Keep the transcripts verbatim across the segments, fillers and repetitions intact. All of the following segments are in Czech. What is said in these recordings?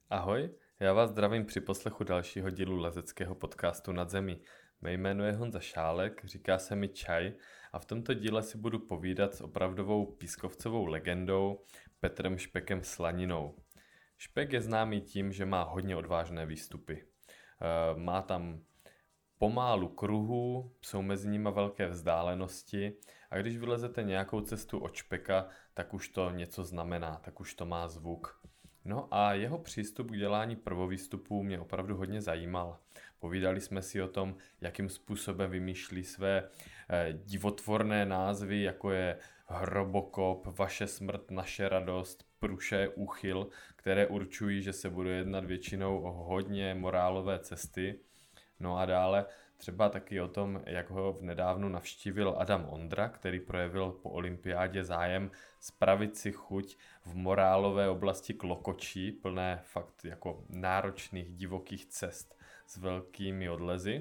Ahoj, já vás zdravím při poslechu dalšího dílu lezeckého podcastu Nad zemí. Mé jméno je Honza Šálek, říká se mi Čaj a v tomto díle si budu povídat s opravdovou pískovcovou legendou Petrem Špekem Slaninou. Špek je známý tím, že má hodně odvážné výstupy. E, má tam pomálu kruhů, jsou mezi nimi velké vzdálenosti a když vylezete nějakou cestu od Špeka, tak už to něco znamená, tak už to má zvuk. No a jeho přístup k dělání prvovýstupů mě opravdu hodně zajímal. Povídali jsme si o tom, jakým způsobem vymýšlí své eh, divotvorné názvy, jako je Hrobokop, Vaše smrt, naše radost, Pruše, Úchyl, které určují, že se bude jednat většinou o hodně morálové cesty. No a dále třeba taky o tom, jak ho v nedávnu navštívil Adam Ondra, který projevil po olympiádě zájem spravit si chuť v morálové oblasti Klokočí, plné fakt jako náročných divokých cest s velkými odlezy.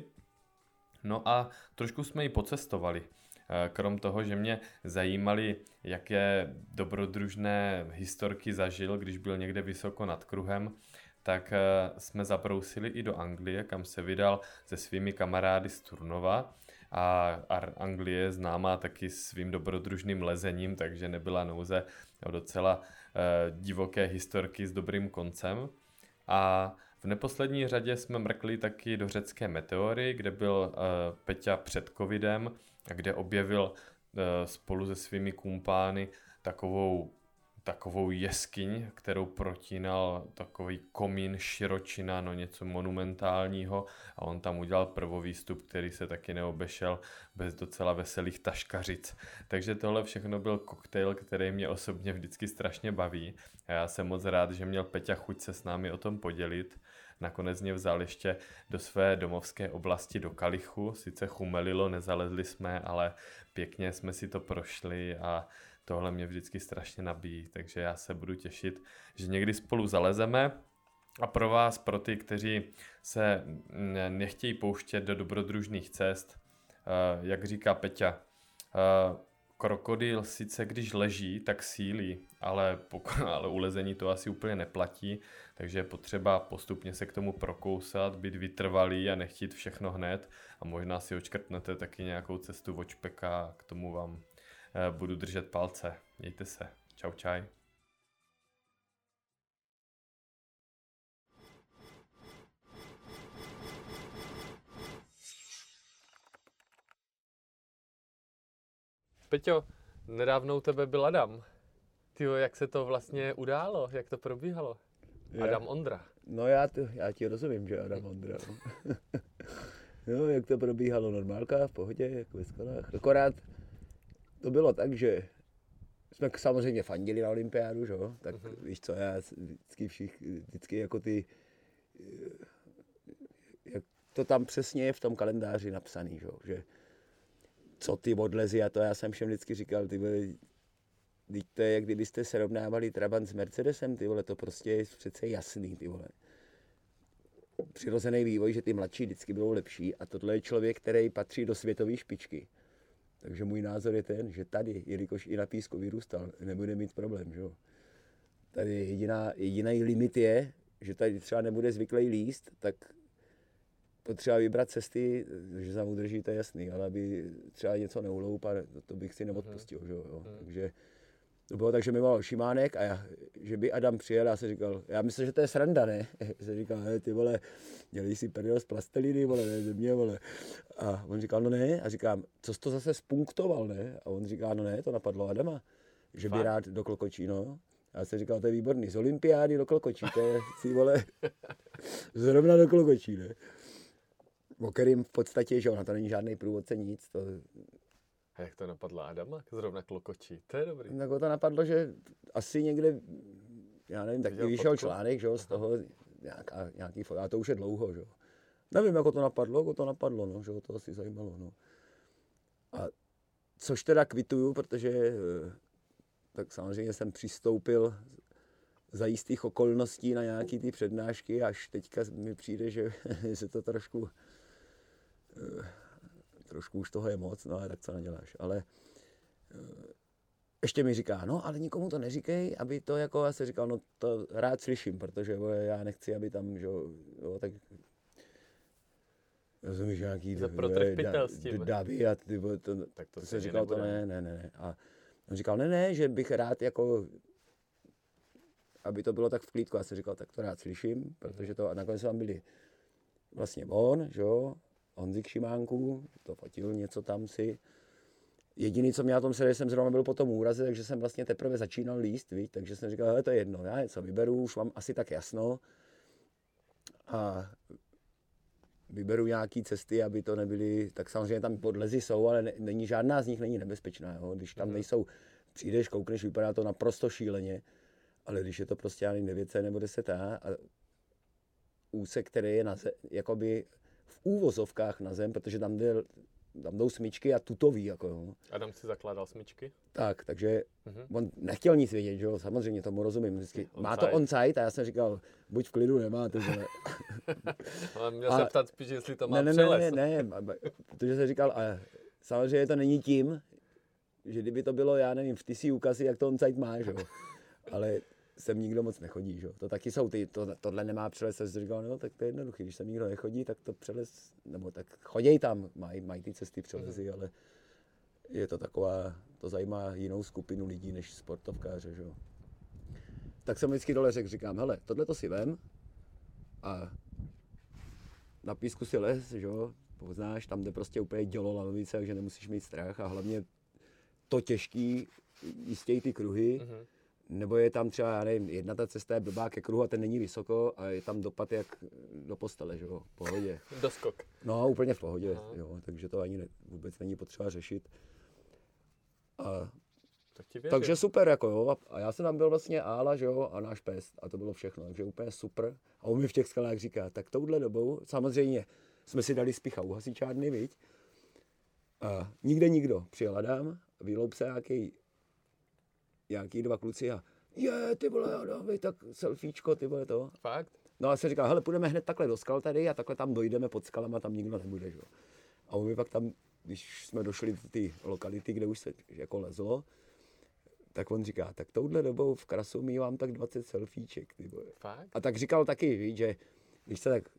No a trošku jsme ji pocestovali. Krom toho, že mě zajímaly, jaké dobrodružné historky zažil, když byl někde vysoko nad kruhem, tak jsme zabrousili i do Anglie, kam se vydal se svými kamarády z Turnova. A Anglie je známá taky svým dobrodružným lezením, takže nebyla nouze o docela divoké historky s dobrým koncem. A v neposlední řadě jsme mrkli taky do řecké Meteory, kde byl Peťa před covidem a kde objevil spolu se svými kumpány takovou takovou jeskyň, kterou protínal takový komín, širočina, no něco monumentálního a on tam udělal prvovýstup, který se taky neobešel bez docela veselých taškařic. Takže tohle všechno byl koktejl, který mě osobně vždycky strašně baví a já jsem moc rád, že měl Peťa chuť se s námi o tom podělit. Nakonec mě vzal ještě do své domovské oblasti do Kalichu, sice chumelilo, nezalezli jsme, ale pěkně jsme si to prošli a tohle mě vždycky strašně nabíjí, takže já se budu těšit, že někdy spolu zalezeme. A pro vás, pro ty, kteří se nechtějí pouštět do dobrodružných cest, jak říká Peťa, krokodýl sice když leží, tak sílí, ale, pok- ale u lezení to asi úplně neplatí, takže je potřeba postupně se k tomu prokousat, být vytrvalý a nechtít všechno hned a možná si očkrtnete taky nějakou cestu od Špeka a k tomu vám budu držet palce. Mějte se. Čau, čaj. Peťo, nedávno u tebe byl Adam. Tyjo, jak se to vlastně událo? Jak to probíhalo? Adam Ondra. No já, to, já ti rozumím, že Adam Ondra. No. No, jak to probíhalo, normálka, v pohodě, jako ve skalách. Akorát to bylo tak, že jsme samozřejmě fandili na olympiádu, že? Tak uh-huh. Víš co, já vždycky, všich, vždycky jako ty, jak to tam přesně je v tom kalendáři napsaný, že? Že co ty odlezy a to já jsem všem vždycky říkal, ty vole, teď to je, jak kdybyste srovnávali Trabant s Mercedesem, ty vole, to prostě je přece jasný, ty vole. Přirozený vývoj, že ty mladší vždycky budou lepší a tohle je člověk, který patří do světové špičky. Takže můj názor je ten, že tady, jelikož i na písku vyrůstal, nebude mít problém, že jo. Tady jediná, jediný limit je, že tady třeba nebude zvyklý líst, tak potřeba vybrat cesty, že se mu drží, to je jasný, ale aby třeba něco neuloup a to, to bych si neodpustil, že jo. Hmm. Takže to bylo tak, že mi volal Šimánek a já, že by Adam přijel, já jsem říkal, já myslím, že to je sranda, ne? Já jsem říkal, ne, ty vole, dělej si prdel z plasteliny, vole, ne, ze mě, vole. A on říkal, no ne, a říkám, co jsi to zase spunktoval, ne? A on říká, no ne, to napadlo Adama, že by rád do Klokočí, no. A já jsem říkal, to je výborný, z olympiády do Klokočí, to je, si vole, zrovna do Klokočí, ne? O kterým v podstatě, že ona to není žádný průvodce, nic, to... A jak to napadlo Adama? Zrovna Klokočí, to je dobrý. Tak to napadlo, že asi někde, já nevím, taky vyšel článek, že, z toho nějaká, nějaký, a to už je dlouho, že. Nevím, jako to napadlo, jako to napadlo, no, že to asi zajímalo, no. A což teda kvituju, protože tak samozřejmě jsem přistoupil za jistých okolností na nějaký ty přednášky, až teďka mi přijde, že se to trošku, trošku už toho je moc, no ale tak co neděláš, ale ještě mi říká, no ale nikomu to neříkej, aby to jako, já jsem říkal, no to rád slyším, protože bo, já nechci, aby tam, že jo, tak rozumíš, nějaký davy a ty, bo, to, tak to, to jsem říkal, nebude. to ne, ne, ne, a on říkal, ne, ne, že bych rád jako, aby to bylo tak v klídku, já jsem říkal, tak to rád slyším, protože to, a nakonec tam byli vlastně on, že jo, Honzik Šimánku, to fotil něco tam si. Jediný, co mě na tom se, že jsem zrovna byl po tom úraze, takže jsem vlastně teprve začínal líst, víc, takže jsem říkal, hele, to je jedno, já něco vyberu, už mám asi tak jasno a vyberu nějaký cesty, aby to nebyly, tak samozřejmě tam podlezy jsou, ale ne, není žádná z nich není nebezpečná, jo? Když tam nejsou, přijdeš, koukneš, vypadá to naprosto šíleně, ale když je to prostě ani devět cé nebo deset á a úsek, který je na zem, jakoby v úvozovkách na zem, protože tam jde, tam jdou smyčky a tutový, jako jo. Adam si zakládal smyčky? Tak, takže uh-huh. on nechtěl nic vědět, že jo, samozřejmě tomu rozumím. Vždycky, má to on-site a já jsem říkal, buď v klidu, nemáte, že ale měl se ptát spíš, jestli to má ne, přeles. Ne, ne, ne, ne, protože jsem říkal, a samozřejmě to není tím, že kdyby to bylo, já nevím, v ty si ukazy, jak to on-site má, že jo, ale sem nikdo moc nechodí, že jo. To taky jsou ty, to, tohle nemá přeles, jsem si říkal, no tak to je jednoduchý, když sem nikdo nechodí, tak to přeles, nebo tak choděj tam, mají maj ty cesty přelezy, mm-hmm. ale je to taková, to zajímá jinou skupinu lidí než sportovkáře, že jo. Tak jsem vždycky dole řekl, říkám, hele, tohle to si vem a na písku si les, že jo, poznáš, tam jde prostě úplně dělo lanovice, takže nemusíš mít strach a hlavně to těžký, jistěj ty kruhy, mm-hmm. nebo je tam třeba, já nevím, jedna ta cesta je blbá ke kruhu a ten není vysoko a je tam dopad jak do postele, že jo, v pohodě. Doskok. No, úplně v pohodě, aha. jo, takže to ani ne, vůbec není potřeba řešit. A, tak ti takže super, jako jo, a já jsem tam byl vlastně Ála, že jo, a náš pes a to bylo všechno, takže úplně super. A on mi v těch skalách říká, tak touhle dobou, samozřejmě jsme si dali spicha u hasičárny, viď? A nikde nikdo, přijel Adam, vyloup se nějaký nějaký dva kluci a je, ty vole, Adame, tak selfiečko, ty vole to. Fakt? No a se říká, hele, půjdeme hned takhle do skal tady a takhle tam dojdeme pod skalama, tam nikdo nebude, že jo. A on mi pak tam, když jsme došli do ty lokality, kde už se jako lezlo, tak on říká, tak touhle dobou v Krasu mívám tak dvacet selfieček, ty vole. Fakt? A tak říkal taky, víš, že když se tak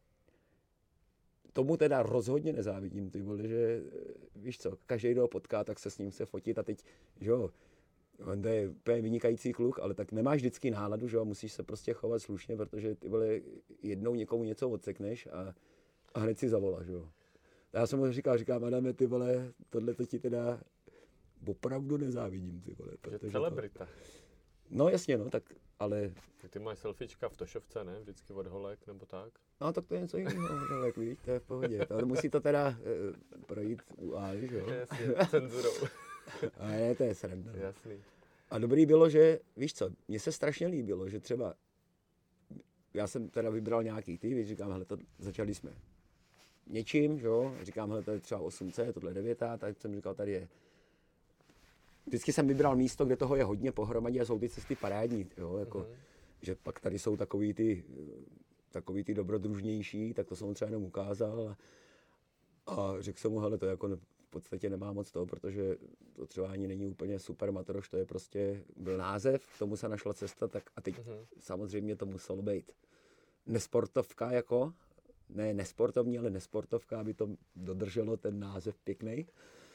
tomu teda rozhodně nezávidím, ty vole, že víš co, každý, kdo ho potká, tak se s ním se fotit a teď, že jo, on je úplně vynikající kluk, ale tak nemáš vždycky náladu, že jo, musíš se prostě chovat slušně, protože ty vole jednou někomu něco odsekneš a, a hned si zavoláš, že jo. Já jsem mu říkal, říkám, Adame, ty vole, tohle to ti teda opravdu nezávidím, ty vole. Protože celebrita. To... No jasně, no, tak, ale... Tak ty máš selfiečka v Tošovce, ne? Vždycky od holek, nebo tak? No, tak to je něco jiného, holek, víš, to je v pohodě. Ale musí to teda e, projít u Ály, že jo. Jasně, cenzurou. A ne, to je sranda. Jasný. A dobrý bylo, že, víš co, mně se strašně líbilo, že třeba, já jsem teda vybral nějaký ty, víš, říkám, hele, to, začali jsme něčím, že jo, říkám, hele, to je třeba osm cé, tohle je devět á, tak jsem říkal, tady je, vždycky jsem vybral místo, kde toho je hodně pohromadě a jsou ty cesty parádní, jo, jako, mm-hmm. že pak tady jsou takový ty, takový ty dobrodružnější, tak to jsem mu třeba jenom ukázal a, a řekl jsem mu, hele, to jako ne, v podstatě nemá moc toho, protože to třeba ani není úplně super matoroš, to je prostě, byl název, k tomu se našla cesta, tak a teď mm-hmm. samozřejmě to muselo být nesportovka jako, ne nesportovní, ale nesportovka, aby to dodrželo ten název pěkný.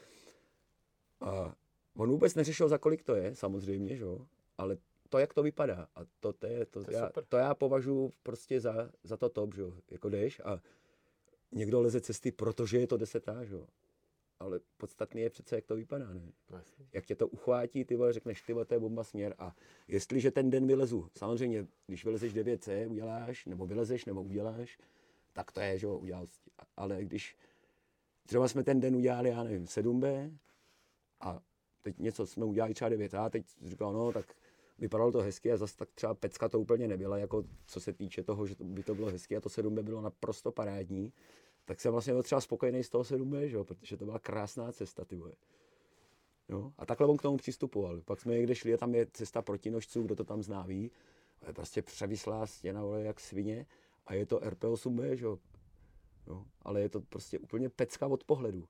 A on vůbec neřešil, za kolik to je, samozřejmě, že jo, ale to, jak to vypadá, a to, to, je, to, to, je já, to já považuji prostě za, za to top, že jo, jako jdeš a někdo leze cesty, protože je to deset á, že jo. Ale podstatný je přece, jak to vypadá, ne? Vlastně. Jak tě to uchvátí, ty vole, řekneš, ty vole, to je bomba směr. A jestliže ten den vylezu, samozřejmě, když vylezeš devět cé, uděláš, nebo vylezeš, nebo uděláš, tak to je, že jo, udělal. Ale když třeba jsme ten den udělali, já nevím, sedm bé a teď něco jsme udělali třeba devět á, teď říkal, no, tak vypadalo to hezky a zase tak třeba pecka to úplně nebyla, jako co se týče toho, že to, by to bylo hezky a to sedm bé bylo naprosto parádní. Tak jsem vlastně byl třeba spokojený z toho sedm bé, že jo, protože to byla krásná cesta, ty vole. Jo? A takhle on k tomu přistupoval. Pak jsme někde šli a tam je cesta proti nožců, kdo to tam zná ví. A je prostě převislá stěna, vole, jak svině. A je to er pé osm bé, že jo. Jo? Ale je to prostě úplně pecka od pohledu.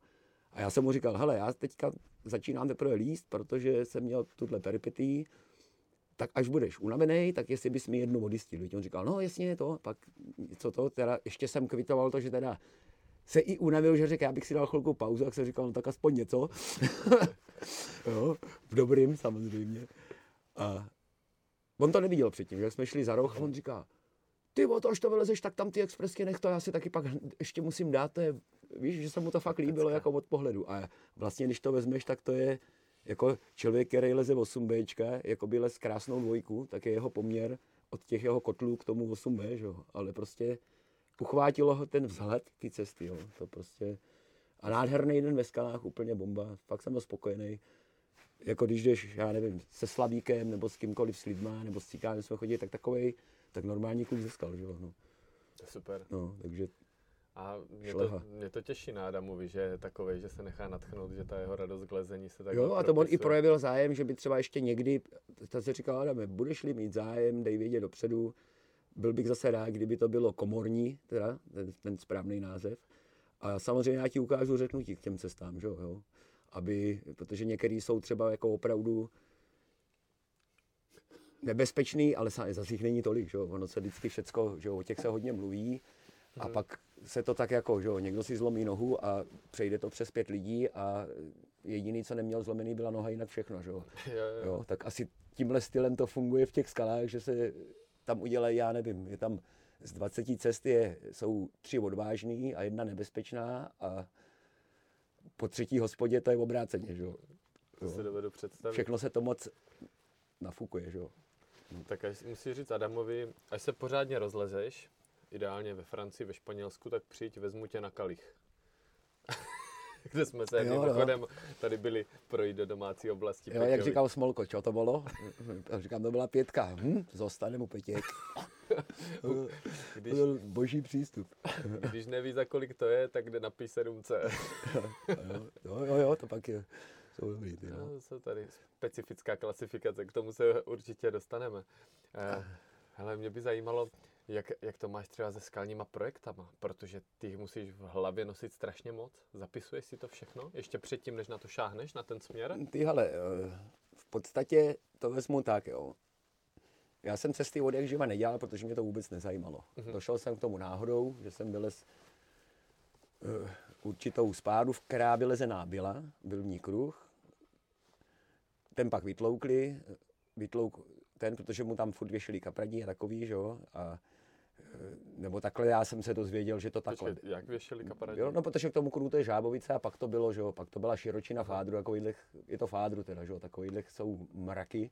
A já jsem mu říkal, hele, já teďka začínám teprve líst, protože jsem měl tuhle peripetii, tak až budeš unavený, tak jestli bys mi jednu odjistil. On říkal, no jasně to, pak co to, teda ještě jsem kvitoval to, že teda se i unavil, že řekl, já bych si dal chvilku pauzu, tak jsem říkal, no tak aspoň něco. Jo, v dobrým samozřejmě. A on to neviděl předtím, že jsme šli za roh a on říká, ty o to, až to vylezeš, tak tam ty expresky nech to, já si taky pak ještě musím dát, to je, víš, že se mu to fakt líbilo jako od pohledu. A vlastně, když to vezmeš, tak to je jako člověk, který leze osm béčka, jako by les krásnou dvojku, tak je jeho poměr od těch jeho kotlů k tomu osm bé, že jo. Ale prostě uchvátilo ho ten vzhled ty cesty, jo. To prostě... A nádherný den ve skalách, úplně bomba, fakt jsem byl spokojený. Jako když jdeš, já nevím, se Slavíkem, nebo s kýmkoliv, s lidma, nebo s Cikánem jsme chodili, tak takovej, tak normální kluk ze skal, že jo. No. Super. No, takže... A mě to, mě to těší na Adamovi, že je takovej, že se nechá natchnout, že ta jeho radost k lezení se tak jo, a to on i projevil zájem, že by třeba ještě někdy, tak se říkal, Adame, budeš-li mít zájem, dej vědět dopředu, byl bych zase rád, kdyby to bylo komorní, teda ten, ten správný název. A samozřejmě já ti ukážu, řeknu ti k těm cestám, že jo, aby, protože některý jsou třeba jako opravdu nebezpečný, ale zase jich není tolik, že jo, ono se vždycky všecko, že jo, o těch se hodně mluví. A hmm. pak se to tak jako, že jo, někdo si zlomí nohu a přejde to přes pět lidí a jediný, co neměl zlomený, byla noha, jinak všechno, že jo. Jo, jo. Jo, tak asi tímhle stylem to funguje v těch skalách, že se tam udělají, já nevím, je tam z dvaceti cest je, jsou tři odvážný a jedna nebezpečná a po třetí hospodě to je obráceně, že jo. To si dovedu představit. Všechno se to moc nafukuje, že jo. Tak až musíš říct Adamovi, až se pořádně rozlezeš, ideálně ve Francii, ve Španělsku, tak přijď, vezmu tě na Kalich. Kde jsme se mimochodem tady byli projít do domácí oblasti. Jo, jak říkal Smolko, čo to bylo? Říkám, to byla pětka. Hm, zostane mu Petěk. Když, boží přístup. Když neví, za kolik to je, tak jde na P sedm C. jo, jo, jo, to pak je. Jsou dobrý, ty, no. No, jsou tady specifická klasifikace, k tomu se určitě dostaneme. Eh, hele, mě by zajímalo, Jak, jak to máš třeba se skalníma projektama, protože ty jich musíš v hlavě nosit strašně moc. Zapisuješ si to všechno ještě předtím, než na to šáhneš, na ten směr? Ty hele, v podstatě to vezmu tak, jo. Já jsem cesty od jak živa nedělal, protože mě to vůbec nezajímalo. Mm-hmm. Došel jsem k tomu náhodou, že jsem vylez uh, určitou spádu, která vylezená byla, byl v ní kruh. Ten pak vytloukli, vytlouk ten, protože mu tam furt věšili kapradí a takový, že jo, a nebo takhle já jsem se dozvěděl, že to takhle. Počkej, jak věšeli kapradí? Jo, no protože k tomu kruhu to je žábovice a pak to bylo, že jo, pak to byla širočina fádru, takovýhle, je to fádru teda, že jo, takovýhle jsou mraky.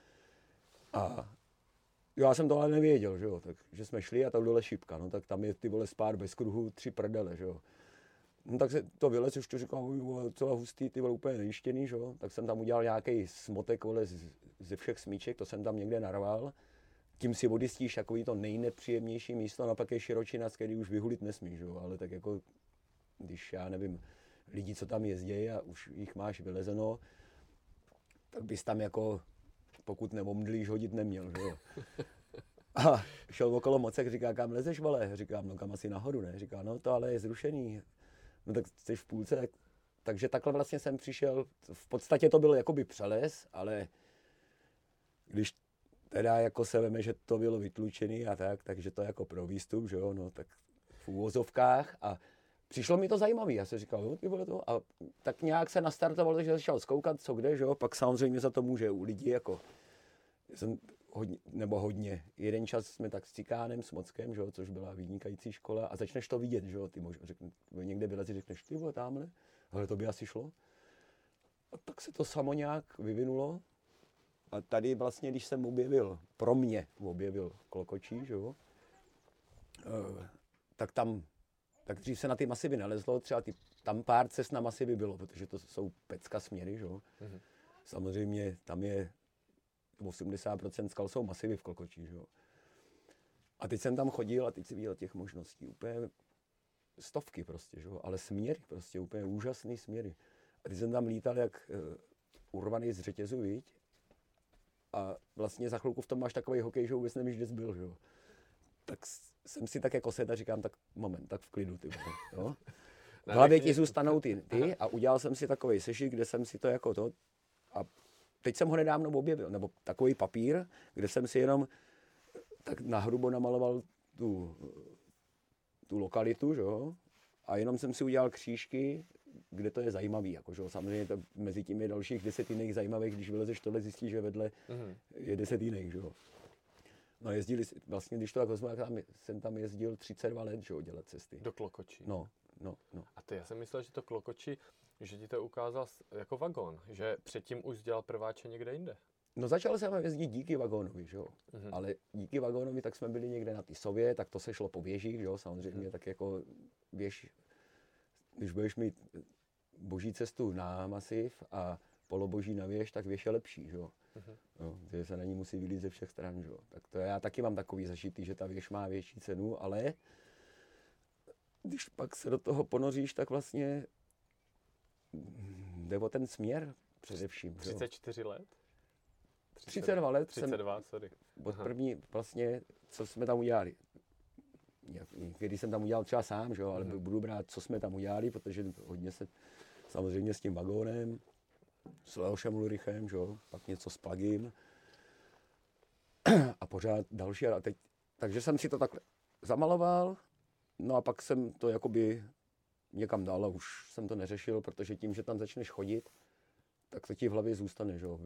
A já jsem to ale nevěděl, že jo, takže jsme šli a tam dole šipka, no tak tam je ty vole spár bez kruhu, tři prdele, že jo. No tak se to vylez, už to říkal, celá hustý, ty vole úplně nejištěný, že jo, tak jsem tam udělal nějaký smotek, vole, ze všech smíček, to jsem tam někde narval. Tím si odjistíš takový to nejnepříjemnější místo, a pak je širočina, z který už vyhulit nesmíš, jo? Ale tak jako, když já nevím, lidi, co tam jezdí a už jich máš vylezeno, tak bys tam jako, pokud neomdlíš, hodit neměl, že jo. A šel okolo mocek, říká, kam lezeš, vole? Říkám, no kam asi nahoru, ne? Říká, no to ale je zrušený. No tak jsi v půlce, tak... takže takhle vlastně jsem přišel, v podstatě to byl jakoby přeles, ale když teda jako se veme, že to bylo vytlučený a tak, takže to jako pro výstup, že jo, no tak v úvozovkách a přišlo mi to zajímavý, já jsem říkal, jo, ty vole to a tak nějak se nastartovalo, že začal zkoukat, co kde, že jo, pak samozřejmě za to může u lidí jako, jsem hodně, nebo hodně, jeden čas jsme tak s Cikánem, s Mockem, že jo, což byla vynikající škola a začneš to vidět, že jo, ty možná řekne, někde vylezi, řekneš, ty vole, támhle, ale to by asi šlo. A tak se to samo nějak vyvinulo. A tady vlastně, když jsem objevil, pro mě objevil Klokočí, že jo, e, tak tam, tak dřív se na ty masivy nalezlo, třeba ty, tam pár cest na masivy bylo, protože to jsou pecka směry, že jo. Mm-hmm. Samozřejmě tam je osmdesát procent skal jsou masivy v Klokočí, že jo. A teď jsem tam chodil a teď si viděl těch možností úplně stovky prostě, že jo, ale směry prostě, úplně úžasný směry. A teď jsem tam lítal jak uh, urvaný z řetězu, viď? A vlastně za chvilku v tom máš takový hokej, že vůbec nevíš, kde jsi byl, že jo. Tak jsem si tak jako sedl a říkám, tak moment, tak v klidu, ty vole, jo. v hlavě ti zůstanou ty, ty a udělal jsem si takový sešit, kde jsem si to jako to a teď jsem ho nedávno objevil, nebo takový papír, kde jsem si jenom tak nahrubo namaloval tu, tu lokalitu, že jo, a jenom jsem si udělal křížky, kde to je zajímavý, jako, že jo. Samozřejmě to, mezi tím je dalších deset jiných zajímavých, když vylezeš tohle, zjistíš, že vedle mm-hmm. je deset jiných, že jo. No jezdili, vlastně když to tak vezmu, tam, jsem tam jezdil třicet dva let, že jo, dělat cesty. Do Klokočí. No, no, no. A ty, já jsem myslel, že to Klokočí, že ti to ukázal jako vagón, že předtím už dělal prváče někde jinde. No začal jsem jezdit díky vagónovi, že jo. Mm-hmm. Ale díky vagónovi tak jsme byli někde na ty Sově, tak to se šlo po věžích, že jo, samozřejmě, mm-hmm. tak jako věž, když budeš mít boží cestu na masiv a poloboží na věž, tak věž je lepší, že jo. Mm-hmm. No, že se na ní musí vylít ze všech stran, že jo. Tak to já taky mám takový zažitý, že ta věž má větší cenu, ale když pak se do toho ponoříš, tak vlastně jde o ten směr především. třicet čtyři let? třicet dva let třicet dva, jsem, sorry. Od první vlastně, co jsme tam udělali. Někdy jsem tam udělal třeba sám, že jo, ale mm. budu brát, co jsme tam udělali, protože hodně se samozřejmě s tím vagónem, s Leošem Ulrichem, že jo, pak něco s Plagim a pořád další. A teď, takže jsem si to takhle zamaloval, no a pak jsem to jakoby někam dal a už jsem to neřešil, protože tím, že tam začneš chodit, tak to ti v hlavě zůstane, že jo.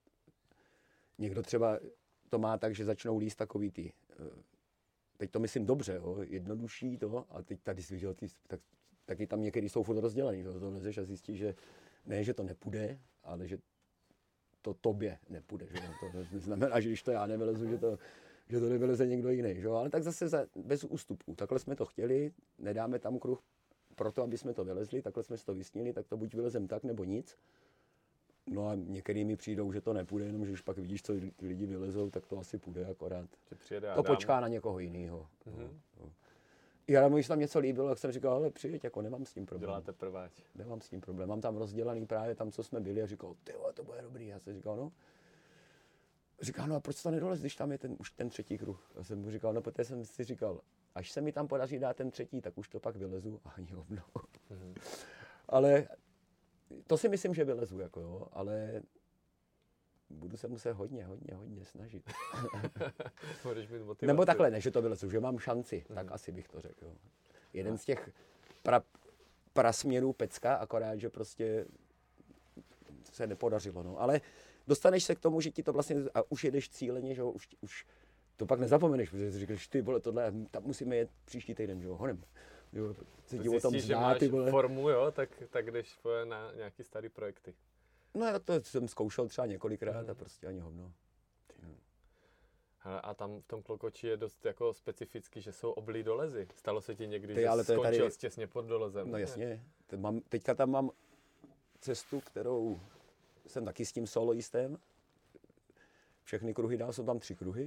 Někdo třeba to má tak, že začnou líst takový ty, teď to myslím dobře, jo, jednodušší to, a teď tady si viděl, ty, tak, taky tam některý jsou furt rozdělený, že to lezeš a zjistíš, že ne, že to nepůjde, ale že to tobě nepůjde, že to neznamená, že když to já nevylezu, že to, že to nevyleze někdo jiný, že? Ale tak zase za, bez ústupů, takhle jsme to chtěli, nedáme tam kruh proto, aby jsme to vylezli, takhle jsme si to vysnili, tak to buď vylezem tak, nebo nic. No a některý mi přijdou, že to nepůjde, jenom že když pak vidíš, co lidi vylezou, tak to asi půjde akorát. To počká na někoho jiného. Mm-hmm. No, no. Já když tam něco líbilo, tak jsem říkal, ale přijeď, jako nemám s tím problém. Děláte prváč. Nemám s tím problém. Mám tam rozdělaný právě tam, co jsme byli a říkal, ty vole, to bude dobrý. Já jsem říkal, no. Říkal, no a proč to nedolez, když tam je ten, už ten třetí kruh? Já jsem mu říkal, no protože jsem si říkal, až se mi tam podaří dát ten třetí, tak už to pak vylezu. A jo, no. Mm-hmm. Ale to si myslím, že vylezu, jako jo, ale budu se muset hodně, hodně, hodně snažit. Budeš mít motivaci. Nebo takhle, ne, že to vylezu, že mám šanci, mm. tak asi bych to řekl. Jo. Jeden no. z těch pra, prasměrů pecka, akorát, že prostě se nepodařilo, no. Ale dostaneš se k tomu, že ti to vlastně, a už jedeš cíleně, že jo, už, už to pak nezapomeneš, protože si říkáš, ty vole, tohle, tam musíme jet příští týden, že jo, honem. Jo, se ti o tom zdá, že máš ty vole. Formu, jo, tak, tak jdeš na nějaký starý projekty. No tak to jsem zkoušel třeba několikrát mm. a prostě ani hovno. No. A tam v tom Klokoči je dost jako specifický, že jsou oblí dolezy. Stalo se ti někdy, ty, že jsi skončil tady těsně pod dolezem? No jasně. Teď mám, teďka tam mám cestu, kterou jsem taky s tím soloistem. Všechny kruhy dál, jsou tam tři kruhy.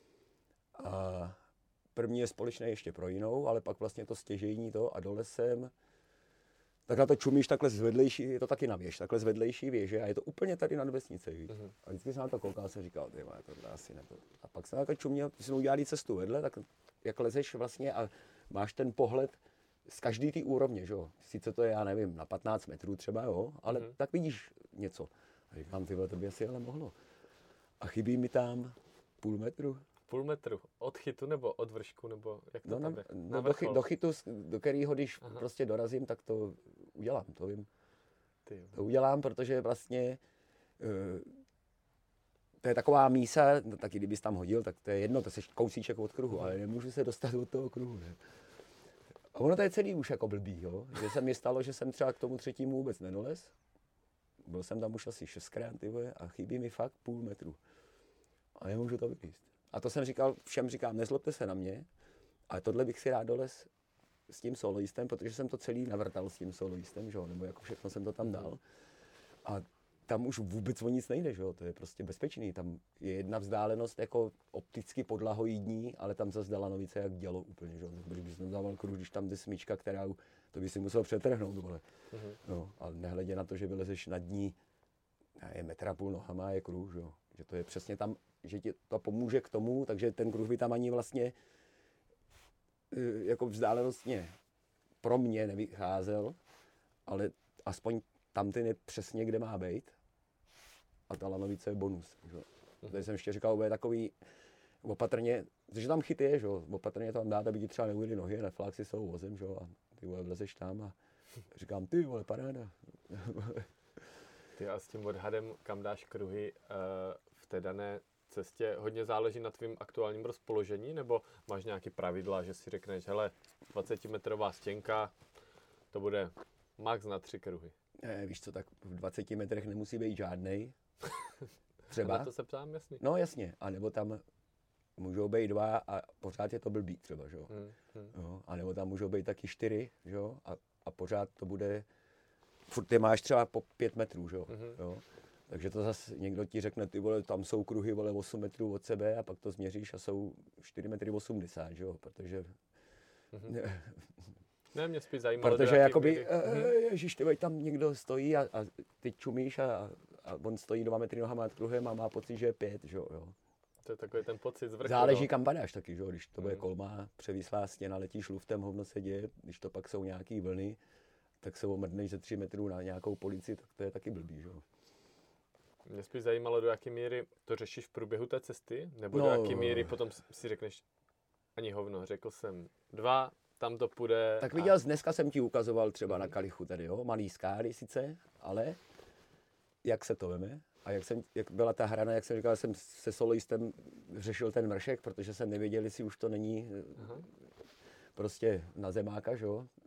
A první je společné ještě pro jinou, ale pak vlastně to stěžejní to a dole jsem. Takhle to čumíš takhle z vedlejší, je to taky na věž, takhle z vedlejší věže a je to úplně tady nad vesnice, víš. Uh-huh. A vždycky jsem na to koukal a jsem říkal, ty vole, tohle asi ne to. A pak jsem takhle čuměl, když jsme udělali cestu vedle, tak jak lezeš vlastně a máš ten pohled z každý té úrovně, že jo. Sice to je, já nevím, na patnáct metrů třeba, jo, ale uh-huh. tak vidíš něco. A říkám, ty vole, to by asi ale mohlo. A chybí mi tam půl metru. Půl metru od chytu nebo od vršku, nebo jak to no, tam no, je? No do, chy, do chytu, do kterého když Aha. prostě dorazím, tak to udělám, to vím. Ty, to udělám, protože vlastně uh, to je taková mísa, no, taky kdybys tam hodil, tak to je jedno, to je kousíček od kruhu, ale nemůžu se dostat od toho kruhu, ne? A ono to je celý už jako blbý, jo? Že se mi stalo, že jsem třeba k tomu třetímu vůbec nedolez. Byl jsem tam už asi šestkrát, ty vole, a chybí mi fakt půl metru. A nemůžu to vylízt. A to jsem říkal, všem říkám, nezlobte se na mě, ale tohle bych si rád dolez s tím soloistem, protože jsem to celý navrtal s tím soloistem, že jo, nebo jako všechno jsem to tam dal. A tam už vůbec o nic nejde, že jo, to je prostě bezpečný. Tam je jedna vzdálenost jako opticky podlahoidní, ale tam zase Dalanovice jak dělo úplně, že jo. Když jsem dával kruh, když tam jde smyčka, která to by si musel přetrhnout, vole. Uh-huh. No, ale nehledě na to, že vylezeš nad ní, je metra půl nohama, je kruh, že jo. Že to je přesně tam, že ti to pomůže k tomu, takže ten kruh by tam ani vlastně jako vzdálenostně pro mě nevycházel, ale aspoň tam ten je přesně, kde má být. A ta lanovice je bonus. Že? Mm-hmm. Tady jsem ještě říkal, bude takový opatrně, protože tam chyt je, že? Opatrně to tam dát, aby ti třeba neujeli nohy, neflák si s tou vozem, že? A ty vole vlezeš tam a říkám, ty vole, paráda. Ty a s tím odhadem, kam dáš kruhy uh, v té dané cestě, hodně záleží na tvým aktuálním rozpoložení, nebo máš nějaké pravidla, že si řekneš, hele, dvacetimetrová stěnka, to bude max na tři kruhy. Ne, víš co, tak v dvaceti metrech nemusí být žádnej. Třeba. Na to se ptám, jasně. No jasně, a nebo tam můžou být dva a pořád je to blbý třeba, že jo. Hmm, hmm. Jo, a nebo tam můžou být taky čtyři, že jo, a, a pořád to bude, furt ty máš třeba po pět metrů, že jo. Hmm. Jo. Takže to zase někdo ti řekne, ty vole, tam jsou kruhy, vole, osm metrů od sebe a pak to změříš a jsou čtyři metry osmdesát, že jo, protože... Hmm. Ne, mě spíš zajímalo, protože jakoby, míry... ježiš, ty tam někdo stojí a, a ty čumíš a, a on stojí dva metry nohama nad kruhem a má pocit, že je pět, že jo. To je takový ten pocit z vrchu. Záleží, no. kam padáš taky, že jo, když to bude hmm. kolma, převislá stěna, letíš luftem, hovno se děje, když to pak jsou nějaký vlny, tak se omrdneš ze tři metrů na nějakou policii, tak to je taky blbý, že jo. Mě spíš zajímalo, do jaké míry to řešíš v průběhu té cesty, nebo no, do jaké míry potom si řekneš, ani hovno, řekl jsem dva, tam to půjde. Tak viděl, a... dneska jsem ti ukazoval třeba na Kalichu tady, jo, malý skály sice, ale jak se to veme a jak, jsem, jak byla ta hrana, jak jsem říkal, jsem se soloistem řešil ten mršek, protože jsem nevěděl, jestli už to není Aha. prostě na zemáka, že jo.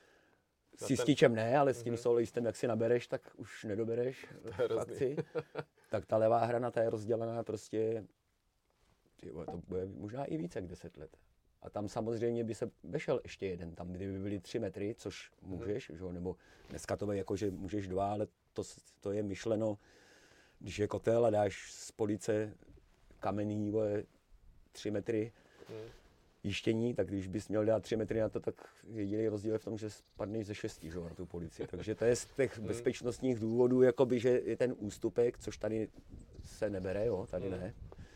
S jističem ne, ale s tím mm-hmm. soloistem, jak si nabereš, tak už nedobereš v akci. Tak ta levá hrana, ta je rozdělená prostě, tyjo, to bude možná i více jak deset let. A tam samozřejmě by se vešel ještě jeden, tam kdyby byly tři metry, což můžeš, mm-hmm. že? Nebo dneska to je jako, že můžeš dva, ale to, to je myšleno, když je kotel a dáš z police kamenný, vole, tři metry, mm. jištění, tak když bys měl dát tři metry na to, tak jediný rozdíl je v tom, že spadneš ze šesti, že, na tu policii. Takže to je z těch bezpečnostních důvodů, jakoby, že je ten ústupek, což tady se nebere, jo, tady ne.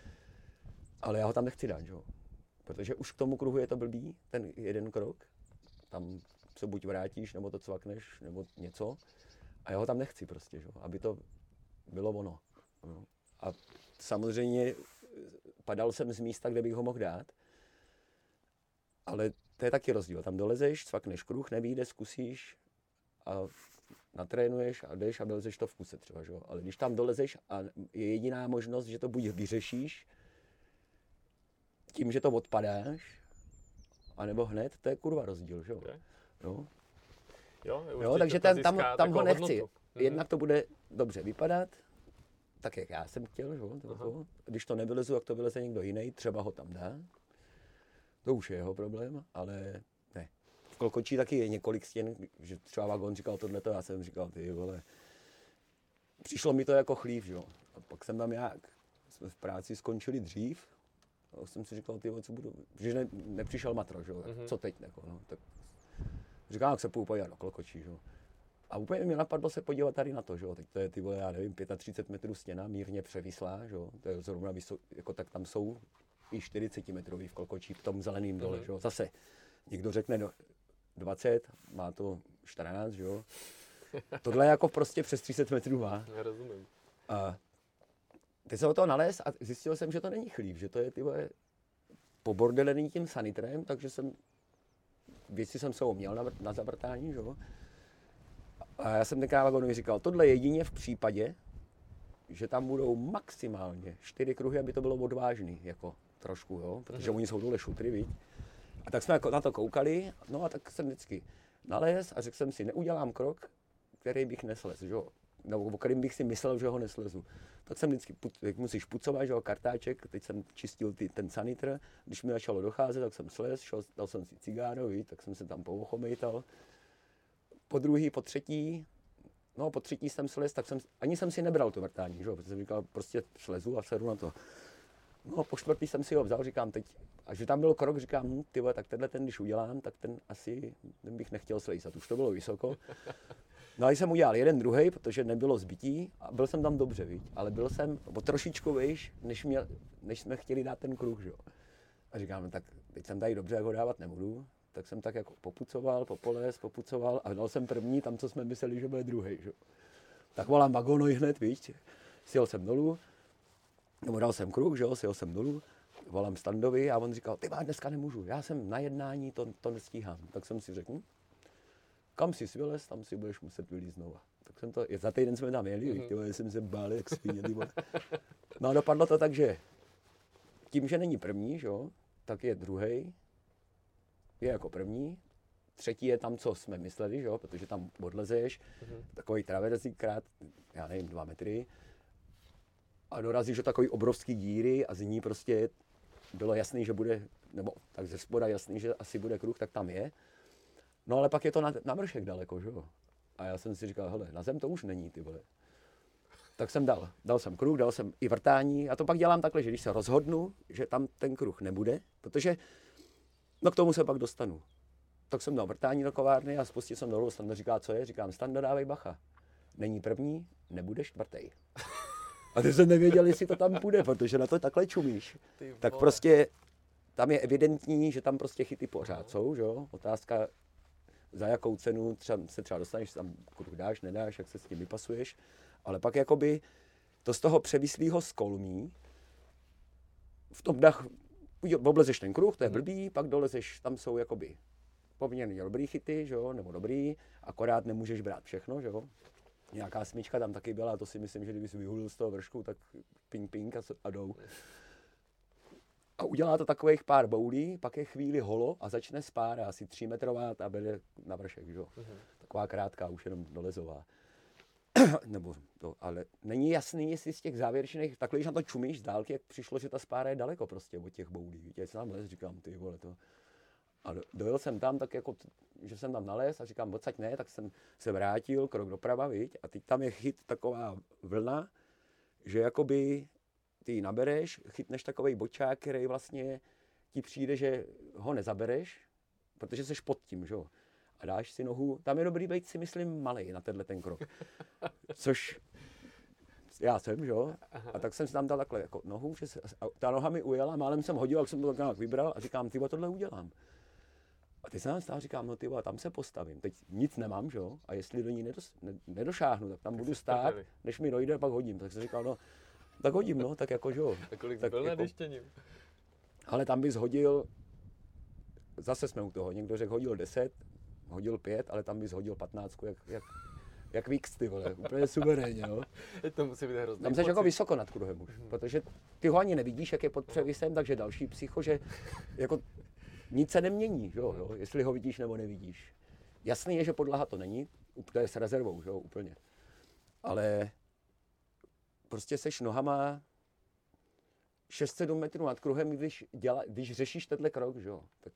Ale já ho tam nechci dát, že? Protože už k tomu kruhu je to blbý, ten jeden krok. Tam se buď vrátíš, nebo to cvakneš, nebo něco. A já ho tam nechci prostě, že? Aby to bylo ono. Jo. A samozřejmě padal jsem z místa, kde bych ho mohl dát. Ale to je taky rozdíl. Tam dolezeš, cvakneš kruh, nevyjde, zkusíš a natrénuješ a jdeš a dolezeš to v kuse třeba, že? Ale když tam dolezeš a je jediná možnost, že to buď vyřešíš tím, že to odpadáš, anebo hned, to je kurva rozdíl, že? Okay. Jo? Jo, jo, takže tam, tam, tam ho nechci. Hodnotu. Jednak to bude dobře vypadat, tak jak já jsem chtěl, že? To, když to nevylezu, jak to vyleze někdo jiný, třeba ho tam dá. To už je jeho problém, ale ne. V Klokočí taky je několik stěn, že třeba Vagon říkal tohleto, já jsem říkal, ty vole. Přišlo mi to jako chlív, že jo. A pak jsem tam jak, jsme v práci skončili dřív, a jsem si říkal, ty vole, co budu, protože ne, nepřišel matro, že jo, mm-hmm. co teď, jako, no, tak říkám, jak se půjdu podívat do Klokočí, že jo. A úplně mě napadlo se podívat tady na to, že jo, teď to je, ty vole, já nevím, třicet pět metrů stěna, mírně převislá, že jo, to je zrovna vysok, jako tak tam jsou i čtyřicetimetrový v Klokočí, v tom zeleným dole, mm-hmm. že jo. Zase někdo řekne no, dvacet, má to čtrnáct, že jo. Tohle jako prostě přes tři sta metrů má. Já rozumím. A teď jsem o toho nalez a zjistil jsem, že to není chlív, že to je ty vole pobordelený tím sanitrem, takže jsem, věci jsem se uměl na, na zavrtání, že jo. A já jsem tenkrát Vagonovi říkal, tohle jedině v případě, že tam budou maximálně čtyři kruhy, aby to bylo odvážný, jako trošku, jo, protože mm-hmm. oni jsou dole šutry, viď. A tak jsme jako na to koukali, no a tak jsem vždycky nalez a řekl jsem si, neudělám krok, který bych neslez, že jo, nebo o kterým bych si myslel, že ho neslezu. Tak jsem vždycky, jak musíš pucovat, že jo, kartáček, teď jsem čistil ty, ten sanitr, když mi začalo docházet, tak jsem slez, šel, dal jsem si cigáro, viď, tak jsem se tam povochomejtal. Po druhý, po třetí, no po třetí jsem slez, tak jsem, ani jsem si nebral to vrtání, že jo, protože jsem říkal, prostě slezu a sedu na to. No po čtvrtý jsem si ho vzal, říkám teď, a že tam byl krok, říkám, hm, ty vole, tak tenhle ten, když udělám, tak ten asi, ten bych nechtěl slejzat, už to bylo vysoko. No a jsem udělal jeden, druhý, protože nebylo zbytí a byl jsem tam dobře, viď, ale byl jsem o trošičku výš, než, než jsme chtěli dát ten kruh, že jo. A říkám, no, tak teď jsem tady dobře, jak ho dávat nebudu, tak jsem tak jako popucoval, popolez, popucoval a dal jsem první tam, co jsme mysleli, že bude druhý. Že? Tak volám vagónoj hned, víš, sjel jsem dolů, nebo dal jsem kruh, že jo, sjel jsem dolů, volám Standovi a on říkal, ty má, dneska nemůžu, já jsem na jednání, to, to nestíhám. Tak jsem si řekl, hm, kam jsi vylez, tam si budeš muset vylít znova. Tak jsem to, za týden jsme tam jeli, mm-hmm. tyhle, jsem se bál, jak svině. No a dopadlo to tak, že tím, že není první, že jo, tak je druhý, je jako první, třetí je tam, co jsme mysleli, že jo, protože tam odlezeš, mm-hmm. takový traverzí krát, já nevím, dva metry, a dorazíš do takový obrovský díry a z ní prostě bylo jasný, že bude, nebo tak ze spoda jasný, že asi bude kruh, tak tam je. No ale pak je to na, na vršek daleko, že jo. A já jsem si říkal, hele, na zem to už není, ty vole. Tak jsem dal, dal jsem kruh, dal jsem i vrtání a to pak dělám takhle, že když se rozhodnu, že tam ten kruh nebude, protože, no k tomu se pak dostanu. Tak jsem dal vrtání do kovárny a spustil jsem dolů, Standa říká, co je, říkám, Standa, dávej bacha. Není první, nebude čtvrtý. A ty jsem nevěděl, jestli to tam půjde, protože na to takhle čumíš. Tak prostě tam je evidentní, že tam prostě chyty pořád jsou, že jo. Otázka, za jakou cenu třeba, se třeba dostaneš, tam kruh dáš, nedáš, jak se s tím vypasuješ. Ale pak jakoby to z toho převislého skolmí, v tom dach oblezeš ten kruh, to je blbý, pak dolezeš, tam jsou jakoby poměrně dobrý chyty, že jo, nebo dobrý, akorát nemůžeš brát všechno, že jo. Nějaká smyčka tam taky byla, to si myslím, že kdyby si vyhulil z toho vršku, tak ping ping a, a jdou. A udělá to takových pár boulí, pak je chvíli holo a začne spára, asi třímetrová a vede na vršek, že? Uh-huh. Taková krátká, už jenom dolezová. Nebo to, ale není jasný, jestli z těch závěrečných, takhle když na to čumíš z dálky, jak přišlo, že ta spára je daleko prostě od těch boulí. Já jsem tam les, říkám, ty vole to. A dojel jsem tam tak jako, že jsem tam nalez a říkám, odsaď ne, tak jsem se vrátil, krok doprava, viď? A teď tam je chyt taková vlna, že jakoby ty ji nabereš, chytneš takovej bočák, který vlastně ti přijde, že ho nezabereš, protože jsi pod tím, že jo. A dáš si nohu, tam je dobrý být si myslím malej na tenhle ten krok. Což já jsem, že jo. A tak jsem si tam dal takhle jako nohu, že se, a ta noha mi ujela, málem jsem hodil, jak jsem to tak vybral a říkám, tyba, tohle udělám. A ty jsem stál, říkám, no tyba, tam se postavím, teď nic nemám, že jo, a jestli do ní nedos, ne, nedošáhnu, tak tam budu stát, než mi dojde, pak hodím. Tak jsem říkal, no, tak hodím, no, tak jako, že jo. A kolik tak byl jako, na deštěním? Ale tam bys hodil, zase jsme u toho, někdo řekl hodil deset, hodil pět, ale tam bys hodil patnáctku, jak, jak, jak Víks, ty vole, úplně suverénně, jo. To musí být hrozný tam jsi jako vysoko nad kruhem už, hmm. protože ty ho ani nevidíš, jak je pod převisem, takže další psycho, že jako nic se nemění, jo, jo, jestli ho vidíš nebo nevidíš. Jasný je, že podlaha to není, to je s rezervou, jo, úplně. Ale prostě seš nohama šest sedm metrů nad kruhem, když, děla, když řešíš tenhle krok, jo. Tak,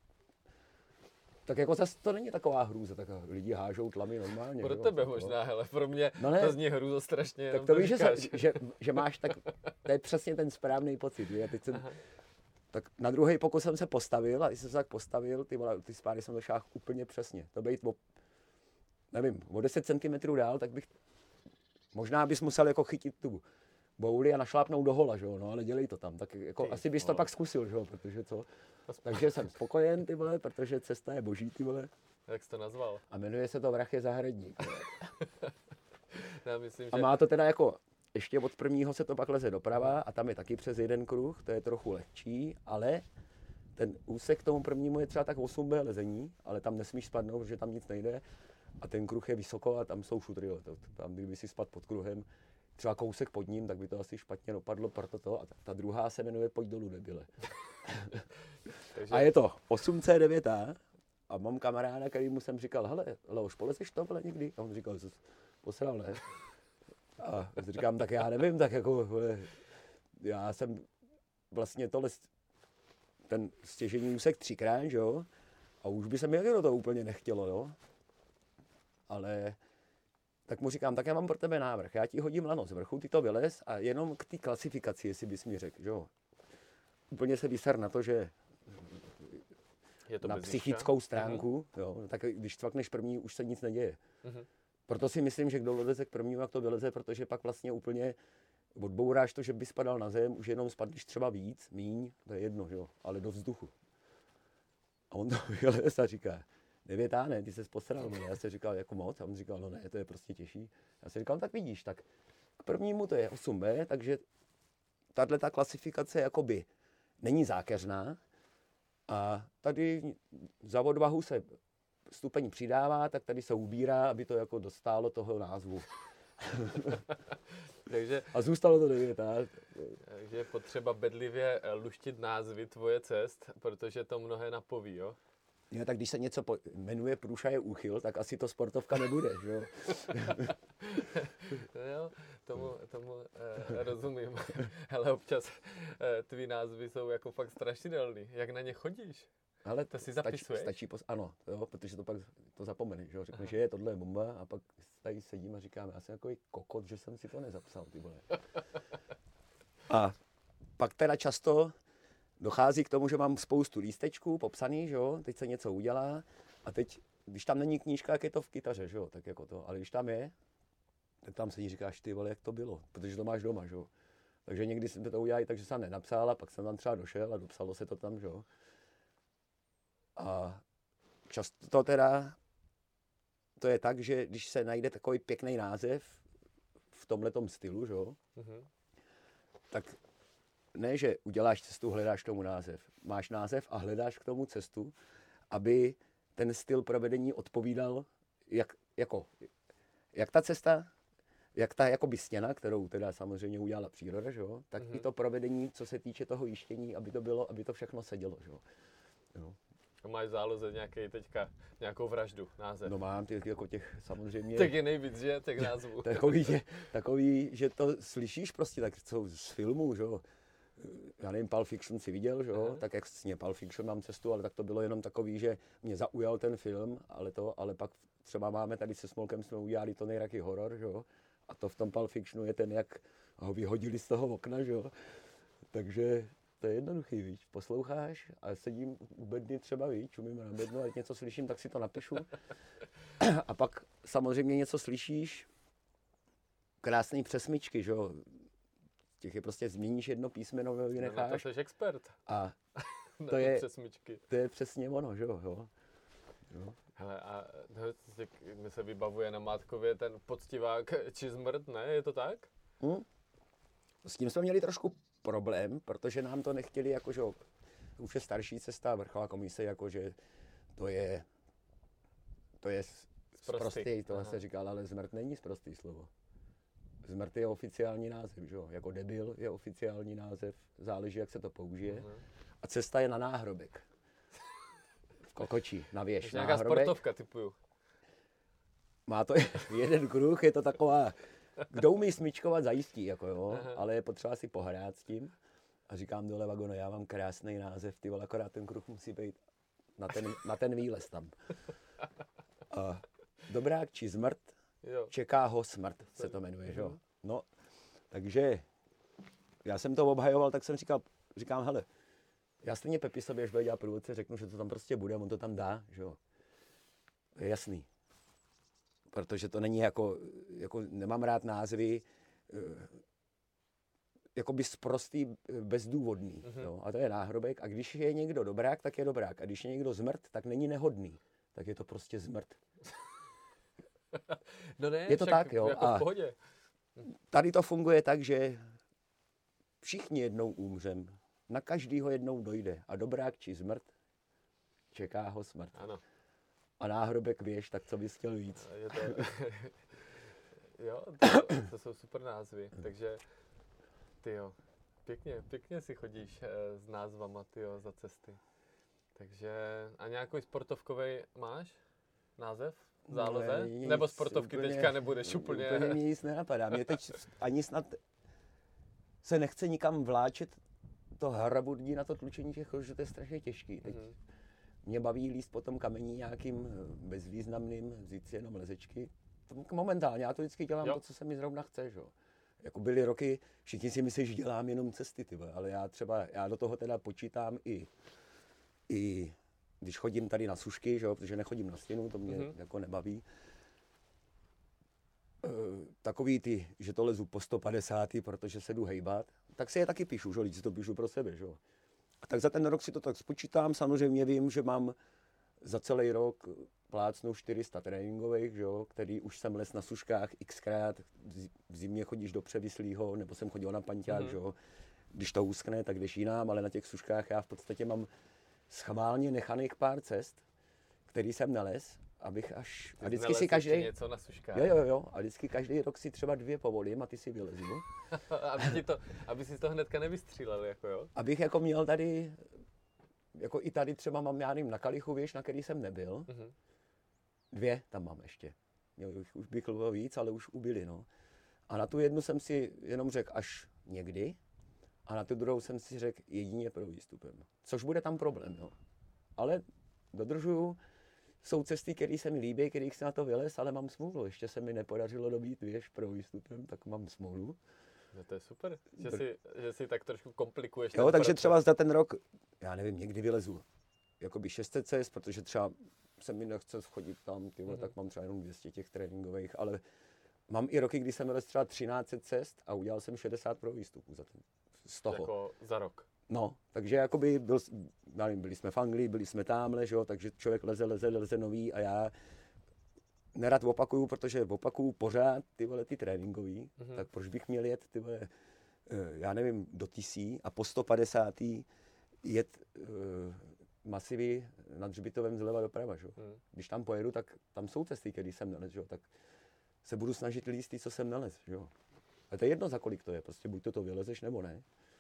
tak jako zase to není taková hrůza, tak lidi hážou tlamy normálně. Pro jo, tebe tak, možná, hele, pro mě no ne, to zní hrůzo strašně. Tak to víš, že, že, že máš tak, to je přesně ten správný pocit, že? Teď jsem, tak na druhý pokus jsem se postavil a když jsem se tak postavil, ty, ty spáry jsem došáhl úplně přesně. To být o, nevím, o deset centimetrů dál, tak bych, možná bys musel jako chytit tu bouli a našlápnout do hola, že jo, no ale dělej to tam, tak jako ty, asi bys to no. pak zkusil, že jo, protože co, takže jsem spokojen, ty vole, protože cesta je boží, ty vole. Jak jsi to nazval? A jmenuje se to Vrach je zahradník. Já myslím, že... A má to teda jako, ještě od prvního se to pak leze doprava a tam je taky přes jeden kruh, to je trochu lehčí, ale ten úsek k tomu prvnímu je třeba tak osm bé lezení, ale tam nesmíš spadnout, protože tam nic nejde a ten kruh je vysoko a tam jsou šutry, tam kdyby si spadl pod kruhem, třeba kousek pod ním, tak by to asi špatně dopadlo, proto to. A ta, ta druhá se jmenuje Pojď dolů, debile. Takže... A je to osm cé devět á a mám kamaráda, kterýmu jsem říkal, hele, Leoš, polezeš to vole někdy? A on říkal, jsi posral, ne? A říkám, tak já nevím, tak jako, vole, já jsem vlastně tohle, ten stěžení úsek třikrát, že jo? A už by se mi do toho úplně nechtělo, jo? Ale... Tak mu říkám, tak já mám pro tebe návrh, já ti hodím lano z vrchu, ty to vylez a jenom k té klasifikaci, jestli bys mi řekl, že jo. Úplně se vyser na to, že je to na bezíška? Psychickou stránku, uh-huh. jo, tak když cvakneš první, už se nic neděje. Uh-huh. Proto si myslím, že kdo vyleze k prvnímu, jak to vyleze, protože pak vlastně úplně odbouráš to, že by spadal na zem, už jenom spadneš třeba víc, míň, to je jedno, že jo, ale do vzduchu. on to vylez a říká, devět á, ne, ty ses posral, ne? Já jsem říkal, jako moc, a on říkal, no ne, to je prostě těžší. Já jsem říkal, tak vidíš, tak k prvnímu to je osm bé, takže tahle ta klasifikace jakoby není zákeřná a tady za odvahu se stupeň přidává, tak tady se ubírá, aby to jako dostálo toho názvu. Takže, a zůstalo to devět á. Takže je potřeba bedlivě luštit názvy tvoje cest, protože to mnohé napoví, jo? No, tak když se něco po- jmenuje Průšaje úchyl, tak asi to sportovka nebude, že jo? No jo, tomu, tomu eh, rozumím. Ale občas eh, tvý názvy jsou jako fakt strašidelný. Jak na ně chodíš? Ale to si stačí, zapisuješ? stačí pos- ano, jo, protože to pak to zapomeneš, že jo? Řekneš, že je tohle je bomba a pak tady sedím a říkám, já jsem takový kokot, že jsem si to nezapsal, ty vole. A pak teda často dochází k tomu, že mám spoustu lístečků popsaný, že jo, teď se něco udělá a teď, když tam není knížka, jak je to v kytaře, že jo, tak jako to, ale když tam je, tak tam se ní říkáš, ty vole, jak to bylo, protože to máš doma, že jo. Takže někdy jsem to udělal tak, že jsem nenapsal a pak jsem tam třeba došel a dopsalo se to tam, že jo. A často to teda, to je tak, že když se najde takový pěkný název v tomhletom stylu, že jo, Mm-hmm. tak ne, že uděláš cestu, hledáš k tomu název. Máš název a hledáš k tomu cestu, aby ten styl provedení odpovídal, jak, jako, jak ta cesta, jak ta jakoby stěna, kterou teda samozřejmě udělala příroda, že jo, tak Mhm. i to provedení, co se týče toho jištění, aby to bylo, aby to všechno sedělo, že jo. jo. A máš v záloze nějaký teďka, nějakou vraždu, název. No mám těch, jako těch samozřejmě. Tak je nejvíc, že, těch názvů. Takový, že, takový, že to slyšíš prostě, tak jsou z filmů, že jo. Já nevím, Pulp Fiction si viděl, že jo, Aha. tak jak sně Pulp Fiction mám cestu, ale tak to bylo jenom takový, že mě zaujal ten film, ale to, ale pak třeba máme tady se Smolkem, jsme udělali to nejraky horor, že jo, a to v tom Pulp Fictionu je ten, jak ho vyhodili z toho okna, že jo, takže to je jednoduchý, víš, posloucháš a sedím u bedny třeba, víš, čumím na bednu a něco slyším, tak si to napíšu a pak samozřejmě něco slyšíš, krásný přesmyčky, že jo, těch je prostě změníš jedno písmeno, No, na to vynecháš jsi expert. a Na to ty je- přesmyčky. to je přesně ono, že jo, jo. jo. Hele, a no, tak mi se vybavuje na Mátkově ten poctivák či zmrt, ne? Je to tak? Hm? S tím jsme měli trošku problém, protože nám to nechtěli, jakože už je starší cesta, vrcholá komise, jakože to je, to je s- Sprostý. sprostý, to Aha. se říkal, ale zmrt není sprostý slovo. Zmrt je oficiální název, že jo, jako debil je oficiální název, záleží, jak se to použije. Mhm. A cesta je na náhrobek. V Kokoči, na věž. Takže nějaká náhrobek. sportovka typuju. Má to jeden kruh, je to taková, kdo umí smyčkovat, zajistí, jako jo, Aha. ale je potřeba si pohrát s tím. A říkám dole vagonu, já mám krásný název, ty vole, akorát ten kruh musí být na ten, na ten výlez tam. A dobrák či zmrt, Jo. čeká ho smrt, se to jmenuje, že jo. No, takže já jsem to obhajoval, tak jsem říkal, říkám, hele, já stejně Pepisovi, až bude dělat průvodce, řeknu, že to tam prostě bude, on to tam dá, že jo. Je jasný. Protože to není jako, jako nemám rád názvy, eh, jakoby sprostý, eh, bezdůvodný. Mhm. Jo? A to je náhrobek. A když je někdo dobrák, tak je dobrák. A když je někdo zmrt, tak není nehodný. Tak je to prostě zmrt. No ne, Je to však tak, jo, jako a- v pohodě. Tady to funguje tak, že všichni jednou umřem. Na každýho jednou dojde. A dobrák či zmrt, čeká ho smrt. Ano. A náhrobek věž, tak co bys chtěl víc? Je to... jo, to, to jsou super názvy, takže ty jo, pěkně, pěkně si chodíš eh, s názvama, ty jo, za cesty. Takže, a nějaký sportovkový máš název v záloze? Ne, nic, Nebo sportovky úplně- teďka nebudeš úplně... Úplně mě nic nenapadá. Mě teď ani snad se nechce nikam vláčet to hraburdí na to tlučení těch kol, že to je strašně těžký. Teď Mhm. mě baví líst po tom kamení nějakým eh, bezvýznamným, vzít si jenom lezečky. To momentálně, já to vždycky dělám Jo. to, co se mi zrovna chce, že? jo. Jako byly roky, všichni si myslí, že dělám jenom cesty, ty vole, ale já třeba, já do toho teda počítám i, i když chodím tady na sušky, že jo, protože nechodím na stěnu, to mě Mhm. jako nebaví. Eh, Takový ty, že to lezu po sto padesát, protože se jdu hejbat, tak si je taky píšu, že jo, lidi si to píšu pro sebe, že jo. A tak za ten rok si to tak spočítám, samozřejmě vím, že mám za celý rok plácnu čtyři sta tréninkových, že jo, který už jsem les na suškách xkrát, v zimě chodíš do Převislýho, nebo jsem chodil na Panťák, mm-hmm. že jo. Když to uskne, tak jdeš jinam, ale na těch suškách já v podstatě mám schválně nechaných pár cest, který jsem nalez, abych až... Ty a vždycky si každý... něco na suškách. Jo, jo, jo, a vždycky každý rok si třeba dvě povolím a ty si vylezu. aby, ti to, aby si to hnedka nevystřílel, jako jo? Abych jako měl tady, jako i tady třeba mám, já nevím, na Kalichu, víš, na který jsem nebyl. Mm-hmm. Dvě tam mám ještě. Jo, už bych chtěl víc, ale už ubyli, no. A na tu jednu jsem si jenom řekl až někdy, a na tu druhou jsem si řekl jedině pro výstupem. Což bude tam problém, jo. Ale dodržuju, jsou cesty, které se mi líbí, kterých se na to vylez, ale mám smůlu. Ještě se mi nepodařilo dobít věž pro výstupem, tak mám smůlu. No to je super, že si, že si tak trošku komplikuješ. Jo, takže proces. Třeba za ten rok, já nevím, někdy vylezu jakoby šest set cest, protože třeba se mi nechce chodit tam, tyhle, mm-hmm. tak mám třeba jenom dvě stě těch tréninkových, ale mám i roky, kdy jsem vylez třeba třináct set cest a udělal jsem šedesát pro výstupů za ten, z toho. Jako za rok. No, takže jakoby byl, já nevím, byli jsme v Anglii, byli jsme tamhle, že jo, takže člověk leze, leze, leze nový a já nerad opakuju, protože opakuju pořád ty vole ty tréninkový, mm-hmm. tak proč bych měl jet ty vole, já nevím, do T C a po sto padesát jet uh, masivy nad hřbitovem zleva doprava, že jo. Mm. Když tam pojedu, tak tam jsou cesty, které jsem nalez, že jo, tak se budu snažit líst ty, co jsem nalez, že jo. A to je jedno, za kolik to je, prostě buď to to vylezeš, nebo ne.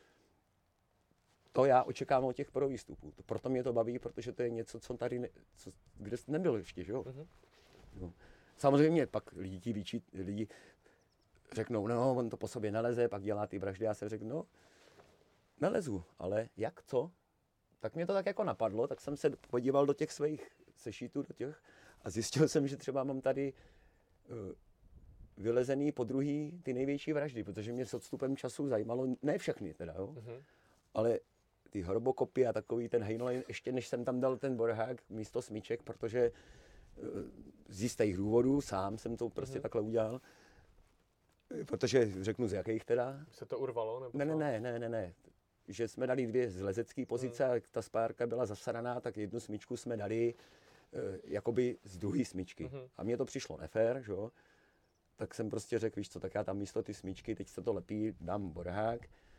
To já očekávám od těch pro výstupů. Proto mě to baví, protože to je něco, co tady ne, co, kde jsi nebyl ještě, že jo? Mm-hmm. No. Samozřejmě pak lidi ti vyčít, lidi řeknou, no, on to po sobě neleze, pak dělá ty vraždy. Já se řeknu, no, nelezu, ale jak, co? Tak mě to tak jako napadlo, tak jsem se podíval do těch svých sešitů, do těch, a zjistil jsem, že třeba mám tady uh, vylezený po druhý ty největší vraždy, protože mě s odstupem času zajímalo, ne všechny teda, jo? Mm-hmm. Ale ty hrobokopy a takový ten Heinlein, ještě než jsem tam dal ten borhák místo smyček, protože z jistých důvodů, sám jsem to prostě mm-hmm. takhle udělal, protože řeknu z jakých teda. Se to urvalo? Nebo ne, ne, ne, ne, ne, ne, že jsme dali dvě z lezecké pozice, mm. a ta spárka byla zasraná, tak jednu smyčku jsme dali e, jakoby z druhé smyčky. Mm-hmm. A mně to přišlo nefér, že jo, tak jsem prostě řekl, víš co, tak já tam místo ty smyčky, teď se to lepí, dám borhák,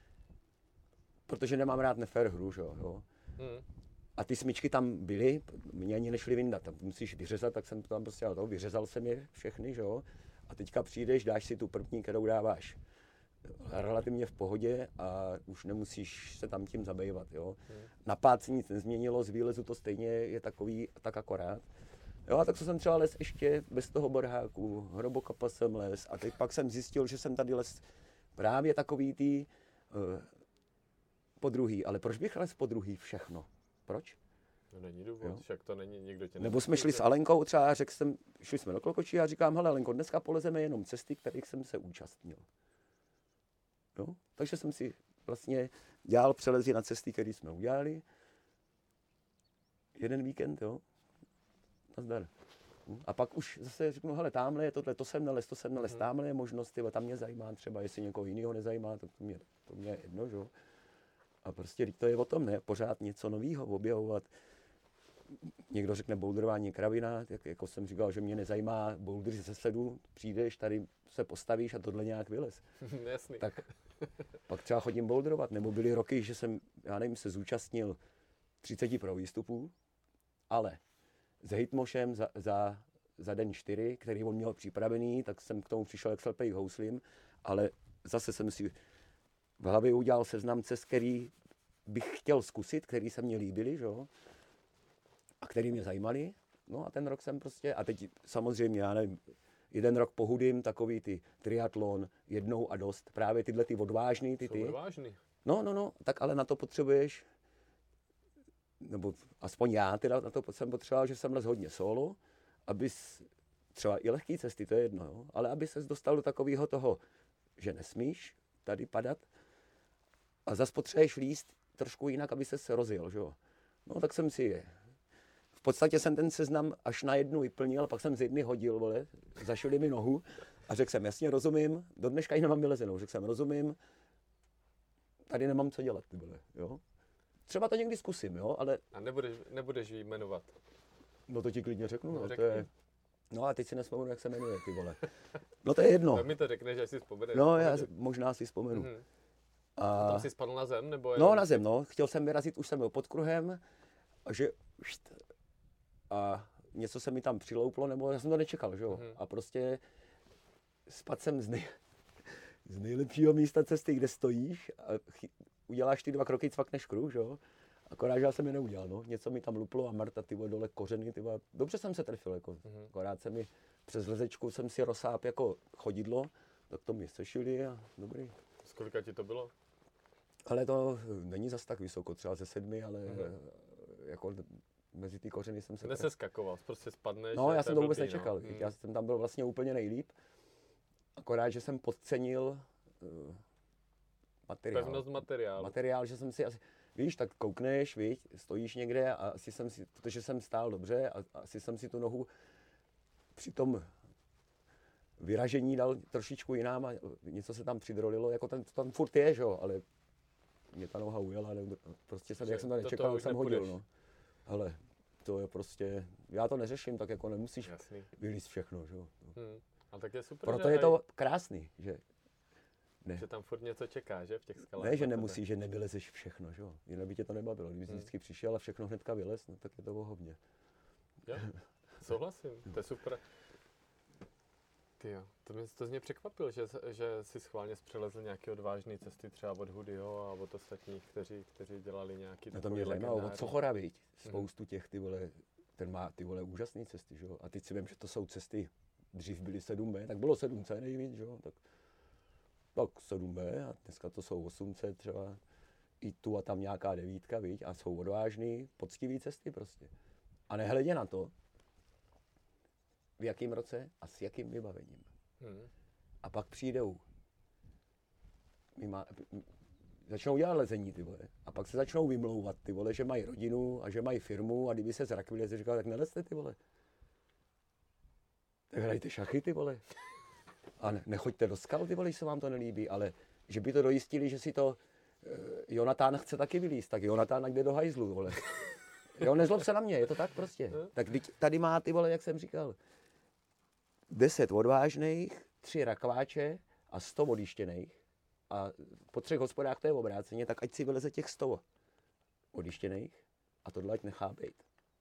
protože nemám rád nefér hru, že jo. Mm. A ty smyčky tam byly, mě ani nešly vyndat, tam musíš vyřezat, tak jsem tam prostě to, vyřezal jsem je všechny, že jo. A teďka přijdeš, dáš si tu první, kterou dáváš relativně v pohodě a už nemusíš se tam tím zabývat, jo. Mm. Na pátce nic nezměnilo, z výlezu to stejně je takový, tak akorát. Jo, a tak co jsem třeba les ještě bez toho borháku, hrobokapa jsem les a teď pak jsem zjistil, že jsem tady les právě takový tý, uh, po druhý, ale proč bych les po druhý všechno? Proč? No není důvod, jo? Však to není, nikdo tě Nebo jsme šli s Alenkou třeba, řekl jsem, šli jsme do Klokočí a říkám, hele Alenko, dneska polezeme jenom cesty, kterých jsem se účastnil. Jo? Takže jsem si vlastně dělal přelezy na cesty, které jsme udělali. Jeden víkend, jo. Nazdar. A pak už zase řeknu, hele, tamhle je tohle, to jsem nalez, to jsem nalez, mm. tamhle je možnost, tyhle, tam mě zajímá třeba, jestli někoho jiného nezajímá, tak to mě, to mě je jedno, že jo. A prostě to je o tom, ne, pořád něco nového objevovat. Někdo řekne boulderování kravina, jak, jako jsem říkal, že mě nezajímá bouldeři ze sedu, přijdeš, tady se postavíš a tohle nějak vylez. Jasný. Tak pak třeba chodím boulderovat, nebo byly roky, že jsem, já nevím, se zúčastnil třicet pro výstupů, ale s Hitmošem za, za, za den čtyři, který on měl připravený, tak jsem k tomu přišel jak slepej houslím, ale zase jsem si v hlavě udělal seznam cest, který bych chtěl zkusit, který se mně líbily, že jo? A který mě zajímali. No a ten rok jsem prostě, a teď samozřejmě, já nevím, jeden rok pohudím, takový ty triatlon, jednou a dost, právě tyhle ty odvážný, ty ty. Jsou odvážný. No, no, no, tak ale na to potřebuješ, nebo aspoň já teda na to jsem potřeboval, že jsem les hodně solo, abys, třeba i lehký cesty, to je jedno, jo? Ale aby ses dostal do takového toho, že nesmíš tady padat a zas potřebuješ líst trošku jinak, aby ses rozjel, že jo. No tak jsem si je. V podstatě jsem ten seznam až na jednu vyplnil, pak jsem z jedny hodil, vole, zašili mi nohu a řekl jsem, jasně rozumím, do dneška ji nemám vylezenou, řekl jsem, rozumím, tady nemám co dělat, ty vole, jo. třeba to někdy zkusím, jo, ale... A nebudeš, nebudeš jí jmenovat. No to ti klidně řeknu, No, no, řekni. to je... No a teď si nespomenu, jak se jmenuje, ty vole. No to je jedno. Tak mi to řekneš, až si vzpomeneš. No já možná si vzpomenu. Mhm. A... Tam jsi spadl na zem, nebo No jenom- na zem, no. Chtěl jsem vyrazit, už jsem byl pod kruhem, a že... A něco se mi tam přilouplo, nebo já jsem to nečekal, že jo. Mhm. A prostě spadl jsem z, nej... z nejlepšího místa cesty, kde stojíš a chy... uděláš ty dva kroky, cvakneš kruh, že jo. Akorát, že já jsem je neudělal, no. Něco mi tam luplo a Marta, ty vole, dole kořeny, ty vole. Dobře jsem se trefil, jako. Mhm. Akorát se mi přes lezečku jsem si rozsáp jako chodidlo, tak to mi sešili a dobrý. Z kolika ti to bylo? Ale to není zas tak vysoko, třeba ze sedmi, ale Mhm. jako mezi ty kořeny jsem se trefil. Neseskakoval, prostě spadneš. No, že já to jsem je to vůbec blbý, nečekal. No. Já jsem tam byl vlastně úplně nejlíp. Akorát, že jsem podcenil uh, materiál. Pevnost materiálu. Materiál, že jsem si asi, víš, tak koukneš, víš, stojíš někde a asi jsem si, protože jsem stál dobře, a asi jsem si tu nohu při tom vyražení dal trošičku jinam a něco se tam přidrolilo, jako ten, tam furt je, že jo, ale mě ta noha ujela, ne, prostě jsem, Že jak jsem to toto nečekal, už jsem nepůjdeš. hodil, no. Hele, to je prostě, já to neřeším, tak jako nemusíš Jasný. vylízt všechno, že jo. Hmm. A tak je super, Proto že, je aj- to krásný, že ne, že tam furt něco čeká, že v těch skalách. ne, na že tebe. nemusí, že nevylezeš všechno, že jo. Jinak by tě to nebavilo, kdyby jsi Hmm. vždycky přišel a všechno hnedka vylez, no tak je to ohovně. Jo, souhlasím, to je super. Tyjo, to mě, to mě překvapil, že, že si schválně přelezl nějaké odvážné cesty třeba od Hudyho a od ostatních, kteří, kteří dělali nějaký No to mě zajímalo, od legendární- Sochora, viď, spoustu těch, ty vole, ten má ty vole úžasné cesty, že jo. A teď si vím, že to jsou cesty, dřív byly sedm bé, tak bylo sedm cé nejvíc, že jo, tak, tak sedm bé a dneska to jsou osm cé třeba, i tu a tam nějaká devítka, viď, a jsou odvážný, poctivý cesty prostě. A nehledě na to, v jakém roce a s jakým vybavením. Hmm. A pak přijdou, mima, začnou dělat lezení, ty vole, a pak se začnou vymlouvat, ty vole, že mají rodinu a že mají firmu a kdyby se zrakvili, se říkal, tak nelezte, ty vole. Tak hrajte šachy, ty vole. A ne, nechoďte do skal, ty vole, když se vám to nelíbí, ale že by to dojistili, že si to uh, Jonatán chce taky vylízt, tak Jonatán jde do hajzlu, vole. Jo, nezlob se na mě, je to tak prostě. Tak teď tady má, ty vole, jak jsem říkal, deset odvážných, tři rakváče a sto odjištěných. A po třech hospodách to je obráceně, tak ať si vyleze těch sto odjištěných a tohle ať nechá být.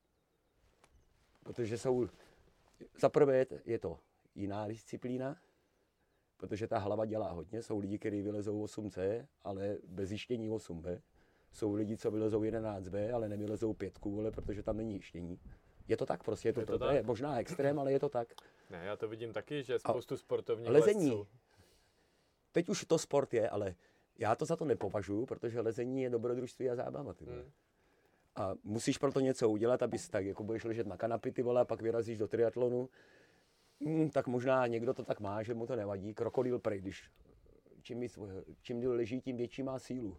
Protože jsou, za prvé je to jiná disciplína, protože ta hlava dělá hodně. Jsou lidi, kteří vylezou osm cé, ale bez jištění osm bé. Jsou lidi, co vylezou jedenáct bé, ale nevylezou pětku, vole, protože tam není jištění. Je to tak prostě, je to, Je to to, to tak? je možná extrém, ale je to tak. Ne, já to vidím taky, že spoustu sportovních lezení. lezců. Teď už to sport je, ale já to za to nepovažuji, protože lezení je dobrodružství a zábava, ty vole. Hmm. A musíš pro to něco udělat, abys tak, jako budeš ležet na kanapy, ty vole, a pak vyrazíš do triatlonu. Hmm, tak možná někdo to tak má, že mu to nevadí. Krokodýl prej, když čím, víc, čím díl leží, tím větší má sílu.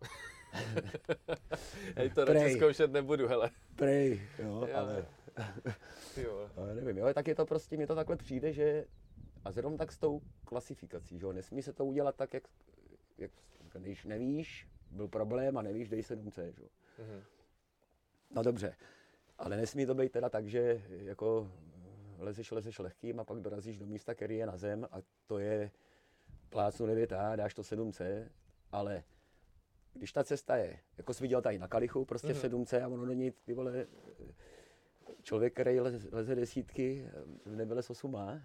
Hej, to Prej. radši zkoušet nebudu, hele. Prej, jo, Jo. ale, Ty vole. ale nevím, jo, tak je to prostě, mně to takhle přijde, že a zrovna tak s tou klasifikací, že jo, nesmí se to udělat tak, jak, jak když nevíš, byl problém a nevíš, dej sedm cé, že jo. Mhm. No dobře, ale nesmí to být teda tak, že jako lezeš, lezeš lehkým a pak dorazíš do místa, který je na zem a to je plácnu devět á, dáš to sedm cé, ale když ta cesta je, jako jsi viděl tady na Kalichu, prostě Mhm. sedm cé a ono do ní, ty vole, člověk, který leze, leze desítky, nevylez osm á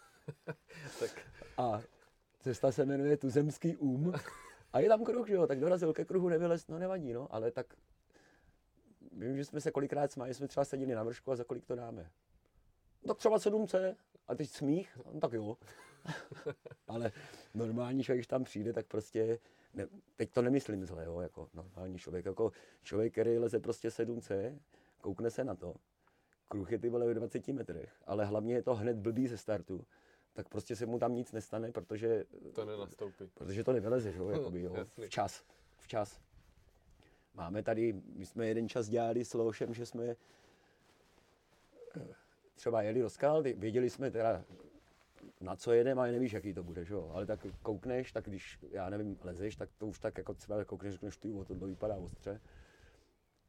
Tak a cesta se jmenuje Tuzemský úm a je tam kruh, že jo, tak dorazil ke kruhu, nevylez, no nevadí, no, ale tak vím, že jsme se kolikrát smáli, jsme třeba seděli na vršku a za kolik to dáme. No, tak třeba sedm cé a teď smích, no, tak jo. Ale normální člověk, když tam přijde, tak prostě, ne, teď to nemyslím zle, jo, jako normální člověk, jako člověk, který leze prostě sedm cé, koukne se na to, kruh je ty vole ve dvaceti metrech, ale hlavně je to hned blbý ze startu, tak prostě se mu tam nic nestane, protože to nenastoupí. protože to nevyleze, že jo, jakoby, jo, Jasný. včas, včas. Máme tady, my jsme jeden čas dělali s Leošem, že jsme eh, třeba jeli do skal, věděli jsme teda, na co jedeme, ale nevíš, jaký to bude, že jo, ale tak koukneš, tak když, já nevím, lezeš, tak to už tak jako třeba koukneš, řekneš, ty, tohle vypadá ostře.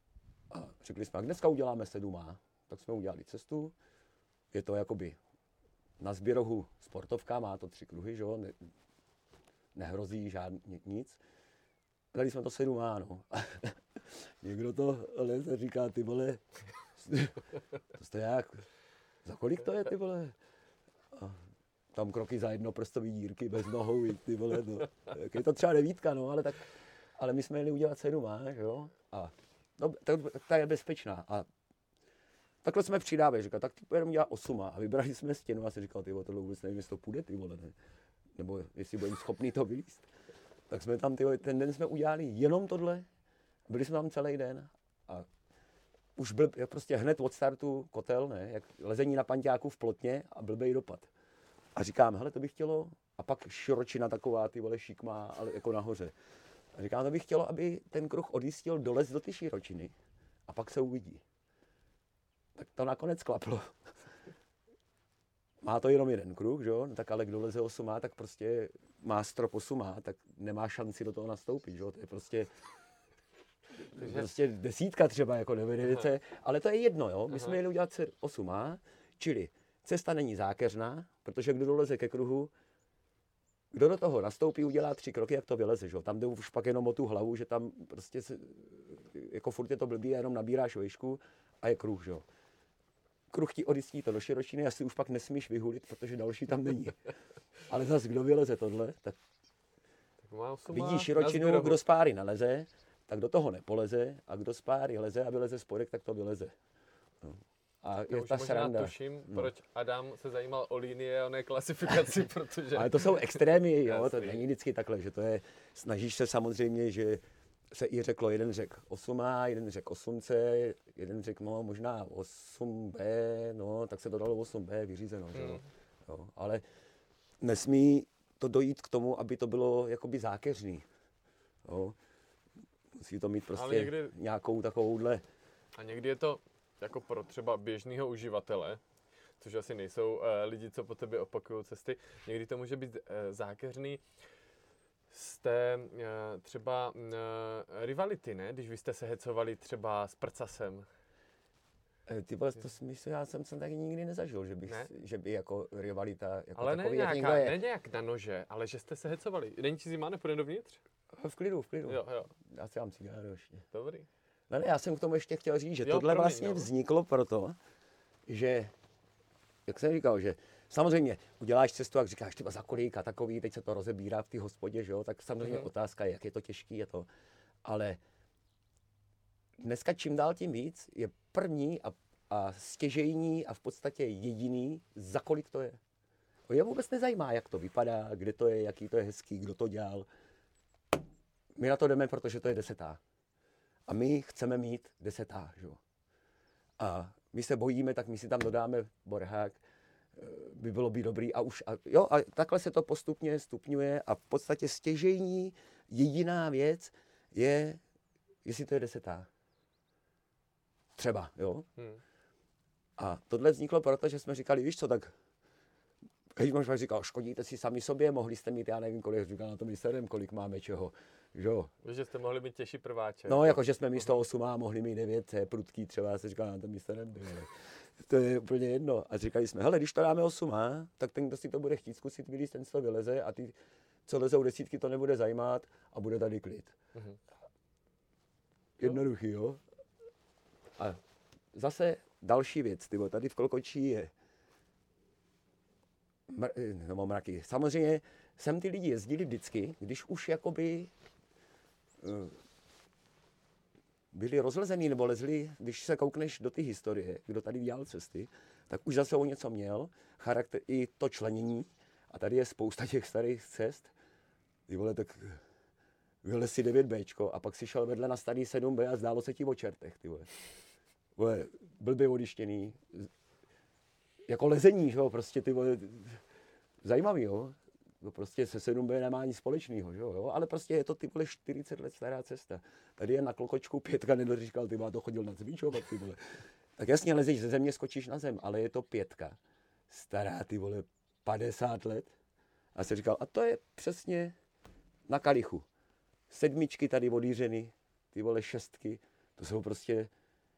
A řekli jsme, a dneska uděláme sedm A. Tak jsme udělali cestu. Je to jakoby na Zběrohu sportovka, má to tři kruhy, že jo? Ne, nehrozí žádný nic. Dali jsme to sedm A, no. Někdo to leze, říká, ty vole, to jste jak, za kolik to je, ty vole? A tam kroky za jedno prstový dírky, bez nohou, ty vole, no. Je to třeba devítka, no, ale tak, ale my jsme jeli udělat sedm A, že jo? A no, ta, ta je bezpečná. A takhle jsme přidávali, říkal, tak ty budeme dělat osm A. A vybrali jsme stěnu a si říkal, ty vole, tohle vůbec nevím, jestli to půjde, ty vole, ne? Nebo jestli budeme schopný to vylíst. Tak jsme tam, ty vole, ten den jsme udělali jenom tohle, byli jsme tam celý den a už byl prostě hned od startu kotel, ne, jak lezení na panťáku v plotně a blbej dopad. A říkám, hele, to bych chtělo, a pak širočina taková, ty vole, šikmá, ale jako nahoře. A říkám, to bych chtělo, aby ten kruh odjistil dolez do ty širočiny a pak se uvidí. Tak to nakonec klaplo. Má to jenom jeden kruh, že jo? No, tak ale kdo leze osm A, tak prostě má strop osm A, tak nemá šanci do toho nastoupit, že jo? To je prostě, prostě desítka třeba, jako devět, ale to je jedno, jo? My jsme jeli udělat osm A, čili cesta není zákeřná, protože kdo doleze ke kruhu, kdo do toho nastoupí, udělá tři kroky, jak to vyleze, že jo? Tam jde už pak jenom o tu hlavu, že tam prostě se, jako furt je to blbý, jenom nabíráš vejšku a je kruh, že jo? Kruh ti odjistí to do širočiny, asi už pak nesmíš vyhulit, protože další tam není. Ale zase, kdo vyleze tohle, tak, tak vidí širočinu, kdo z páry naleze, tak do toho nepoleze, a kdo z páry leze a vyleze spodek, tak to vyleze. No. A já je už ta možná sranda. tuším, no. Proč Adam se zajímal o linie a ne klasifikaci, protože... Ale to jsou extrémy, jo, to není vždycky takhle, že to je, snažíš se samozřejmě, že se i řeklo, jeden řek osm A, jeden řek osm C, jeden řek no, možná osm B, no, tak se to dalo osm B, vyřízeno, hmm. že jo. Jo, ale nesmí to dojít k tomu, aby to bylo jakoby zákeřný. Jo. Musí to mít prostě někdy... nějakou takovouhle... A někdy je to jako pro třeba běžného uživatele, což asi nejsou uh, lidi, co po tebe opakují cesty, někdy to může být uh, zákeřný z té uh, třeba uh, rivality, ne? Když vy jste se hecovali třeba s prcasem. Ty vole, to myslím, já jsem, jsem taky nikdy nezažil, že, bych, ne? že by jako rivalita jako ale takový, ne jak nějaká, je. ne nějak na nože, ale že jste se hecovali. Není ti zima, nepůjde dovnitř? V klidu, v klidu. Jo, jo. Já si dám cigáru ještě. Dobrý. No ne, já jsem k tomu ještě chtěl říct, že jo, tohle promiň, vlastně jo. vzniklo proto, že, jak jsem říkal, že samozřejmě uděláš cestu a říkáš třeba za kolik a takový, teď se to rozebírá v té hospodě, že jo, tak samozřejmě mm-hmm. otázka je, jak je to těžký, je to, ale dneska čím dál tím víc je první a, a stěžejní a v podstatě jediný, za kolik to je. Je vůbec nezajímá, jak to vypadá, kde to je, jaký to je hezký, kdo to dělal. My na to jdeme, protože to je desetá. A my chceme mít desetá, že jo. A my se bojíme, tak my si tam dodáme borhák, by bylo by dobrý a už, a, jo, a takhle se to postupně stupňuje a v podstatě stěžejní jediná věc je, jestli to je desetá. Třeba, jo. Hmm. A tohle vzniklo proto, že jsme říkali, víš co, tak Hejtman říkal, škodíte si sami sobě, mohli jste mít, já nevím kolik, říkal na tom výsledem, kolik máme čeho. Jo. Že jste mohli mít těžší prváče. No, jako že jsme místo osm A mohli mít devět C, prudký třeba, já se říkal na tom výsledem. To je úplně jedno. A říkali jsme, hele, když to dáme osm A, tak ten, kdo si to bude chtít zkusit vylízt, ten si to vyleze a ty, co lezou desítky, to nebude zajímat a bude tady klid. Mhm. Jednoduchý, jo. A zase další věc, tybo, tady v Kolkočí je Mr- nebo mraky. Samozřejmě sem ty lidi jezdili vždycky, když už jakoby uh, byli rozlezený nebo lezli, když se koukneš do ty historie, kdo tady dělal cesty, tak už zase o něco měl, charakter i to členění. A tady je spousta těch starých cest. Ty vole, tak vylez si devět béčko a pak si šel vedle na starý sedm bé a zdálo se ti o čertech, ty vole. Vole, blbě odištěný. Jako lezení, že jo, prostě ty vole, zajímavý, jo. No prostě se sedm bé nemá nic společného, že jo, ale prostě je to ty vole čtyřicet let stará cesta. Tady je na Klokočku pětka, nedoříkal, ty má to chodil na cvičovat, ty vole. Tak jasně lezeš ze země, skočíš na zem, ale je to pětka. Stará, ty vole, padesát let. A se říkal, a to je přesně na Kalichu. Sedmičky tady odjířeny, ty vole šestky, to jsou prostě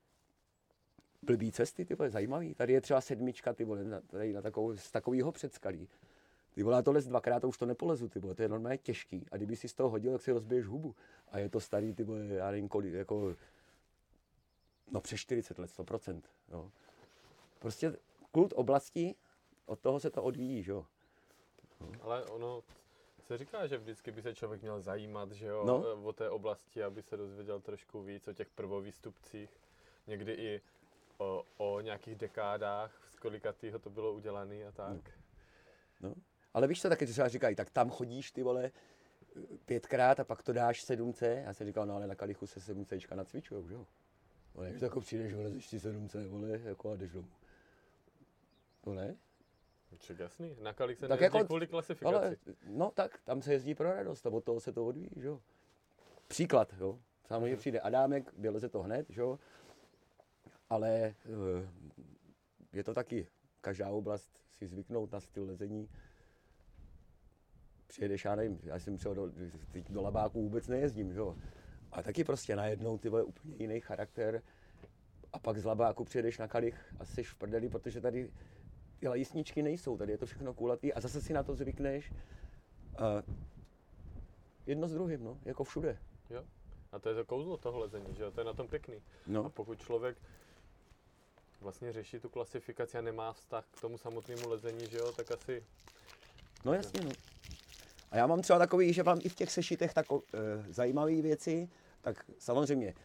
blbý cesty, ty vole, zajímavý. Tady je třeba sedmička, ty vole, na, tady na takovou, z takového předskalí. Ty vole, já to les dvakrát, už to nepolezu, ty vole, to je normálně těžký. A kdyby si z toho hodil, tak si rozbiješ hubu. A je to starý, ty vole, já nevím kolik, jako, no přes čtyřicet let, sto procent, jo. Prostě kult oblasti, od toho se to odvíjí, že jo. No. Ale ono se říká, že vždycky by se člověk měl zajímat, že jo, no. o té oblasti, aby se dozvěděl trošku víc o těch prvovýstupcích. Někdy i o, o nějakých dekádách, z kolikatýho to bylo udělané a tak. No. No. Ale víš co, taky třeba říkají, tak tam chodíš ty vole pětkrát a pak to dáš sedm cé. Já jsem říkal, no ale na Kalichu se sedm céčka nacvičujou, že jo. Ale když jako přijdeš, vole, zeš si sedm cé, vole, jako a jdeš domů. No ne? Ček jasný, na Kalich se tak nejezdí jako, kvůli klasifikaci. Ale, no tak, tam se jezdí pro radost a od toho se to odvíjí, že jo. Příklad, jo. Samozřejmě přijde Adámek, vyleze to hned, že jo. Ale je to taky, každá oblast si zvyknout na styl lezení. Přijedeš, já nevím, já jsem třeba do, do Labáku vůbec nejezdím, že jo. Ale taky prostě najednou ty vole úplně jiný charakter. A pak z Labáku přijedeš na Kalich a jsi v prdeli, protože tady ty jízdničky nejsou, tady je to všechno kulatý a zase si na to zvykneš. A jedno s druhým, no, jako všude. Jo. A to je to kouzlo toho lezení, že jo, to je na tom pěkný. No. A pokud člověk vlastně řeší tu klasifikaci a nemá vztah k tomu samotnému lezení, že jo, tak asi... No jasně, no. A já mám třeba takový, že mám i v těch sešitech tak e, zajímavé věci, tak samozřejmě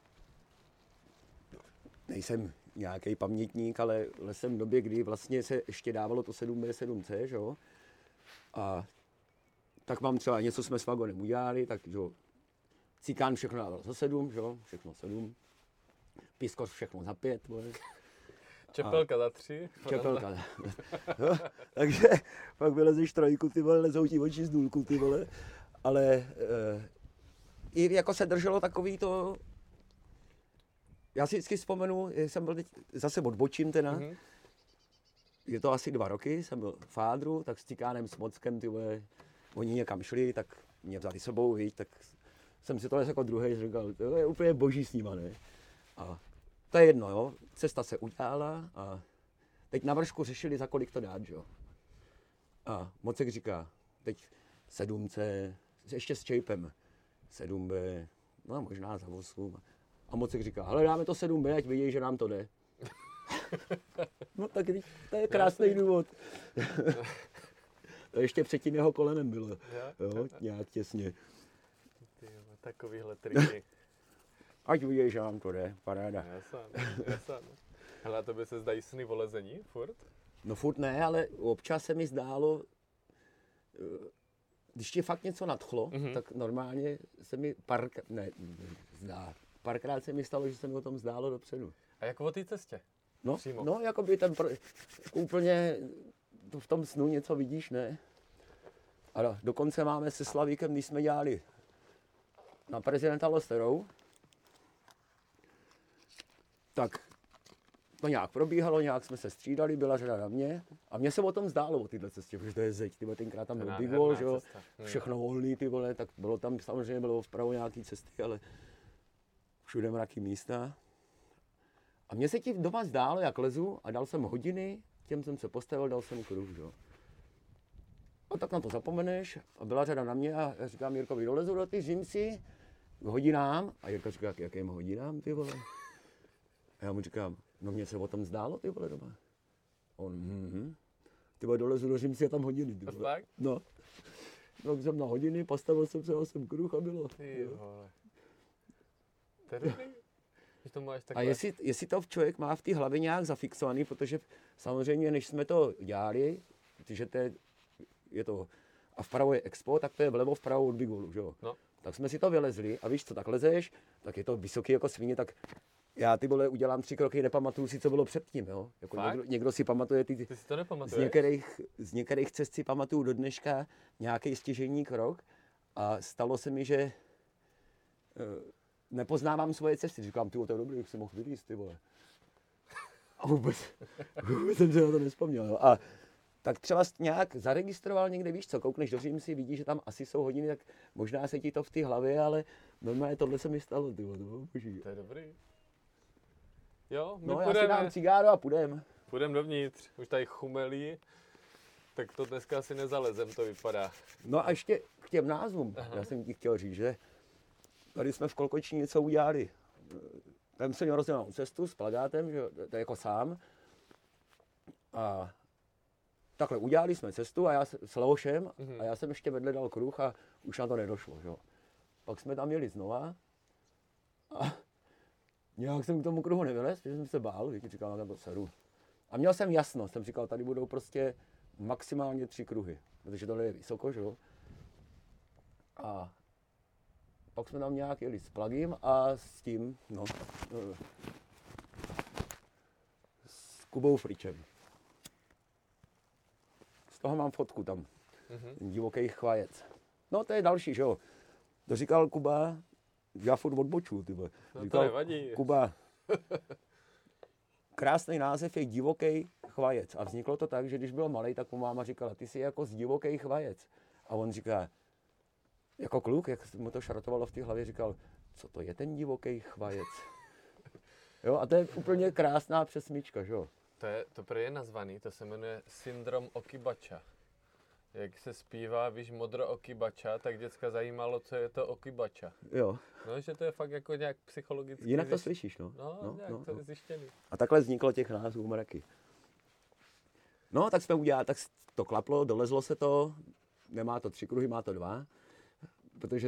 nejsem nějaký pamětník, ale lesem v době, kdy vlastně se ještě dávalo to sedm bé, sedm cé, že jo. A tak mám třeba něco jsme s vagonem udělali, tak že jo, Cikán všechno dával za sedm, že jo, všechno sedm. Piskoř všechno za pět, vole. Čepelka za tři. Čepelka. No, takže pak vylezeš trojku, ty vole, lezou ti oči z důlku, ty vole. Ale e, i jako se drželo takový to... Já si vždycky vzpomenu, jsem byl teď, zase odbočím teda. Mm-hmm. Je to asi dva roky, jsem byl v Fádru, tak s Cikánem, s Mockem, ty vole, oni někam šli, tak mě vzali sebou, víš, tak jsem si to jako druhý říkal, to je úplně boží s nima, ne? A to je jedno, jo, cesta se udělala a teď na vršku řešili, za kolik to dát, jo. A Mocek říká, teď sedm cé, ještě s čejpem, sedm bé, no možná za osm. A Mocek říká, hele, dáme to sedm bé, ať vidějí, že nám to jde. No tak to je krásný důvod. To ještě předtím jeho kolenem bylo, jo, nějak těsně. Takovýhle triky. Ať vidějí, že nám to jde, paráda. Jasně, jasně. Hele, a tobě se zdají sny o lezení, furt? No furt ne, ale občas se mi zdálo, když tě fakt něco nadchlo, mm-hmm. tak normálně se mi pár, ne, zdá, párkrát se mi stalo, že se mi o tom zdálo dopředu. A jako o té cestě? No, přímo. No, jako by ten, úplně v tom snu něco vidíš, ne? A dokonce máme se Slavíkem, když jsme dělali na prezidenta Losterou, tak to nějak probíhalo, nějak jsme se střídali, byla řada na mě a mně se o tom zdálo o této cestě, protože to je zeď, ty vole, tenkrát tam byl Big Wall, že jo, všechno volný, ty vole, tak bylo tam, samozřejmě bylo vpravo nějaký cesty, ale všude mraky místa. A mně se ti doma zdálo, jak lezu a dal jsem hodiny, těm jsem se postavil, dal jsem kruh, že jo. A tak na to zapomeneš a byla řada na mě a já říkám Jirkovi, dolezu do ty Římsy k hodinám a Jirka říká, k jakým hodinám, ty vole. A já mu říkám, no mně se o tom zdálo, ty vole, doma. On, mhm. Ty vole, dolezu do Římsy a tam hodiny, ty vole. Tak? No. No, jsem na hodiny, postavil jsem se, osm kruh a bylo. Ty vole. Tedy? To máš a jestli, jestli to člověk má v té hlavě nějak zafixovaný, protože samozřejmě, než jsme to dělali, protože to je, je to, a vpravo je Expo, tak to je vlevo vpravo od Big Wallu, že jo? No. Tak jsme si to vylezli a víš co, tak lezeš, tak je to vysoký jako svině, tak já ty vole udělám tři kroky, nepamatuju si, co bylo předtím, jo? Jako někdo, někdo si pamatuje ty, ty si to nepamatuješ? Z některých, z některých cest si pamatuju do dneška nějaký stěžejní krok a stalo se mi, že uh, nepoznávám svoje cesty. Říkám, ty, to je dobrý, jak jsem mohl vylízt, ty vole. A vůbec, vůbec jsem se na to nespomněl. Jo. A tak třeba nějak zaregistroval někde, víš co, koukneš do Římsy, vidíš, že tam asi jsou hodiny, tak možná se ti to v té hlavě, ale normálně tohle se mi stalo, ty vole, to bylo boží. To je dobrý. Jo, my no já půjdeme. si dám cigáro a půjdem. Půjdeme dovnitř, už tady chumelí, tak to dneska asi nezalezem, to vypadá. No a ještě k těm názvům. Aha. Já jsem ti chtěl říct, že tady jsme v Kolkoční něco udělali. Tam jsem měl rozdělenou cestu s plagátem, že to je jako sám. A takhle udělali jsme cestu a já s, s Leošem mm-hmm. a já jsem ještě vedle dal kruh a už na to nedošlo. Že? Pak jsme tam jeli znova a nějak jsem k tomu kruhu nevylez, protože jsem se bál, když říkal, na to seru. A měl jsem jasno, jsem říkal, tady budou prostě maximálně tři kruhy, protože tohle je vysoko, že jo. A pak jsme tam nějak jeli s plugim a s tím, no, s Kubou Fričem. Z toho mám fotku tam, mm-hmm. divoký chvajec. No to je další, že jo. To říkal Kuba, já furt odboču, ty vole. No to nevadí. Kuba, krásný název je divoký chvajec. A vzniklo to tak, že když byl malej, tak mu máma říkala, ty jsi jako z divoký chvajec. A on říká, jako kluk, jak mu to šartovalo v té hlavě, říkal, co to je ten divoký chvajec? Jo, a to je úplně krásná přesmička, že jo. To je, to prý je nazvaný, to se jmenuje syndrom Okibača. Jak se zpívá, víš, modro Okibača, tak děcka zajímalo, co je to Okibača. Jo. No, že to je fakt jako nějak psychologicky. Jinak to zjišť... slyšíš, no. No, no nějak no, to no. je zjištěný. A takhle vzniklo těch názvů mraky. No, tak jsme udělali, tak to klaplo, dolezlo se to, nemá to tři kruhy, má to dva, protože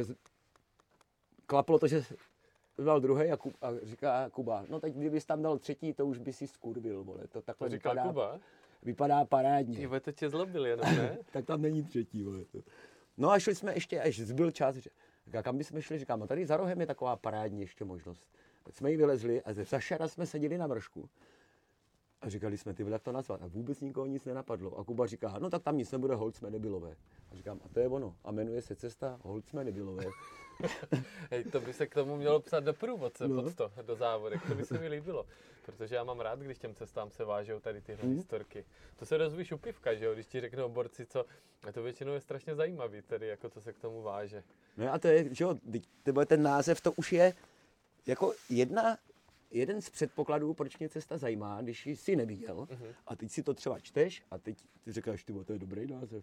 klaplo to, že dal druhý a, a říká Kuba, no teď kdybys tam dal třetí, to už by si skurvil, vole. To takhle to říkal vypadá, Kuba? Vypadá parádně. Ty to tě zlobil jenom, ne? Tak tam není třetí, vole. No a šli jsme ještě, až zbyl čas, říká, kam bychom šli, říkám, no tady za rohem je taková parádní ještě možnost. Tak jsme ji vylezli a ze Sašara jsme seděli na vršku. A říkali jsme, ty jak to nazvat. A vůbec nikoho nic nenapadlo. A Kuba říká, no tak tam nic nebude, holt jsme Nebylové. A říkám, a to je ono. A jmenuje se cesta holt jsme Nebylové. Hej, to by se k tomu mělo psát do průvodce no. pod to, do závorek. To by se mi líbilo. Protože já mám rád, když těm cestám se vážou tady tyhle hmm. historky. To se dozvíš u pivka, že jo, když ti řeknou borci, co... A to většinou je strašně zajímavý, tedy jako co se k tomu váže. No a to je, že jo, ten název, to už je jako jedna... Jeden z předpokladů, proč mě cesta zajímá, když jsi neviděl uh-huh. a teď si to třeba čteš a teď ty říkáš, ty to je dobrý název.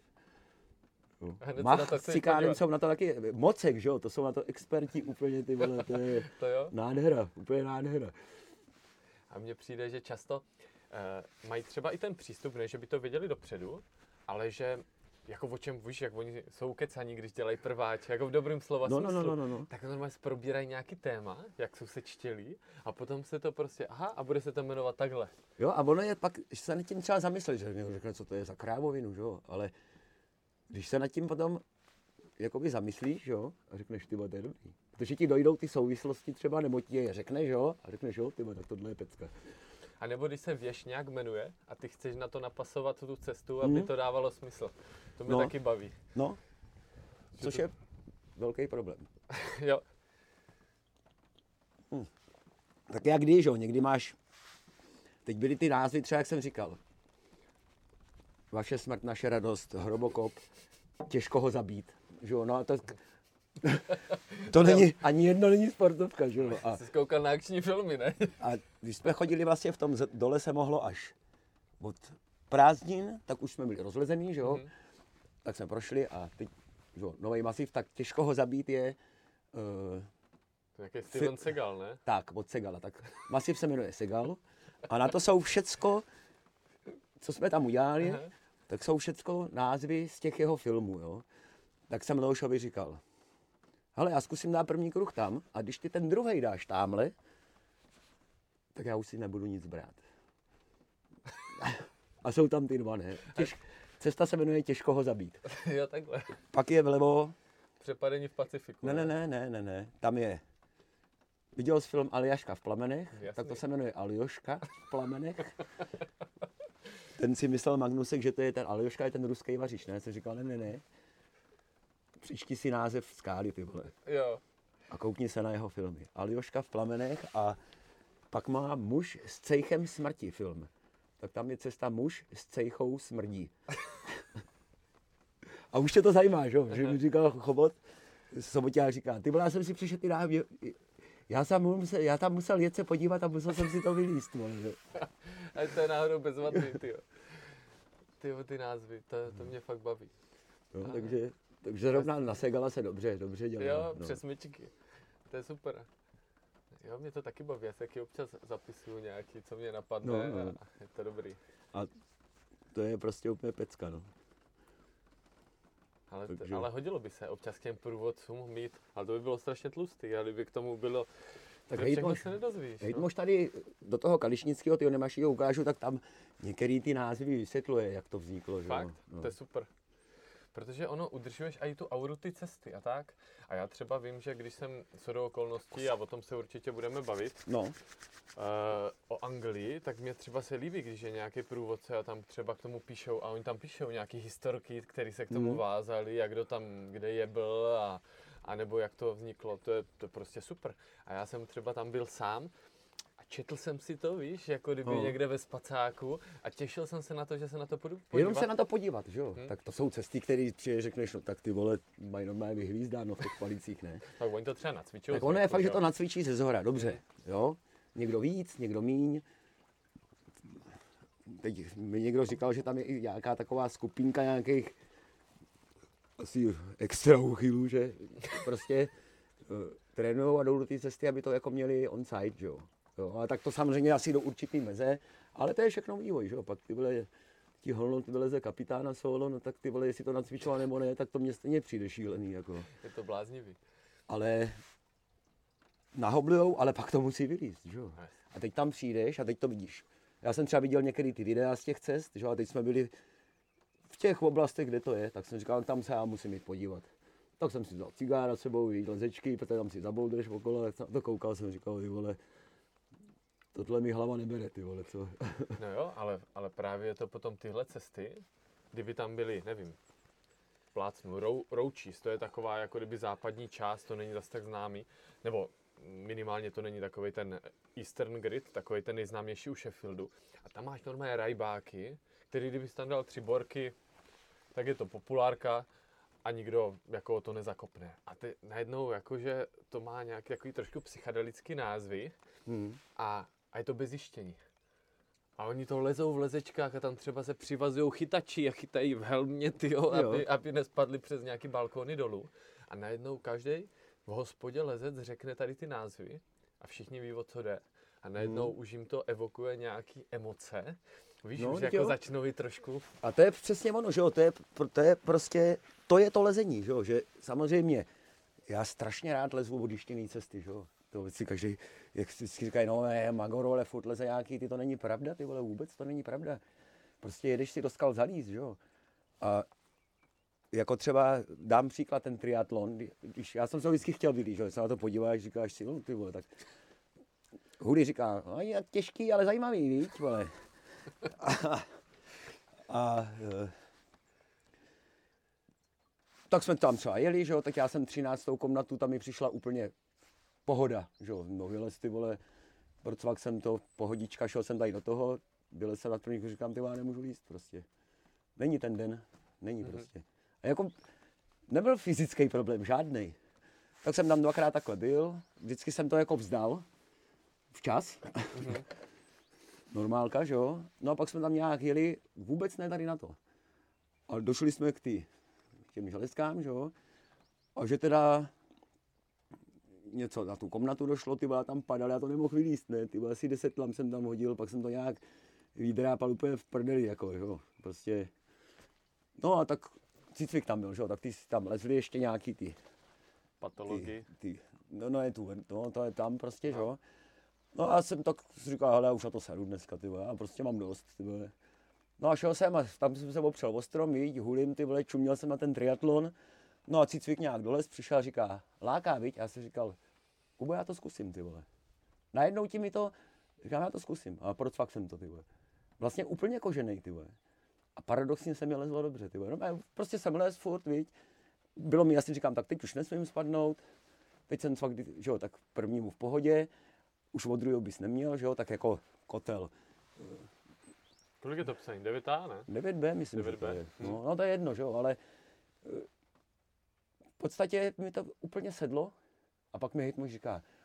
Mach s Cikánem jsou na to taky, Mocek, že jo, to jsou na to experti úplně, ty vole, to je to jo? nádhera, úplně nádhera. A mně přijde, že často uh, mají třeba i ten přístup, ne, že by to věděli dopředu, ale že jako o čem, víš, jak oni jsou kecaní, když dělají prváč, jako v dobrým slova no, smyslu, no, no, no, no. tak normálně probírají nějaký téma, jak jsou se čtělí a potom se to prostě, aha, a bude se to jmenovat takhle. Jo, a ono je pak, že se nad tím třeba zamyslet, že někdo řekne, co to je za krávovinu, že jo, ale když se nad tím potom jakoby zamyslíš, jo, a řekneš, ty to je dobrý. Protože ti dojdou ty souvislosti třeba, nebo ti je řekneš, jo, a řekneš, jo, ty tak tohle je pecka. A nebo když se věž nějak jmenuje a ty chceš na to napasovat tu cestu, aby mm. to dávalo smysl. To mě no. taky baví. No, což je velký problém. Jo. Hm. Tak jak když, jo, někdy máš, teď byly ty názvy třeba, jak jsem říkal. Vaše smrt, naše radost, Hrobokop, těžko ho zabít, že jo, no to... To není, ani jedno není sportovka, že jo. A, jsi koukal na akční filmy, ne? A když jsme chodili vlastně v tom, dole se mohlo až od prázdnin, tak už jsme byli rozlezený, že jo. Mm-hmm. Tak jsme prošli a teď, že jo, nový masiv, tak těžko ho zabít je... Uh, to je jaký Steven fi- Seagal, ne? Tak, od Segala, tak masiv se jmenuje Segal a na to jsou všecko, co jsme tam udělali, uh-huh. tak jsou všecko názvy z těch jeho filmů, jo. Tak jsem Leošovi říkal, hele, já zkusím dát první kruh tam a když ty ten druhej dáš tamhle, tak já už si nebudu nic brát. A jsou tam ty dva, ne? Těž, cesta se jmenuje Těžko ho zabít. Jo, takhle. Pak je vlevo... Přepadení v Pacifiku. Ne, ne, ne, ne, ne, ne. Tam je... Viděl jsi film Aljaška v plamenech? Jasný. Tak to se jmenuje Aljoška v plamenech. Ten si myslel Magnusek, že to je ten Aljoška, je ten ruský vařič, ne? Jsem říkal, ne, ne, ne. Přičti si název Skály, ty vole. Jo. A koukni se na jeho filmy. Aljoška v plamenech a pak má Muž s cejchem smrti film. Tak tam je cesta Muž s cejchou smrdí. A už tě to zajímá, že? Že mi říkal Chobot, Soboťák říká, ty vole, já jsem si přišel ty návě... Já, jsem musel, já tam musel jet se podívat a musel jsem si to vylíst. A to je náhodou bezvadný, tyjo. Tyjo, ty názvy, to, to mě fakt baví. No, takže, takže rovná na Segala se dobře, dobře dělá. Jo, no. přes myčky. To je super. Jo, mě to taky baví, já se taky občas zapisuju nějaký, co mě napadne no, no. a je to dobrý. A to je prostě úplně pecka, no. Ale, t- Takže... ale hodilo by se občas k těm průvodcům mít, ale to by bylo strašně tlustý, ale kdyby k tomu bylo, tak to všechno se nedozvíš. Hejt No? mož tady do toho Kališnického, tyho Nemašího ukážu, tak tam některý ty názvy vysvětluje, jak to vzniklo. Že? Fakt? No. To je super. Protože ono udržuješ i tu auru ty cesty a tak. A já třeba vím, že když jsem shodou okolností, a o tom se určitě budeme bavit, No. uh, o Anglii, tak mě třeba se líbí, když je nějaký průvodce a tam třeba k tomu píšou, a oni tam píšou nějaký historky, které se k tomu Mm. vázali, jak kdo tam, kde je byl a, a nebo jak to vzniklo. To je, to je prostě super. A já jsem třeba tam byl sám a četl jsem si to, víš, jako kdyby No. někde ve spacáku a těšil jsem se na to, že se na to půjdu podívat. Jenom se na to podívat, že jo? Hmm. Tak to jsou cesty, které přijde, řekneš, no tak ty vole, mají normálně vyhvízdáno v těch palicích, ne? Tak oni to třeba nacvičují. Tak ono je fakt, že to nacvičí ze zhora, dobře, jo? Někdo víc, někdo míň. Teď mi někdo říkal, že tam je i nějaká taková skupinka nějakých asi extra uchylů, že prostě uh, trénujou a jdou do té cesty, aby to jako měli on site, že jo? Jo, a tak to samozřejmě asi do určitý meze, ale to je všechno vývoj, že jo? Pak ty vole, ti holno, ty vyleze kapitána solo, no tak ty vole, jestli to nacvičoval nebo ne, tak to mě stejně přijde šílený, jako. Je to bláznivý. Ale nahoblujou, ale pak to musí vylízt, že jo? A teď tam přijdeš a teď to vidíš. Já jsem třeba viděl některé ty videa z těch cest, že jo? A teď jsme byli v těch oblastech, kde to je, tak jsem říkal, tam se já musím jít podívat. Tak jsem si vzal cigára s sebou, jít lezečky, protože tam si zabouldreš okolo, tak to koukal jsem, říkal, ty vole, tohle mi hlava nebere, ty vole, co? No jo, ale, ale právě je to potom tyhle cesty, kdyby tam byly, nevím, plácnu, Rou, Roučís, to je taková jako kdyby západní část, to není zas tak známý, nebo minimálně to není takový ten Eastern Grid, takový ten nejznámější u Sheffieldu. A tam máš normálně rajbáky, který kdybys tam dal tři borky, tak je to populárka a nikdo jako to nezakopne. A ty najednou jakože to má nějaký takový trošku psychedelický názvy Hmm. a, a je to bez zjištění. A oni to lezou v lezečkách a tam třeba se přivazují chytači a chytají v helmě, tyjo, aby, aby nespadli přes nějaký balkony dolů. A najednou každý v hospodě lezec řekne tady ty názvy a všichni ví, o co jde. A najednou hmm. už jim to evokuje nějaký emoce. Víš, No, už jako jo. začnou jít trošku. A to je přesně ono, že jo, to je, to je prostě, to je to lezení, že jo, že samozřejmě, já strašně rád lezu odjištěný cesty, že jo. To si každý, jak si říkají, no ne, Magoro, ale furt leze nějaký, ty to není pravda, ty vole, vůbec to není pravda. Prostě jedeš si do skal zalíz, že jo. A jako třeba, dám příklad ten triatlon, když já jsem se vždycky chtěl vylít, že jo, se na to podíváš, říkáš si, no ty vole, tak Hudy říká, no je těžký, ale zajímavý, víš, vole. A, a tak jsme tam třeba jeli, že jo, tak já jsem třináctou komnatu, tam mi přišla úplně pohoda, že jo, no vylez ty vole, procvak jsem to, pohodička, šel jsem tady do toho, vylez jsem na první, říkám, ty vole, nemůžu líst prostě. Není ten den, není mm-hmm. prostě. A jako nebyl fyzický problém, žádnej. Tak jsem tam dvakrát takhle byl, vždycky jsem to jako vzdal, včas. Mm-hmm. Normálka, že jo? No a pak jsme tam nějak jeli, vůbec ne tady na to. A došli jsme k, tý, k těm železkám, že jo? A že teda něco na tu komnatu došlo, ty vole, tam padal, já to nemohl vylíst, ne? Ty vole, asi deset lam jsem tam hodil, pak jsem to nějak vydrápal úplně v prdeli, jako, jo? Prostě. No a tak cicvik tam byl, že jo? Tak ty si tam lezli ještě nějaký ty Patologii. Ty, ty, no, no je tu, no, to je tam prostě, no. že jo? No a jsem tak říkal, hele, já už na to sedu dneska, ty vole, já prostě mám dost, ty vole. No a šel jsem a tam jsem se opřel o strom, viď, hulím, ty vole, čuměl jsem na ten triatlon. No a cicvik nějak dolez, přišel a říká, láká, viď? Já jsem říkal, Kubo, já to zkusím, ty vole. Najednou ti mi to, říkám, já to zkusím. A procvak jsem to, ty vole. Vlastně úplně koženej, ty vole. A paradoxně se mi lezlo dobře, ty vole. No, prostě jsem lez furt, viď. Bylo mi jasně, říkám, tak teď už nesmím spadnout. Teď jsem cvak, že jo, tak prvnímu v pohodě. Už od druhého bys neměl, že jo, tak jako kotel. Kolik je to psaní? devět A, ne? devět B, myslím, devět B. že to je. No, no to je jedno, že jo, ale v podstatě mi to úplně sedlo a pak mi hejtmuž říká,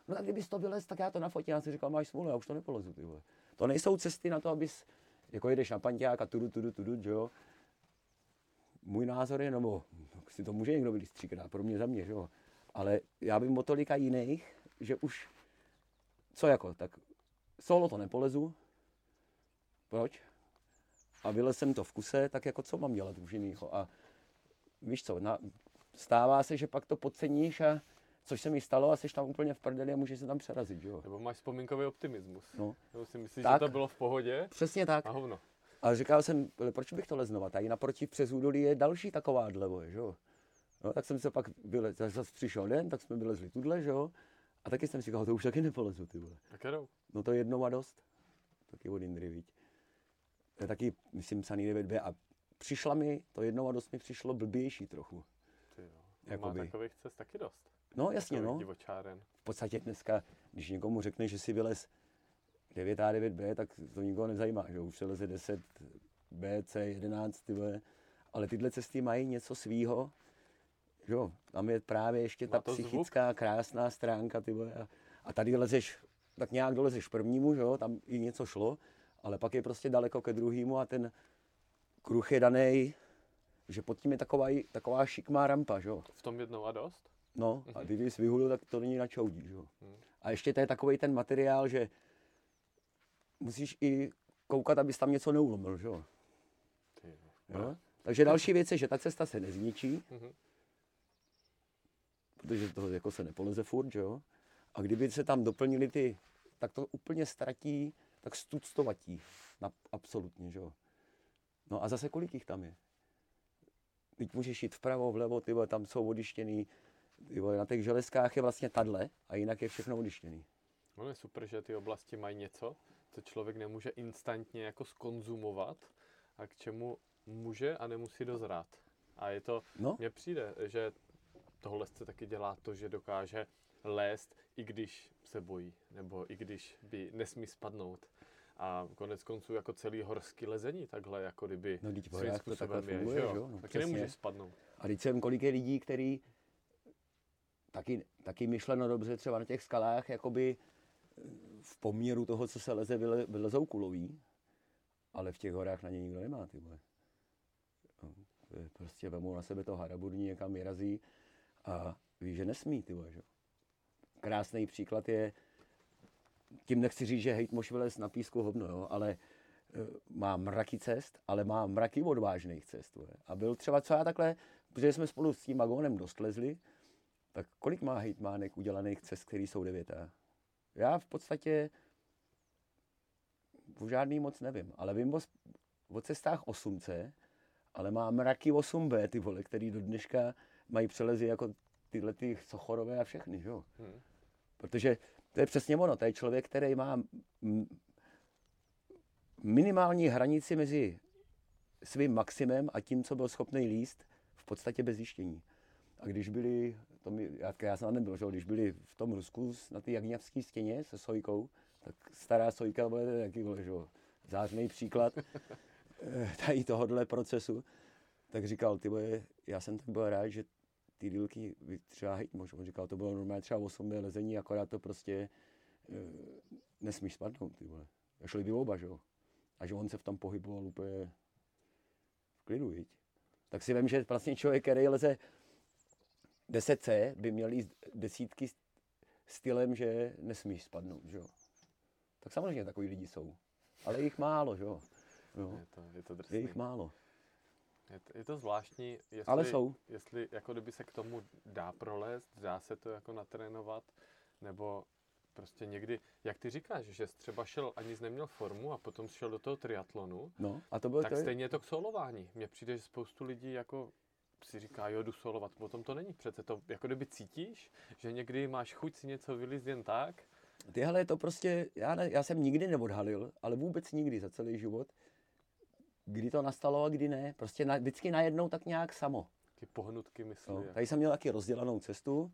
no tak kdybys to vylez, tak já to nafotím. Já si říkal, máš smůlu, já už to nepolezu, ty vole. To nejsou cesty na to, abys, jako jedeš na panťák a tudu, tudu, tudu, že jo. Můj názor je, nebo si to může někdo vystříkat, pro mě za mě, že jo. Ale já vím o tolika jiných, že už, co jako, tak solo to nepolezu. Proč? A vylez jsem to v kuse, tak jako co mám dělat už jinýho. A víš co, na, stává se, že pak to podceníš a což se mi stalo a jsi tam úplně v prdeli a můžeš se tam přerazit, že jo. Nebo máš vzpomínkový optimismus. No. Nebo si myslíš, Tak. že to bylo v pohodě Přesně tak. a hovno. A říkal jsem, proč bych to lez znova? Tady naproti přes údolí je další taková dlevo, že jo. No, tak jsem se pak vylez, zase přišel den, tak jsme vylezli tudle, že jo. A taky jsem si říkal, to už taky nepolezu, ty vole. Tak jedou. No to jednou a dost. Taky od Indry, viď. To je taky, myslím, psaný devět bé a přišla mi, to jednou a dost mi přišlo blbější trochu. Ty jo. Má Jakoby. takových cest taky dost. No jasně, Takových no. divočáren. V podstatě dneska, když někomu řekne, že si vylez devět á devět bé, tak to nikoho nezajímá, že už se leze deset bé, cé, jedenáct, ty vole. Ale tyhle cesty mají něco svýho, že jo, tam je právě ještě Má ta to zvuk? psychická, krásná stránka, ty vole. A, a tady lezeš, tak nějak dolezeš prvnímu, že jo, tam i něco šlo, ale pak je prostě daleko ke druhému a ten kruh je daný, že pod tím je taková, taková šikmá rampa, že jo. V tom jednou a dost? No, a kdyby jsi vyhulil, tak to není na čoudí, že jo. Hmm. A ještě to je takovej ten materiál, že musíš i koukat, abys tam něco neulomil, že jo. Ty jo. jo? Takže další věc je, že ta cesta se nezničí, Mhm. protože to jako se nepoleze furt, že jo. A kdyby se tam doplnili ty, tak to úplně ztratí, tak stuctovatí, na, absolutně, že jo. No a zase kolik jich tam je? Teď můžeš jít vpravo, vlevo, ty vole, tam jsou odištěný, ty vole, na těch železkách je vlastně tadle a jinak je všechno odištěný. No je super, že ty oblasti mají něco, co člověk nemůže instantně jako skonzumovat a k čemu může a nemusí dozrát. A je to, No. mně přijde, že tohle se taky dělá to, že dokáže lézt, i když se bojí, nebo i když by nesmí spadnout. A konec konců jako celý horský lezení takhle, jako kdyby No, vždyť v svým horách to způsobem takhle je, funguje, že že jo? jo? No, Taky přesně. nemůžeš spadnout. A teď jsem, kolik je lidí, který taky, taky myšleno dobře třeba na těch skalách, jakoby v poměru toho, co se leze, vyle, vylezou kuloví, ale v těch horách na ně nikdo nemá, ty vole. No, to je prostě vemou na sebe to haraburní, někam vyrazí a ví, že nesmí, ty vole, že? Krásný příklad je, tím nechci říct, že hejt mož vylez na písku hovno, jo, ale má mraky cest, ale má mraky odvážných cest. Vole. A byl třeba, co já takhle, protože jsme spolu s tím vagónem dost lezli, tak kolik má hejtmánek udělaných cest, které jsou devět á? Já v podstatě o žádný moc nevím, ale vím o, o cestách osm cé, ale má mraky osm bé, ty vole, který do dneška mají přelezy jako tyhle ty Sochorové a všechny, že jo? Hmm. Protože to je přesně ono, to je člověk, který má minimální hranici mezi svým maximem a tím, co byl schopný líst, v podstatě bez zjištění. A když byli, to mi, já, já jsem nebyl, že? Když byli v tom Rusku na té Jagňavské stěně se Sojkou, tak stará Sojka byla taky, že? Zářný příklad tady tohohle procesu, tak říkal, ty boje, já jsem tak byl rád, že ty dílky třeba hejt možná. On říkal, to bylo normálně třeba osm bé lezení, akorát to prostě e, nesmíš spadnout, ty vole. A šli by oba, že jo. A že on se v tom pohyboval úplně v klidu, viď? Tak si vím, že vlastně člověk, který leze deset cé, by měl jít desítky stylem, že nesmíš spadnout, že jo. Tak samozřejmě takový lidi jsou. Ale je jich málo, že jo. jo. Je to, je to drsný. Je jich málo. Je to, je to zvláštní, jestli, Ale jsou. jestli jako kdyby se k tomu dá prolézt, dá se to jako natrénovat, nebo prostě někdy, jak ty říkáš, že jsi třeba šel, ani jsi neměl formu a potom šel do toho triatlonu, No, a to bylo tak to je... stejně je to k solování. Mně přijde, že spoustu lidí jako si říká, jo, jdu solovat, potom to není přece to, jako kdyby cítíš, že někdy máš chuť si něco vylízt jen tak. Tyhle to prostě, já, ne, já jsem nikdy neodhalil, ale vůbec nikdy za celý život, kdy to nastalo a kdy ne. Prostě na, vždycky najednou tak nějak samo. Ty pohnutky mysli. No, jako. tady jsem měl taky rozdělanou cestu,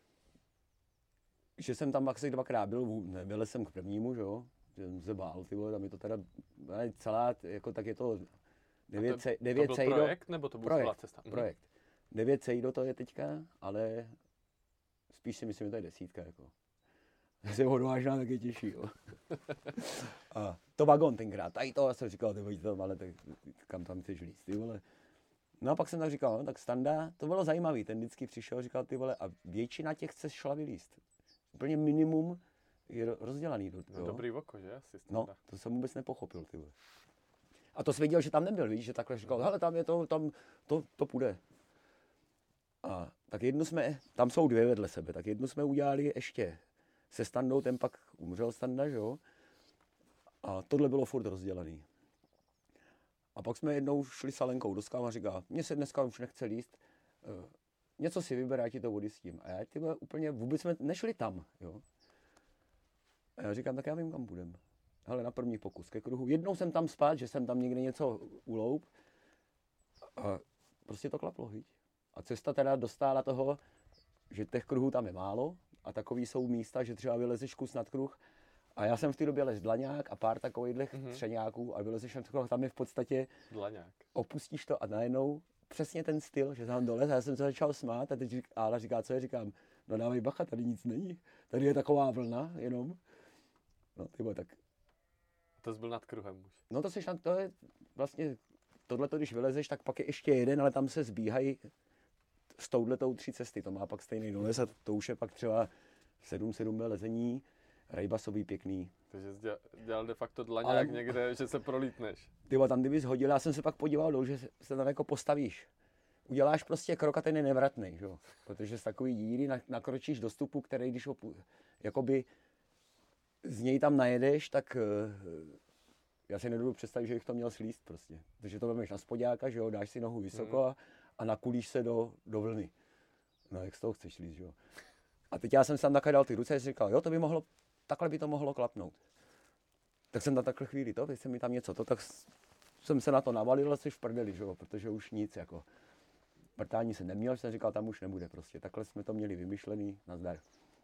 že jsem tam asi dvakrát byl, nebyl jsem k prvnímu, že jo, že jsem se bál, ty vole, tam je to teda ne, celá, jako tak je to devět to, devět to byl sejdo, projekt, nebo to byla celá projekt, cesta? Mhm. projekt. devět sejdo to je teďka, ale spíš si myslím, že to je desítka, jako. Se odvážná, tak je těžší, jo. A to vagon tenkrát, tady to, já jsem říkal, ty vole, ale tak, kam tam chceš líst, ty vole. No a pak jsem tak říkal, no, tak Standa, to bylo zajímavý, ten vždycky přišel, říkal, ty vole, a většina těch chce šla vylíst. Úplně minimum je rozdělaný. Do, no, dobrý oko, že? Asi Standa. No, to jsem vůbec nepochopil, ty vole. A to jsi věděl, že tam nebyl, víš, že takhle říkal, hele, tam je to, tam, to, to půjde. A tak jednu jsme, tam jsou dvě vedle sebe, tak jednu jsme udělali ještě se Standou, ten pak umřel Standa, že jo? A tohle bylo furt rozdělaný. A pak jsme jednou šli s Alenkou do Skám a říká, mně se dneska už nechce líst, uh, něco si vyber, já ti to odjistím. A já ty úplně, vůbec jsme nešli tam, jo? A já říkám, tak já vím, kam budem. Hele, na první pokus ke kruhu. Jednou jsem tam spát, že jsem tam někde něco uloup a prostě to klaplo, viď? A cesta teda dostála toho, že těch kruhů tam je málo a takový jsou místa, že třeba vylezeš kus nad kruh. A já jsem v té době lez dlaňák a pár takových mm-hmm. třeňáků a vylezeš na kruh, tam je v podstatě dlaňák. Opustíš to a najednou přesně ten styl, že tam dolez a já jsem se začal smát a teď řík, Ála říká, co je, říkám, no dávej bacha, tady nic není, tady je taková vlna jenom. No tybo, tak. To jsi byl nad kruhem už. No to, na, to je vlastně, tohleto, když vylezeš, tak pak je ještě jeden, ale tam se zbíhají s touhletou tři cesty, to má pak stejný dolez a to už je pak třeba sedm sedm lezení, rajbasový pěkný. Takže jsi dělal de facto dlaňák ale... někde, že se prolítneš. Tybo, tam kdybys hodil, já jsem se pak podíval dolů, že se tam jako postavíš. Uděláš prostě krok a ten je nevratný, že jo? Protože z takový díry nakročíš do stupu, který když opu, jakoby z něj tam najedeš, tak já si nedovedu představit, že bych to měl slíst prostě. Takže to vezmeš na spodňáka, že jo, dáš si nohu vysoko hmm. a nakulíš se do, do vlny. No jak z toho chceš slíst, že jo? A teď já jsem si tam takhle dal ty ruce a říkal, jo, to by mohlo, takhle by to mohlo klapnout. Tak jsem tam takhle chvíli to, teď jsem mi tam něco to, tak jsem se na to navalil a jsi v prdeli, že jo, protože už nic jako. Vrtání se neměl, jsem říkal, tam už nebude prostě. Takhle jsme to měli vymyšlený, nazdar.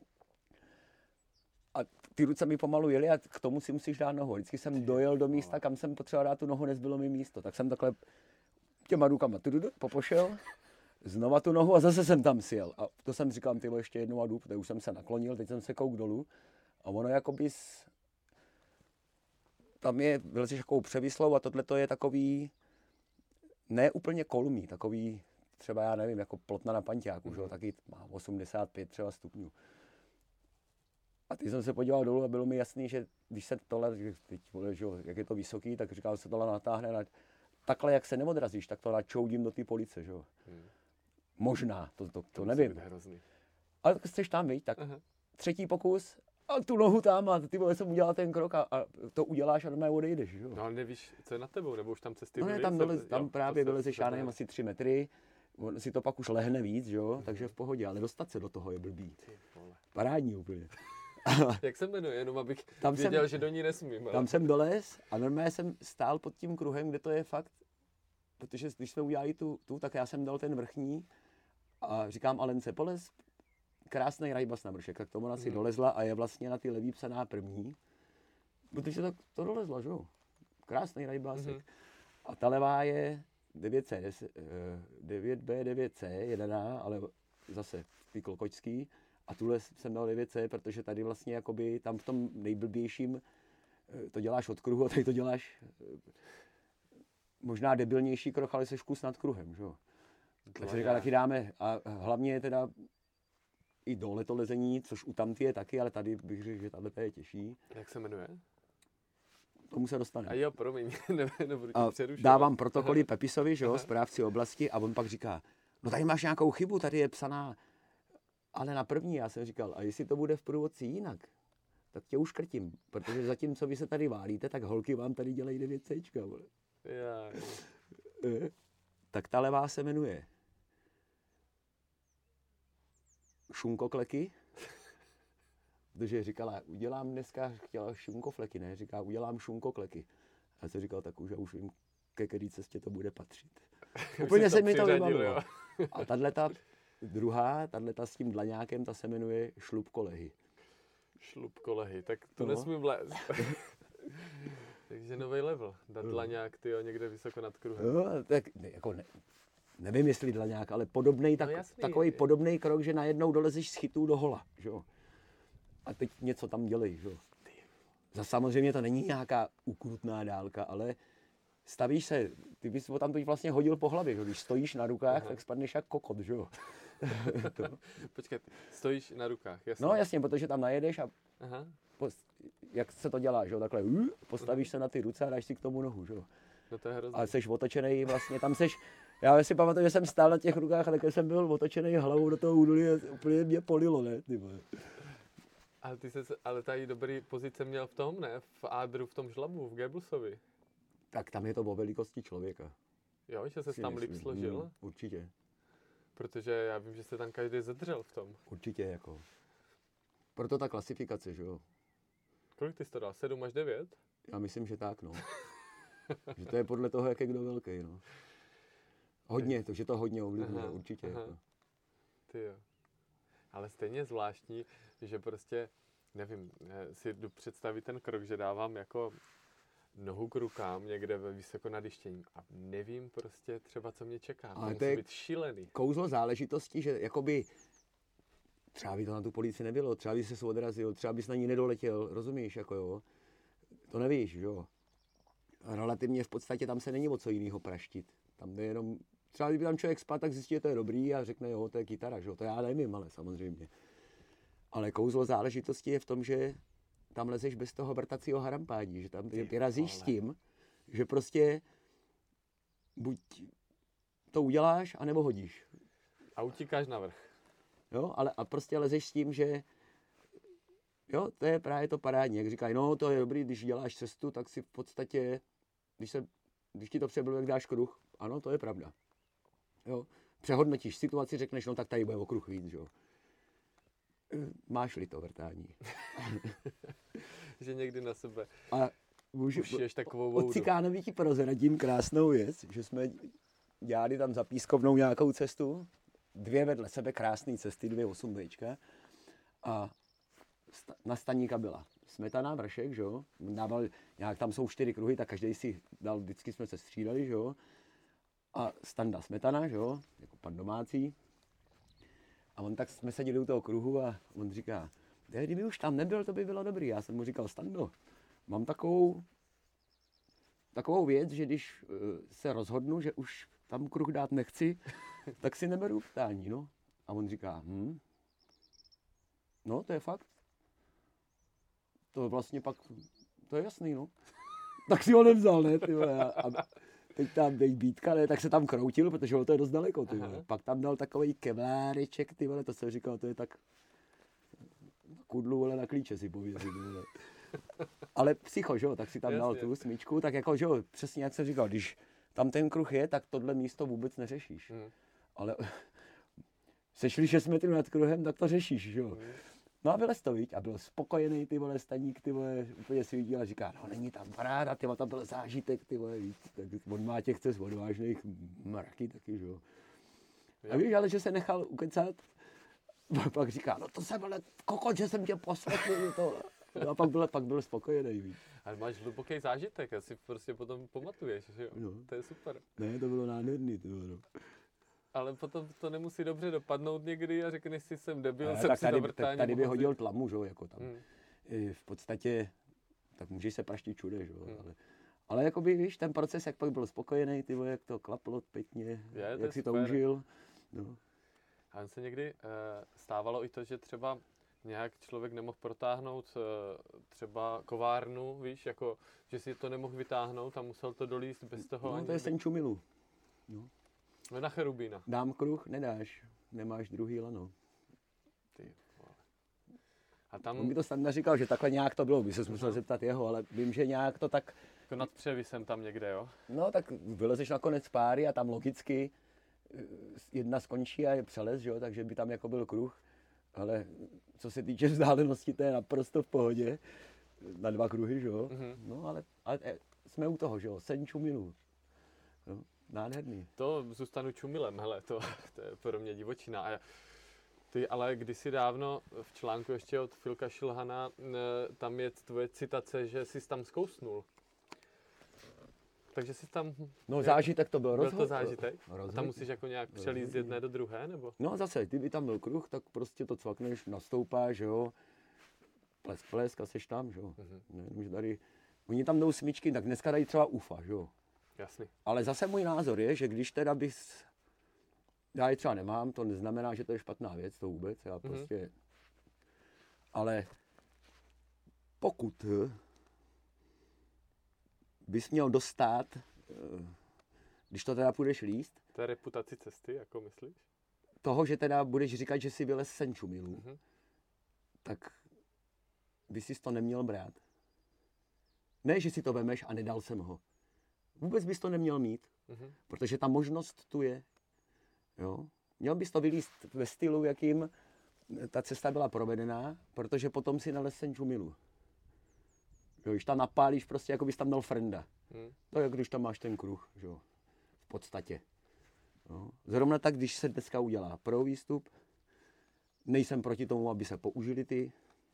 A ty ruce mi pomalu jeli a k tomu si musíš dát nohu. Vždycky jsem dojel do místa, kam jsem potřeboval dát tu nohu, nezbylo mi místo. Tak jsem takhle těma rukama popošel, znova tu nohu a zase jsem tam sjel. A to jsem říkal, tyvo, ještě jednou a jdu, protože už jsem se naklonil, teď jsem se kouk dolů. A ono jakoby s... tam je, vylezeš takovou převislou a tohle je takový, ne úplně kolmý, takový, třeba já nevím, jako plotna na panťáku, mm. že jo, taky má osmdesát pět třeba stupňů. A teď jsem se podíval dolů a bylo mi jasný, že když se tohle, teď, že jo, jak je to vysoký, tak říkám, se tohle natáhne, na, takhle jak se neodrazíš, tak to načoudím do té police, že jo. Mm. Možná, to, to, to, to nevím. Ale tak jsi tam, viď, tak aha. Třetí pokus a tu nohu tam a ty vole jsem udělal ten krok a, a to uděláš a doma odejdeš, že jo. No ale nevíš, co je nad tebou, nebo už tam cesty no, byly? Ne, tam, dole, tam jo, právě vylezeš, já nevím, asi tři metry, on si to pak už lehne víc, že jo, mm. takže v pohodě, ale dostat se do toho je blbý. Parádní úplně. Jak se jmenuje, jenom abych tam věděl, jsem, že do ní nesmím. Ale... Tam jsem dolez a normálně jsem stál pod tím kruhem, kde to je fakt, protože když jsme udělali tu, tu tak já jsem dal ten vrchní a říkám Alence, polez, krásný rajbas na bršek, tak tomu ona si mm. dolezla a je vlastně na ty levý psaná první, protože to, to dolezla, že jo, krásný rajbásek. Mm. A ta levá je devět C, devět B, devět C, jedená, ale zase ty klokočský. A tuhle jsem dal devět C, protože tady vlastně jakoby tam v tom nejblbějším to děláš od kruhu a tady to děláš možná debilnější krok, ale seš kus nad kruhem, že jo. Tak se říká, taky dáme a hlavně je teda i dole to lezení, což u tamty je taky, ale tady bych řekl, že tahle je těžší. Jak se jmenuje? Tomu se dostane. A jo, promiň, nebudu tě přerušovat. Dávám protokoly Pepisovi, že jo, správci oblasti a on pak říká, no tady máš nějakou chybu, tady je psaná, ale na první já jsem říkal, a jestli to bude v průvodci jinak, tak tě uškrtím, protože zatímco vy se tady válíte, tak holky vám tady dělají devět céčka, vole. Já, já. Tak ta levá se jmenuje šunkokleky, protože říkala, udělám dneska, chtěla šunkofleky, ne, říká, udělám šunkokleky. A já jsem říkal, tak už já už vím, ke který cestě to bude patřit. Úplně se mi to vybavilo. A tato druhá, tato s tím dlaňákem, ta se jmenuje šlupkolehy. Šlupkolehy, tak to no. Nesmím lézt. Takže nový level, dát dlaňák, tyjo, někde vysoko nad kruhem. No, tak ne, jako ne, nevím, jestli dlaňák, ale podobnej, tak, no takový podobný krok, že najednou dolezeš z chytů do hola, že jo. a teď něco tam dělej, že jo. Za samozřejmě to není nějaká ukrutná dálka, ale stavíš se, ty bys ho tam teď vlastně hodil po hlavě, že? Když stojíš na rukách, aha, tak spadneš jak kokot, že jo. Počkej, stojíš na rukách, jasně. No jasně, protože tam najedeš a aha, post, jak se to dělá, že jo, takhle uh, postavíš se na ty ruce a dáš si k tomu nohu, že jo. No to je hrozný. A jsi otočený vlastně, tam seš, já si pamatuju, že jsem stál na těch rukách a také jsem byl otočený hlavou do toho údolí a úplně mě polilo, ne, ty vole. Ale ty se, ale tady dobrý pozice měl v tom, ne? V Ádru, v tom žlabu, v Goebbelsovi. Tak tam je to o velikosti člověka. Jo, že se tam líp složil? Mm, určitě. Protože já vím, že se tam každý zadržel v tom. Určitě, jako. Proto ta klasifikace, že jo. Kolik ty jsi to dal? sedm až devět? Já myslím, že tak, no. Že to je podle toho, jak je kdo velký, no. Hodně, takže to hodně ovlivňuje, aha, určitě. Aha. Jako. Ty jo. Ale stejně zvláštní, že prostě, nevím, si jdu představit ten krok, že dávám jako nohu k rukám někde ve vysoko nadištění a nevím prostě třeba, co mě čeká. Ale to to musí je být šílený. Kouzlo záležitosti, že jakoby třeba by to na tu policii nebylo, třeba by se odrazil, třeba bys na ní nedoletěl, rozumíš, jako jo. To nevíš, že jo. Relativně v podstatě tam se není o co jiného praštit. Tam jde jenom, třeba kdyby tam člověk spal, tak zjistí, že to je dobrý a řekne, jo, to je kytara, že jo. To já nevím, ale samozřejmě. Ale kouzlo záležitosti je v tom, že tam lezeš bez toho vrtacího harampádí, že tam ty razíš s tím, že prostě buď to uděláš, anebo hodíš. A utíkáš navrch. Jo, ale a prostě lezeš s tím, že jo, to je právě to parádní. Jak říkají, no to je dobrý, když děláš cestu, tak si v podstatě, když, se, když ti to přeblbě, dáš kruh, ano, to je pravda. Jo, přehodnotíš situaci, řekneš, no tak tady bude okruh víc, jo. Máš-li to vrtání. Že někdy na sebe a můžu, ušiješ takovou voudu. Od Cikánovi ti prozradím krásnou věc, že jsme dělali tam za Pískovnou nějakou cestu, dvě vedle sebe krásné cesty, dvě osm béčka a sta, na Staníka byla Smetana, Vršek, že jo, dával, nějak tam jsou čtyři kruhy, tak každý si dal, vždycky jsme se střídali, že jo, a Standa Smetana, že jo, jako pan domácí. A on tak jsme seděli u toho kruhu a on říká, kdyby už tam nebyl, to by bylo dobrý. Já jsem mu říkal, Stando, mám takovou, takovou věc, že když uh, se rozhodnu, že už tam kruh dát nechci, tak si neberu vrtání, no. A on říká, hm, no to je fakt. To vlastně pak, to je jasný, no. Tak si ho nevzal, ne, ty vole. A teď tam dej bítka, ne, tak se tam kroutil, protože to je dost daleko, ty vole. Pak tam dal takovej kevláreček, ty vole, to jsem říkal, to je tak kudlu, ale na klíče si pověřit, vole. Ale psycho, že jo, tak si tam dal tu smyčku, tak jako, že jo, přesně jak jsem říkal, když tam ten kruh je, tak tohle místo vůbec neřešíš. Hmm. Ale sešli šest metrů nad kruhem, tak to řešíš, že jo. Hmm. No a vylez to, viď? A byl spokojený, ty vole, Staník, ty vole, úplně si viděl a říká, no není tam paráda, ty vole, tam byl zážitek, ty vole, víc. Tak on má těch cest odvážných mraky taky, že jo. A víš, ale že se nechal ukecat, pak říká, no to jsem, ale kokot, že jsem tě poslechl, to. No a pak byl, pak byl spokojený, víc. Ale máš hluboký zážitek, a si prostě potom pamatuješ, že jo, no. To je super. Ne, to bylo nádherný, ty vole, no. Ale potom to nemusí dobře dopadnout někdy a řekneš si, jsem debil, ne, jsem tak si tady, to vrtání tady by hodil tlamu, že jo, jako tam. Hmm. V podstatě, tak můžeš se praštit všude, že jo, hmm. ale, ale jakoby, víš, ten proces, jak pak byl spokojený, ty vole, jak to klaplo pěkně, je, jak si super. To užil, no. A se někdy uh, stávalo i to, že třeba nějak člověk nemohl protáhnout uh, třeba kovárnu, víš, jako, že si to nemohl vytáhnout a musel to dolíst bez toho. No, ani to je Senču Milu. No. No na Cherubína. Dám kruh, nedáš, nemáš druhý lano. Ty vole. A tam... On mi to Standa říkal, že takhle nějak to bylo, by se musel zeptat jeho, ale vím, že nějak to tak... Jako nad převisem tam někde, jo? No tak vylezeš nakonec páry a tam logicky jedna skončí a je přelez, že jo, takže by tam jako byl kruh. Ale co se týče vzdálenosti, to je naprosto v pohodě. Na dva kruhy, že jo? Mm-hmm. No ale, ale jsme u toho, že jo? Senču Milu. No, nádherný. To zůstanu čumilem, hele, to, to je pro mě divočina. A ty ale kdysi dávno v článku ještě od Filka Šilhana, tam je tvoje citace, že jsi tam zkousnul. Takže jsi tam... No zážitek to byl. Byl rozhod, to zážitek? Rozhod, a tam musíš jako nějak přelít z jedné do druhé, nebo? No zase, kdyby tam byl kruh, tak prostě to cvakneš, nastoupáš, jo. Plesk, plesk a seš tam, že jo. Mhm. Nejenom, že tady, oni tam jdou smyčky, tak dneska dají třeba ufa, že jo. Jasný. Ale zase můj názor je, že když teda bys, já je třeba nemám, to neznamená, že to je špatná věc, to vůbec, já prostě, mm-hmm. ale pokud bys měl dostat, když to teda půjdeš líst, To je reputaci cesty, jako myslíš? toho, že teda budeš říkat, že si vylez Senčumilu, Mhm. tak bys si to neměl brát. Ne, že si to vemeš a nedal jsem ho. Vůbec bys to neměl mít, Mhm. protože ta možnost tu je. Jo? Měl bys to vylíst ve stylu, jakým ta cesta byla provedená, protože potom si nalez Senčumilu. Jo, když tam napálíš, prostě jako bys tam dal frenda. Mhm. To je, když tam máš ten kruh, že jo? V podstatě. Jo? Zrovna tak, když se dneska udělá pro výstup, nejsem proti tomu, aby se použili ty,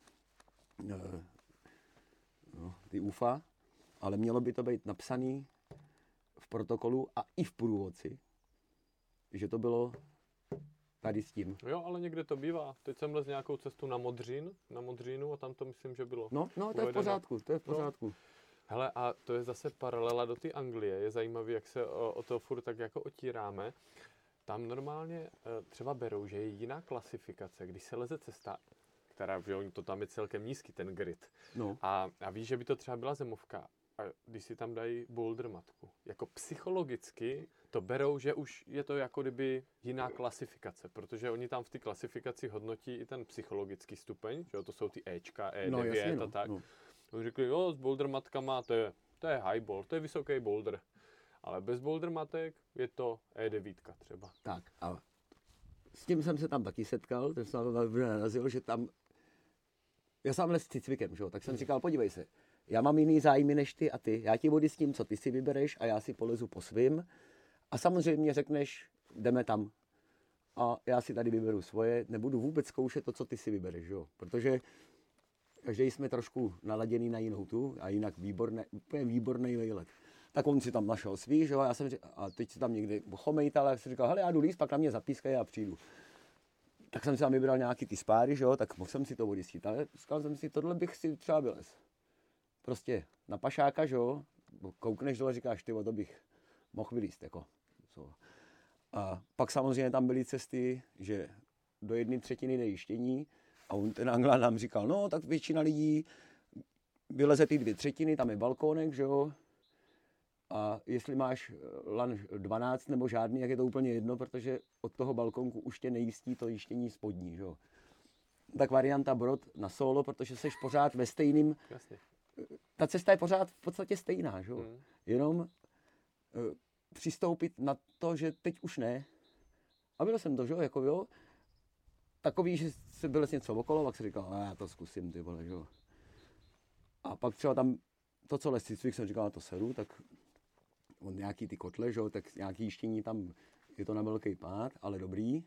eh, no, ty U F A, ale mělo by to být napsané v protokolu a i v průvodci, že to bylo tady s tím. Jo, ale někde to bývá. Teď jsem lez nějakou cestu na Modřín, na Modřínu a tam to myslím, že bylo. No, no, to je v uvedeno. pořádku, to je v pořádku. Hele, a to je zase paralela do té Anglie. Je zajímavé, jak se o, o to furt tak jako otíráme. Tam normálně e, třeba berou, že je jiná klasifikace, když se leze cesta, která, že oni to tam je celkem nízký, ten grid. No. A, a víš, že by to třeba byla zemovka. A když si tam dají boulder matku, jako psychologicky to berou, že už je to jako kdyby jiná klasifikace, protože oni tam v té klasifikaci hodnotí i ten psychologický stupeň, že jo, to jsou ty Ečka, E devět No, jasně, no, a tak. no. Oni řekli, jo, s boulder matkama, to je, to je high boulder, to je vysoký boulder. Ale bez boulder matek je to E devět třeba. Tak a s tím jsem se tam taky setkal, ten jsem tam narazil, že tam, já jsem les s Cicvikem, že jo, tak jsem říkal, podívej se, já mám jiný zájmy než ty a ty, já ti vody s tím, co ty si vybereš a já si polezu po svým a samozřejmě řekneš, jdeme tam a já si tady vyberu svoje, nebudu vůbec zkoušet to, co ty si vybereš, že jo, protože každý jsme trošku naladěný na jinou tu a jinak výborný, úplně výborný výlet. Tak on si tam našel svý, že jo, já jsem říkal, a teď si tam někde chomejtal, a já jsem říkal, hele, já jdu líst, pak na mě zapískaj a přijdu. Tak jsem si tam vybral nějaký ty spáry, že jo, tak mohl jsem si to odjistit, ale říkal jsem si, tohle bych si třeba vylez. Prostě na pašáka, že jo, koukneš dole, říkáš, ty, to bych mohl vylíst, jako. Co. A pak samozřejmě tam byly cesty, že do jedné třetiny nejištění a on ten Anglán nám říkal, no, tak většina lidí vyleze ty dvě třetiny, tam je balkónek, že jo, a jestli máš lan dvanáct nebo žádný, jak je to úplně jedno, protože od toho balkonku už tě nejistí to jištění spodní, že jo. Tak varianta Brod na solo, protože seš pořád ve stejným, Jasně. ta cesta je pořád v podstatě stejná, že jo. Mm. Jenom uh, přistoupit na to, že teď už ne. A byl jsem to, že jo, jako jo, takový, že se byl něco okolo, pak si říkal, no, já to zkusím, ty vole, že jo. A pak třeba tam to, co les Cicvik, jsem říkal, na to seru, tak on nějaký ty kotle, že jo, tak nějaký jištění tam, je to na velký pád, ale dobrý.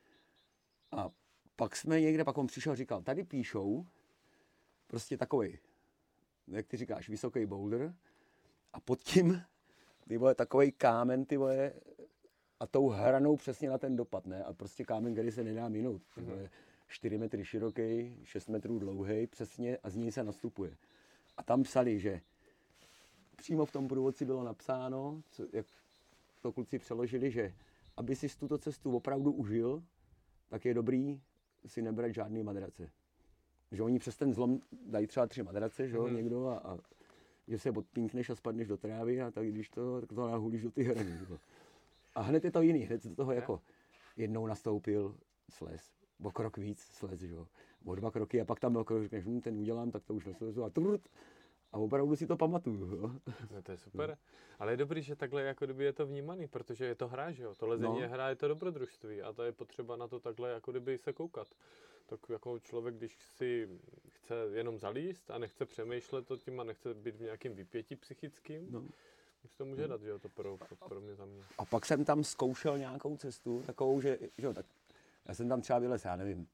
A pak jsme někde, pak on přišel a říkal, tady píšou prostě takovej, jak ty říkáš, vysoký boulder a pod tím, ty vole, takovej kámen, ty vole, a tou hranou přesně na ten dopad, ne? A prostě kámen, který se nedá minout. Mm-hmm. čtyři metry široký, šest metrů dlouhý, přesně, a z něj se nastupuje. A tam psali, že přímo v tom průvodci bylo napsáno, co, jak to kluci přeložili, že aby si tuto cestu opravdu užil, tak je dobrý si nebrat žádný madrace. Že oni přes ten zlom dají třeba tři madrace, že jo, mm-hmm. někdo, a, a že se odpínkneš a spadneš do trávy a tak když to, tak to nahulíš do ty hrany. A hned je to jiný, hned do toho jako jednou nastoupil, slez, o krok víc slez, že jo, o dva kroky a pak tam byl krok, řekneš, hm, ten udělám, tak to už neslezu a trut. A opravdu si to pamatuju. Jo. No, to je super. No. Ale je dobrý, že takhle jako kdyby je to vnímaný, protože je to hra, že jo. To lezení no. je hra, je to dobrodružství a to je potřeba na to takhle jako kdyby se koukat. Tak jako člověk, když si chce jenom zalíst a nechce přemýšlet o tím a nechce být v nějakém vypětí psychickým, no. už to může no. dát, že jo, to pro, pro mě za mě. A pak jsem tam zkoušel nějakou cestu, takovou, že, že jo, tak já jsem tam třeba vylez, já nevím,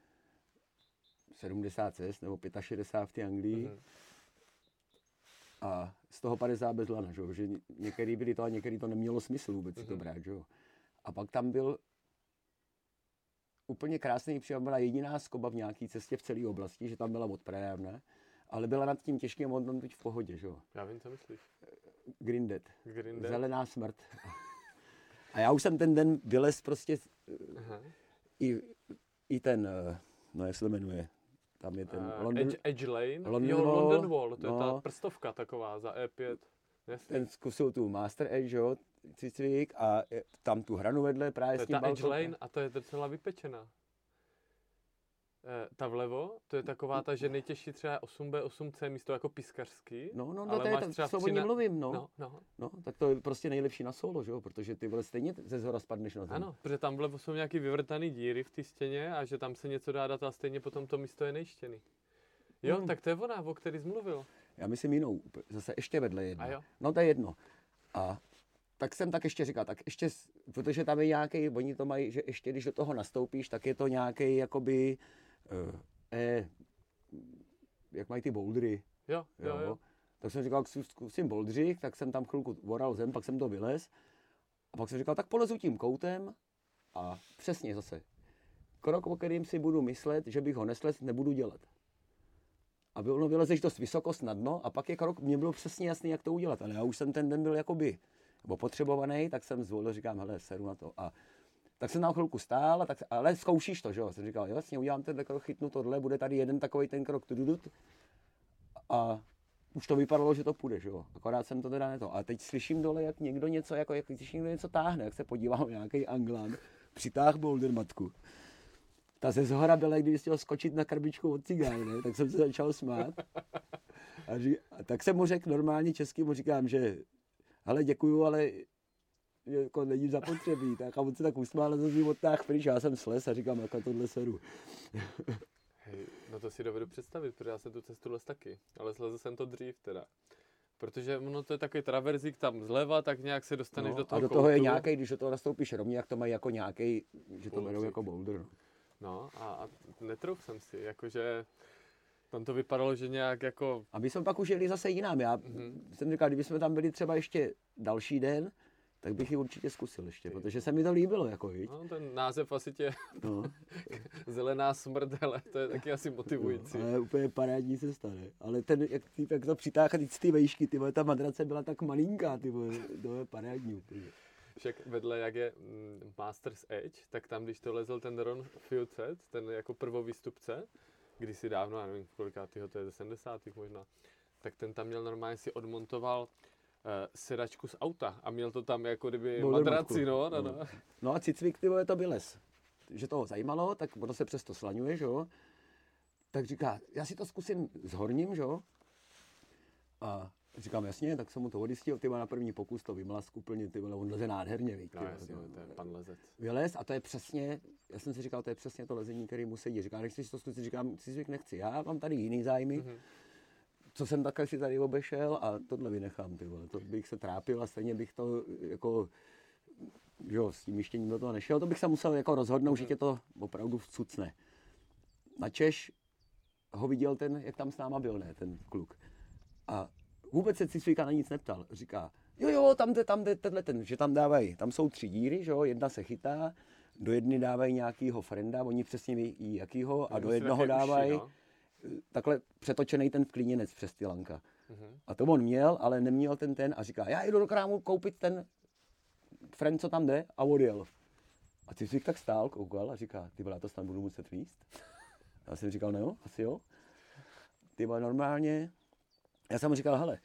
sedmdesát cest nebo šedesát pět v té Anglii. Mm-hmm. A z toho padesát bez lana, že, že některý byli to a některý to nemělo smysl vůbec mm-hmm. si to brát, že jo. A pak tam byl úplně krásný případ, byla jediná skoba v nějaký cestě v celé oblasti, že tam byla odprájemná, ale byla nad tím těžkým a on tam teď v pohodě, že jo. Já vím, co myslíš. Green Dead. Green Dead. Zelená smrt. A já už jsem ten den vylez prostě Aha. i, i ten, no jak se to jmenuje, tam je ten Uh, London, Edge, Edge Lane, London jo, Wall, London Wall, to no. je ta prstovka taková za E pět. Jasně. ten zkusil tu Master Edge, jo, cicvík a je- tam tu hranu vedle právě To je s tím ta Edge balkonem. Lane a to je docela vypečená. Eh, ta vlevo, to je taková ta, že nejtěžší třeba osm B, osm C místo jako pískařský. No, no, no, ale to je máš to, třeba co o tři ní na- mluvím, no. No, no. no. tak to je prostě nejlepší na solo, že jo, protože ty vole stejně ze zhora spadneš na zem. Ano, protože tam vlevo jsou nějaký vyvrtaný díry v té stěně a že tam se něco dá dát a stejně potom to místo je nejštěný. Jo, Hmm. tak to je ona, o který jsi mluvil. Já myslím jinou, úplně, zase ještě vedle jedno. A jo. No to je jedno. A tak jsem tak ještě říkal, tak ještě, s- protože tam je nějaký, oni to mají, že ještě když do toho nastoupíš, tak je to nějaký jakoby, uh, eh, jak mají ty bouldery, Jo, jo, jo. Tak jsem říkal, zkus- zkusím bouldřik, tak jsem tam chvilku voral zem, pak jsem to vylez. A pak jsem říkal, tak polezu tím koutem a přesně zase. Krok, o kterým si budu myslet, že bych ho neslez, nebudu dělat. A bylo, vylezeš dost vysoko snadno a pak je krok, mně bylo přesně jasný, jak to udělat. Ale já už jsem ten den byl jakoby potřebovaný, tak jsem zvolil, říkám, hele, seru na to. A tak jsem tam chvilku stál, a tak, ale zkoušíš to, že jo? Jsem říkal, jo, jasně, udělám ten krok, chytnu tohle, bude tady jeden takový ten krok, tududut. A už to vypadalo, že to půjde, že jo? Akorát jsem to teda neto. A teď slyším dole, jak někdo něco, jako, jak když někdo něco táhne, jak se podívám, nějaký Anglán, přitáhl boulder matku. Ta ze zhora byla, kdyby chtěl skočit na krabičku od cigáru, ne? Tak jsem se začal smát. A, ří, a tak jsem mu řekl normálně česky, mu říkám, že hele, děkuju, ale jako není zapotřebí. Tak a on se tak usmál a zase odtáhl pryč. Já jsem slez a říkám, jako tohle seru. Hej, no to si dovedu představit, protože já jsem tu cestu les taky, ale slezl jsem to dřív teda. Protože ono to je takový traverzík tam zleva, tak nějak se dostaneš No, do toho a do toho je koutu. nějaký, když do toho nastoupíš rovně, jak to mají jako nějaký, že to berou Boulder. jako boulder. No. No a, a netrouf jsem si, jakože tam to vypadalo, že nějak jako, A my jsme pak už jeli zase jinam. Já Mhm. jsem říkal, kdyby jsme tam byli třeba ještě další den, tak bych ji určitě zkusil ještě, Ty. protože se mi to líbilo, jako viď? no ten název asi tě, No. zelená smrt, hele, to je taky asi motivující. No, ale úplně parádní cesta, ne? Ale ten, jak, ty, jak to přitáhá z té vejšky, ty vole, ta madrace byla tak malinká, ty vole, to je parádní úplně. Však vedle, jak je mm, Masters Edge, tak tam, když to lezl ten Ron Fieldset, ten jako prvovýstupce, kdysi dávno, já nevím, kolikátýho to je ze sedmdesátých možná, tak ten tam měl normálně si odmontoval uh, sedačku z auta a měl to tam jako kdyby Boulder madraci, matku. no, no, no. No. No a cicvik, ty vole, to byl les. Že toho zajímalo, tak ono se přesto slaňuje, že jo? Tak říká, já si to zkusím s horním, že jo? A říkám, jasně, tak jsem mu to odjistil, ty vole, na první pokus to vymlask úplně, ty vole, on leze nádherně, viď, ty No vole, jasně, to- to je pan lezec. Vylez a to je přesně, já jsem si říkal, to je přesně to lezení, který mu sedí. Říká, nechci si to zkusit, říkám, cizvik nechci, já mám tady jiný zájmy, Mhm. co jsem takhle si tady obešel a tohle vynechám, ty vole, to bych se trápil a stejně bych to jako, že jo, s tím jištěním do toho nešel, to bych se musel jako rozhodnout, že tě to opravdu vcucne. Na Češ ho viděl ten, jak tam s náma byl, ne, ten kluk. A vůbec se Cicvika na nic neptal. Říká, jo, jo, tam jde, tam jde tenhle ten, že tam dávají, tam jsou tři díry, že jo, jedna se chytá, do jedny dávají nějakýho frenda, oni přesně ví, jakýho, a do Musí jednoho taky uši, dávají no. takhle přetočený ten klíněnec přes ty lanka. Mhm. A to on měl, ale neměl ten ten a říká, já jdu do krámu koupit ten friend, co tam jde, a odjel. A Cicvik tak stál, koukal a říká, ty vole, já to snad budu muset víst. Já jsem říkal, no jo, asi jo. Ty vole, normálně, já jsem mu říkal, hele,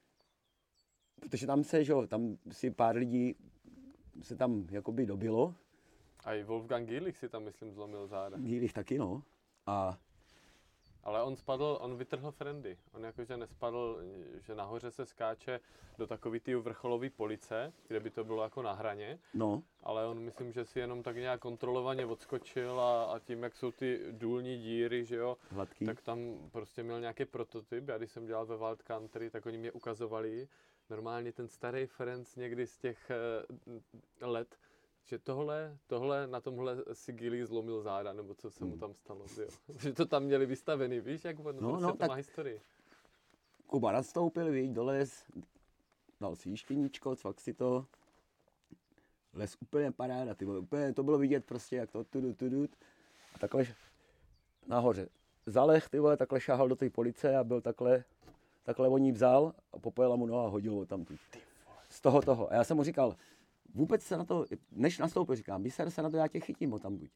protože tam se, že jo, tam si pár lidí se tam jakoby dobilo, A i Wolfgang Gielich si tam, myslím, zlomil záda. dílích taky, no. A Ale on spadl, on vytrhl frendy. On jakože nespadl, že nahoře se skáče do takový ty vrcholový police, kde by to bylo jako na hraně, no, ale on myslím, že si jenom tak nějak kontrolovaně odskočil a, a tím, jak jsou ty důlní díry, že jo, hladký. tak tam prostě měl nějaký prototyp. Já když jsem dělal ve Wild Country, tak oni mě ukazovali normálně ten starý Ferenc někdy z těch uh, let, že tohle, tohle, na tomhle si Gilly zlomil záda, nebo co se mu tam stalo, jo. Že to tam měli vystavený, víš, jak on, No, prostě no, to tak- má historii. Kuba nastoupil, víš, dolez, dal si jištěníčko, cvak si to. Les úplně paráda, ty vole, úplně to bylo vidět prostě, jak to tudu, tudu. takhle nahoře zaleh, ty vole, takhle šáhal do té police a byl takhle, takhle on jí vzal a popojela mu noha a hodil ho tam tu. Z toho toho. A já jsem mu říkal, vůbec se na to, než nastoupil, říkám, vyser se na to, já tě chytím ho tam buď.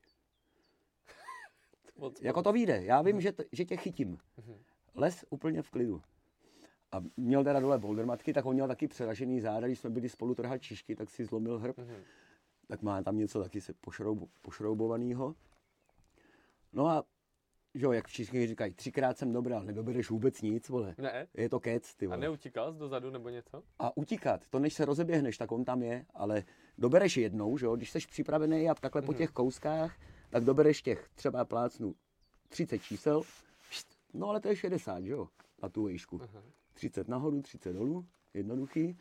Jako to vyjde, já vím, že, t, že tě chytím. Les úplně v klidu. A měl teda dole bouldermatky, tak on měl taky přeražený záda, když jsme byli spolu trhat čišky, tak si zlomil hrb. Mm-hmm. Tak má tam něco taky se pošroub, pošroubovanýho. No a jo, jak všichni říkají, třikrát jsem dobral, nedobereš vůbec nic, vole. Ne. Je to kec, ty vole. A neutíkal jsi dozadu nebo něco? A utíkat, to než se rozeběhneš, tak on tam je, ale dobereš jednou, že jo, když jsi připravený a takhle mm-hmm. po těch kouskách, tak dobereš těch třeba plácnu třicet čísel, no ale to je šedesát, že jo, na tu výšku. Aha. třicet nahoru, třicet dolů, jednoduchý.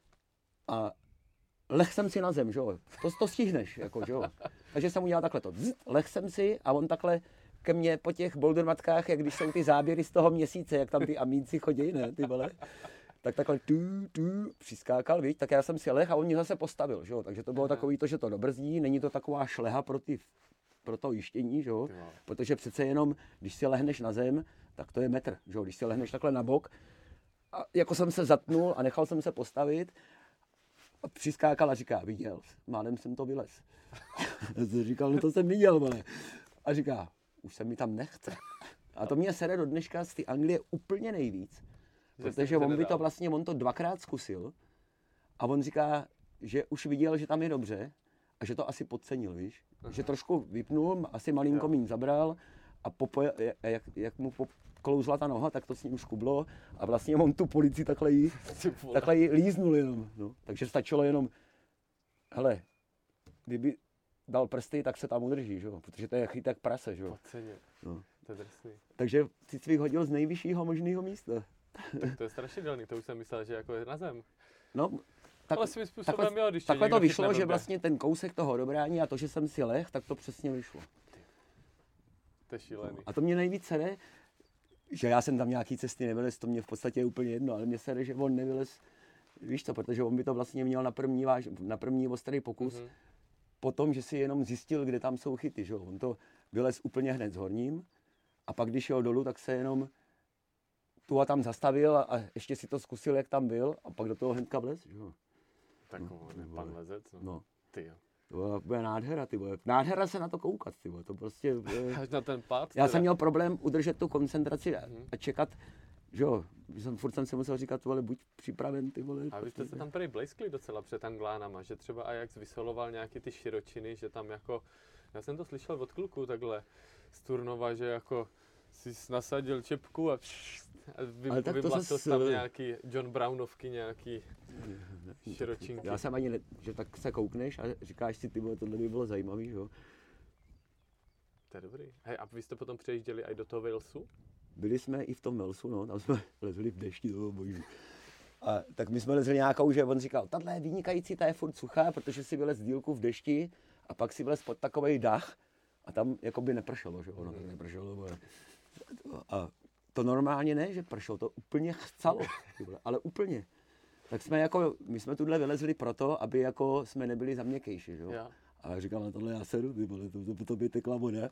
A leh jsem si na zem, že jo, to, to stihneš, jako, že jo. Takže jsem udělal takhle to, zzz, leh jsem si a on takhle ke mně po těch bouldermatkách, jak když jsou ty záběry z toho měsíce, jak tam ty amínci chodí, ne, ty vole. Tak takhle tu, tu, přiskákal, víš, tak já jsem si leh a on mě zase postavil, že jo. Takže to bylo Aha. takový to, že to dobrzdí, není to taková šleha pro ty pro to jištění, že jo? Protože přece jenom, když si lehneš na zem, tak to je metr, že jo? Když si lehneš takhle na bok, a jako jsem se zatnul a nechal jsem se postavit, a přiskákal a říká, viděl, málem jsem to vylez. Já jsem říkal, no to jsem viděl, vole. A říká, už se mi tam nechce. A to mě sere do dneška z té Anglie úplně nejvíc, protože on by to vlastně, on to dvakrát zkusil a on říká, že už viděl, že tam je dobře, a že to asi podcenil, víš? Aha. Že trošku vypnul, asi malinko míň zabral a popoje, jak, jak mu klouzla ta noha, tak to s ním škublo a vlastně on tu policii takhle jí, takhle jí líznul jenom. No. Takže stačilo jenom, hele, kdyby dal prsty, tak se tam udrží, že? Protože to je chyt jak prase. Že? Podcenil. No. To je drsný. Takže si cvik hodil z nejvyššího možného místa. Tak to je strašidelný, to už jsem myslel, že jako je na zem. No, tak, ale svým způsobem, takhle, jo, když takhle to vyšlo, že vlastně ten kousek toho dobrání a to, že jsem si leh, tak to přesně vyšlo. To je šílený. No, a to mě nejvíc sere, že já jsem tam nějaký cesty nevylez, to mě v podstatě je úplně jedno, ale mě sere, že on nevylez, víš co, protože on by to vlastně měl na první, váž, na první ostrý pokus, mm-hmm. potom, že si jenom zjistil, kde tam jsou chyty, že jo. On to vylez úplně hned s horním a pak, když jel dolů, tak se jenom tu a tam zastavil a, a ještě si to zkusil, jak tam byl a pak do toho hnedka vlez, že jo. Tak no, pan lezec, no. no. Ty jo. To bude nádhera, ty vole. Nádhera se na to koukat, ty vole. To prostě... Až na ten pád? Já teda. jsem měl problém udržet tu koncentraci a, a čekat, že jo. Jsem, furt jsem si musel říkat, vole, buď připraven, ty vole. A vy jste se tam prý blejskli docela před Anglánama, že třeba Ajax vysoloval nějaký ty širočiny, že tam jako... Já jsem to slyšel od kluků takhle z Turnova, že jako si nasadil čepku a... Vy, vyvlasil zas... tam nějaký John Brownovky, nějaký širočinky. Já jsem ani ne, že tak se koukneš a říkáš si, ty vole, tohle by bylo zajímavý, jo. To je dobrý. Hej, a vy jste potom přejížděli i do toho Walesu? Byli jsme i v tom Walesu, no, tam jsme lezli v dešti, toho boží. A tak my jsme lezli nějakou, že on říkal, tahle je vynikající, ta je furt suchá, protože si vylez dílku v dešti a pak si vylez pod takovej dach a tam jakoby nepršelo, že ono tak nepršelo. Bo... A to normálně ne, že pršelo, to úplně chcalo, ale úplně. Tak jsme jako, my jsme tuhle vylezli proto, aby jako jsme nebyli za měkkejší, že jo. Ja. A říkal, na tohle já sedu, ty vole, to, to, to by tekla voda.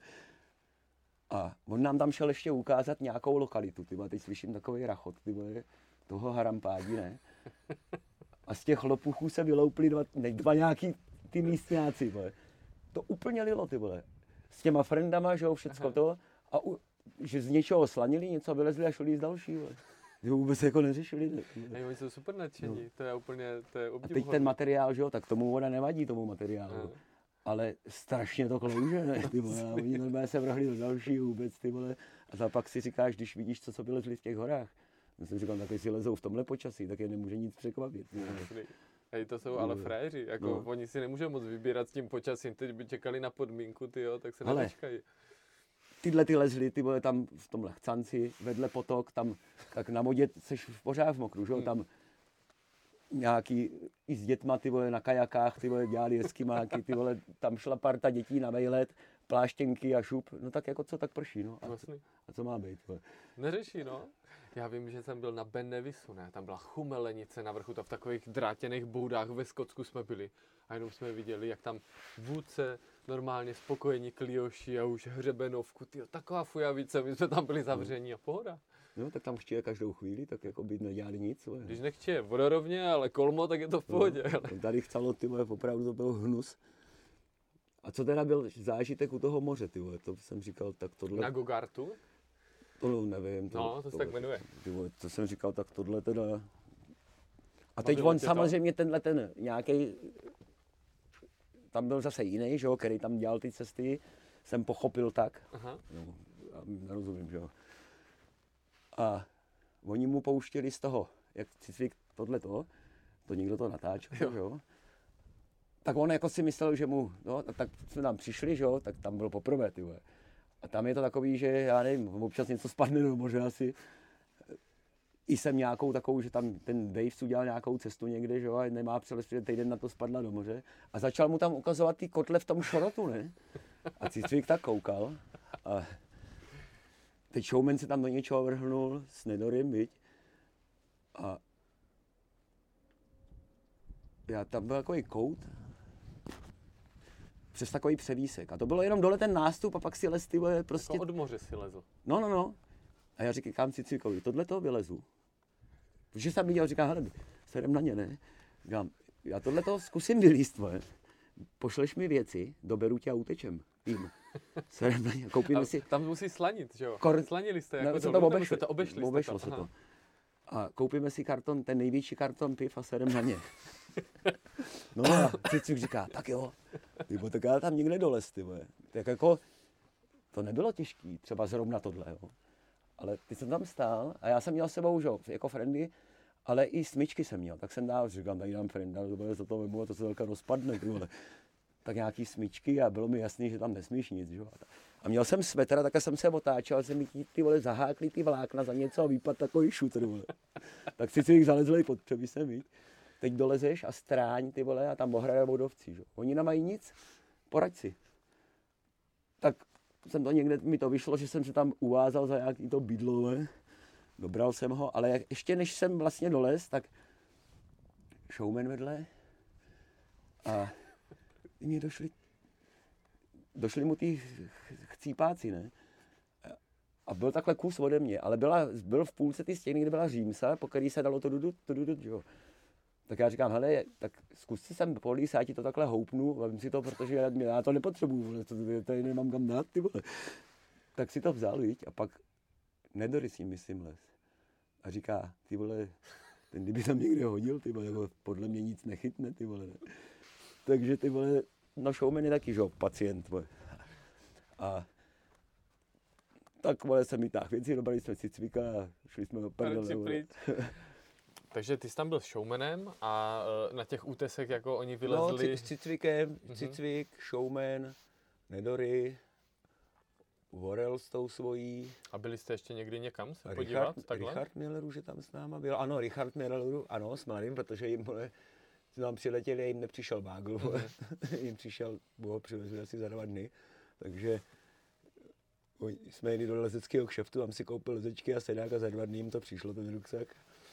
A on nám tam šel ještě ukázat nějakou lokalitu, ty vole, teď slyším takový rachot, ty vole, toho harampádí, ne. A z těch lopuchů se vyloupli dva, ne, dva nějaký ty místňáci, vole. To úplně lilo, ty vole. S těma friendama, že jo, všecko Aha. to. A u, že z něčeho slanili, něco vylezli a šli z další, vole. Že vůbec jako neřešili. Ne, oni jsou super nadšení, no. To je úplně, to je obdivuhodné. A teď ten materiál, že jo, tak tomu voda nevadí, tomu materiálu. No. Ale strašně to klouže, ne, ty vole. A oni normálně se vrhli do další vůbec, ty vole. A za pak si říkáš, když vidíš, co, co vylezli v těch horách. Já jsem říkal, tak si lezou v tomhle počasí, tak je nemůže nic překvapit. Hej, to jsou ale frajeři, jako no. Oni si nemůžou moc vybírat s tím počasím, teď by čekali na podmínku, tyjo, tak se nedočkají. Tyhle ty lezli, ty vole, tam v tomhle chcanci, vedle potok, tam, tak na modě seš pořád v mokru, že jo, tam nějaký i s dětma, ty vole, na kajakách, ty vole, dělali eskimáky, ty vole, tam šla parta dětí na vejlet pláštěnky a šup, no tak jako co, tak prší, no. A, Vlastně. a co má být? Vole? Neřeší, no. Já vím, že jsem byl na Ben Nevisu, ne? Tam byla chumelenice na vrchu, tam v takových drátěných boudách ve Skotsku jsme byli. A jenom jsme viděli, jak tam vůdce normálně spokojení klioši a už hřebenovku, tyjo, taková fujavice, my jsme tam byli zavření a pohoda. No tak tam chtěje každou chvíli, tak jako by nedělali nic. Vole. Když nechtěje vodorovně, ale kolmo, tak je to v pohodě. No, tady chcelo, ty vole, opravdu to byl hnus. A co teda byl zážitek u toho moře, ty vole, to jsem říkal, tak tohle... Na Gogartu? To nevím. To, No, to se tak jmenuje. Ty vole, to jsem říkal, tak tohle teda... A teď Bavilo on tě to? samozřejmě tenhle ten nějaký tam byl zase jiný, že jo, který tam dělal ty cesty, jsem pochopil tak. Aha. No, já nerozumím, že jo. A oni mu pouštěli z toho, jak cicvik tohleto, to někdo to natáčel, jo. Že jo. Tak on jako si myslel, že mu, no, tak jsme tam přišli, že jo, tak tam byl poprvé, ty vole. A tam je to takový, že já nevím, občas něco spadne do moře asi. I jsem nějakou takovou, že tam ten Dave udělal nějakou cestu někde, že jo, a nemá přeles, že týden na to spadla do moře. A začal mu tam ukazovat ty kotle v tom šrotu, ne? A Cicvik tak koukal. A teď showman se tam do něčeho vrhnul s Nedorym, viď? A já tam byl takový kout přes takový převísek. A to bylo jenom dole ten nástup a pak si les, ty vole, prostě... Jako od moře si lezl. No, no, no. A já říkám Cicvikovi, tohle toho vylezu. Protože jsem viděl, říkám, hele, se jdem na ně, ne? Říkám, já tohle toho zkusím vylíst, vole. Pošleš mi věci, doberu tě a utečem. Jím. Se jdem na ně, koupíme si... Tam musí slanit, že jo? Kor... Slanili jste no, jako se dolů, to nebo obešlo, jste to obešli? Obešlo jste se to. to. A koupíme si karton, ten největší karton piv a se jdem na ně. No a Cicvik říká, tak jo, tybo, tak já tam někde dolez, ty vole. Tak jako, to nebylo těžký, třeba zrovna tohle, jo. Ale ty jsem tam stál a já jsem měl s sebou, že, jako friendy, ale i smyčky jsem měl, tak jsem dál, říkám, tady dám frienda, to bude za to vemu, to se velká rozpadne, ty vole. Tak nějaký smyčky a bylo mi jasný, že tam nesmíš nic, že? A měl jsem svetr, tak jsem se otáčel, jsem mi ty vole zahákli ty vlákna za něco a výpad takový šutr, vole. Tak si jich zalezli pod převisem, víš. Teď dolezeš a stráň, ty vole, a tam ohraje vodovci, že? Oni nemají nic, poraď si. Tak jsem to někde, mi to vyšlo, že jsem se tam uvázal za nějaký to bydlo, vole. Dobral jsem ho, ale jak, ještě než jsem vlastně dolez, tak showman vedle a mě došli, došli mu ty chcípáci, ne? A byl takhle kus ode mě, ale byla, byl v půlce ty stěny, kde byla římsa, po který se dalo to dudut, to dudut, jo. Tak já říkám, hele, tak zkus si sem políz, já ti to takhle houpnu, a vím si to, protože já, já to nepotřebuju, to, tady nemám kam dát, ty vole. Tak si to vzal, viď, a pak Nedory s ním, myslím, les. A říká, ty vole, ten kdyby tam někde hodil, ty vole, jako podle mě nic nechytne, ty vole. Ne. Takže ty vole, no showman je taky, že jo, pacient, vole. A tak vole, jsem mi táhl věci, dobrali jsme Cicvika a šli jsme do prdele. Takže ty jsi tam byl s showmanem a uh, na těch útesech jako oni vylezli... No, s Cicvikem, mm-hmm. Cicvik, showman, Nedory, Vorel s tou svojí. A byli jste ještě někdy někam se Richard, podívat? Takhle? Richard Miller už je tam s náma byl. Ano, Richard Miller, ano, s mladým, protože jim vole, nám přiletěli a jim nepřišel Bagel, mm-hmm. jim přišel, bo přivezli asi za dva dny, takže jsme jeli do lezeckého kšeftu, tam si koupil lezečky a sedák a za dva dny jim to přišlo, ten ruksak.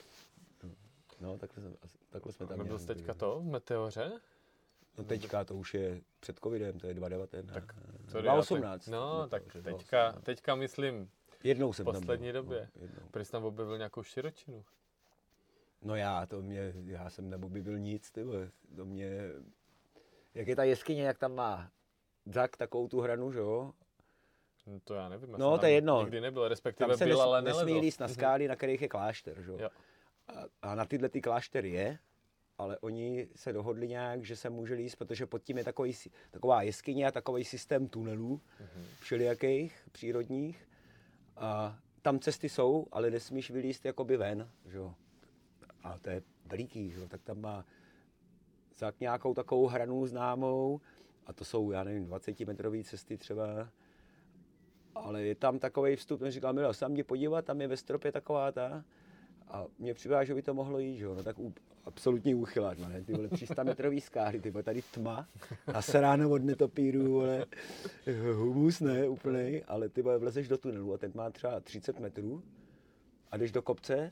No, takhle, takhle jsme tam měli. Byl jsi teďka to v Meteoře? No teďka, to už je před covidem, to je dva tisíce devatenáct. Tak, dva tisíce osmnáct. No, tak teďka, teďka myslím jednou jsem v poslední tam době. No, Protože jsi tam objevil nějakou širočinu. No já, to mě, já jsem neobjevil nic, ty vole. To mě, jak je ta jeskyně, jak tam má Zak takovou tu hranu, že jo? No to já nevím, já no, to je jedno. Nikdy nebyl, respektive tam se byl, nes, ale nelezl. nesmí líst na skály, na kterých je klášter, že jo? A, a na tyhle ty klášter je, ale oni se dohodli nějak, že se může líst, protože pod tím je takový, taková jeskyně a takový systém tunelů, mm-hmm. všelijakých přírodních. A tam cesty jsou, ale nesmíš vylízt jakoby ven, že jo? A to je veliký, že jo? Tak tam má tak nějakou takovou hranu známou a to jsou, já nevím, dvacetimetrové cesty třeba. Ale je tam takový vstup, on říkal, Milo, sám jdi podívat, tam je ve stropě taková ta. A mně připadá, že by to mohlo jít, že jo, no tak ú, absolutní úchylák, no, ne, ty vole, tři sta metrový skály, ty vole, tady tma, naseráno od netopíru, vole, humus, ne, úplnej, ale ty vole, vlezeš do tunelu a ten má třeba třicet metrů a jdeš do kopce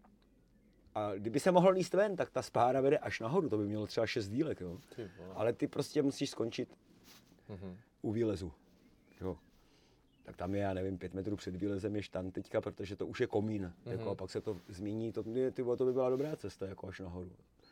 a kdyby se mohl líst ven, tak ta spára vede až nahoru, to by mělo třeba šest dílek, jo, ale ty prostě musíš skončit mm-hmm. u výlezu, jo. Tak tam je, já nevím, pět metrů před výlezem je štan teďka, protože to už je komín. Mm-hmm. Jako, a pak se to změní, to, ty, to by byla dobrá cesta, jako až nahoru.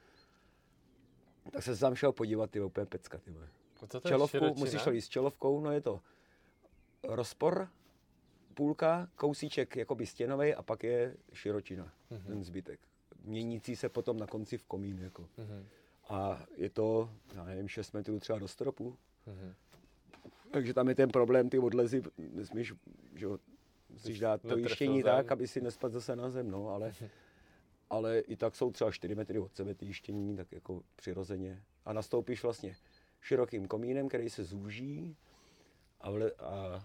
Tak se tam šel podívat, ty úplně pecka, ty vole. Čelovku, musíš to jít s čelovkou, no je to rozpor, půlka, kousíček jakoby stěnovej a pak je širočina, mm-hmm. ten zbytek. Měnící se potom na konci v komín, jako. Mm-hmm. A je to, já nevím, šest metrů třeba do stropu. Mm-hmm. Takže tam je ten problém, ty odlezy, nesmíš, že jo, musíš dát to jištění tak, aby si nespadl zase na zem, no, ale, ale i tak jsou třeba čtyři metry od sebe ty jištění, tak jako přirozeně. A nastoupíš vlastně širokým komínem, který se zúží a, vle, a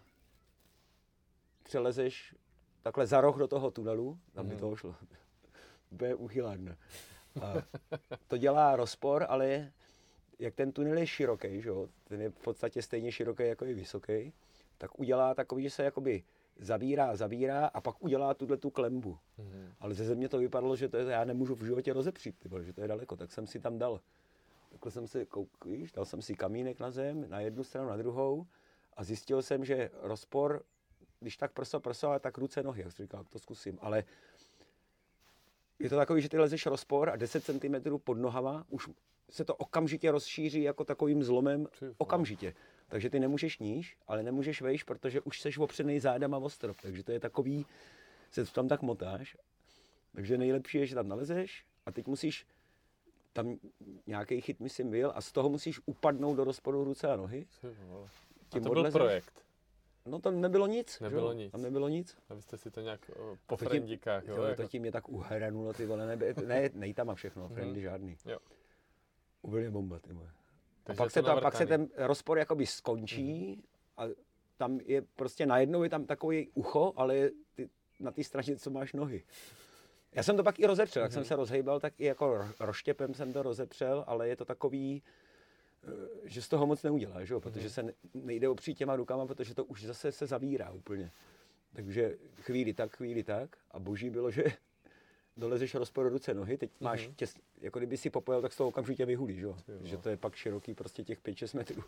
přelezeš takhle za roh do toho tunelu, tam by toho šlo. Bude uchylárna. A to dělá rozpor, ale jak ten tunel je široký, že jo, ten je v podstatě stejně široký jako i vysoký, tak udělá takový, že se jakoby zavírá, zavírá a pak udělá tuhle tu klembu. Mm-hmm. Ale ze země to vypadalo, že to je, já nemůžu v životě rozepřít, tyba, že to je daleko, tak jsem si tam dal. Takhle jsem si, koukíš, dal jsem si kamínek na zem, na jednu stranu, na druhou a zjistil jsem, že rozpor, když tak prso, prso, ale tak ruce, nohy, jak jsi říkal, to zkusím, ale je to takový, že ty lezeš rozpor a deset centimetrů pod nohama už se to okamžitě rozšíří jako takovým zlomem, okamžitě. Takže ty nemůžeš níž, ale nemůžeš vejš, protože už seš opřenej zádama o strop. Takže to je takový, se tam tak motáš. Takže nejlepší je, že tam nalezeš a teď musíš, tam nějaký chyt myslím byl a z toho musíš upadnout do rozporu ruce a nohy. A to byl projekt? No to nebylo nic. Nebylo nic. Tam nebylo nic. A vy jste si to nějak o, po frendikách, jo? Jo, to tím je tak uhranulo, ty vole, ne, ne, nej tam a všechno, frendy žádný. Jo. Úplně bomba, ty moje. A pak se, to, pak se ten rozpor jakoby skončí a tam je prostě najednou je tam takový ucho, ale ty, na té straně, co máš nohy. Já jsem to pak i rozepřel, jak mm-hmm. jsem se rozhejbal, tak i jako roštěpem jsem to rozepřel, ale je to takový, že z toho moc neuděláš, jo? Protože se nejde opřít těma rukama, protože to už zase se zavírá úplně. Takže chvíli tak, chvíli tak a boží bylo, že dolezeš rozpor ruce, nohy, teď máš, mm-hmm. těs, jako kdyby si popojel, tak z toho okamžitě vyhulíš, jo? Že to je pak široký prostě těch pět šest metrů.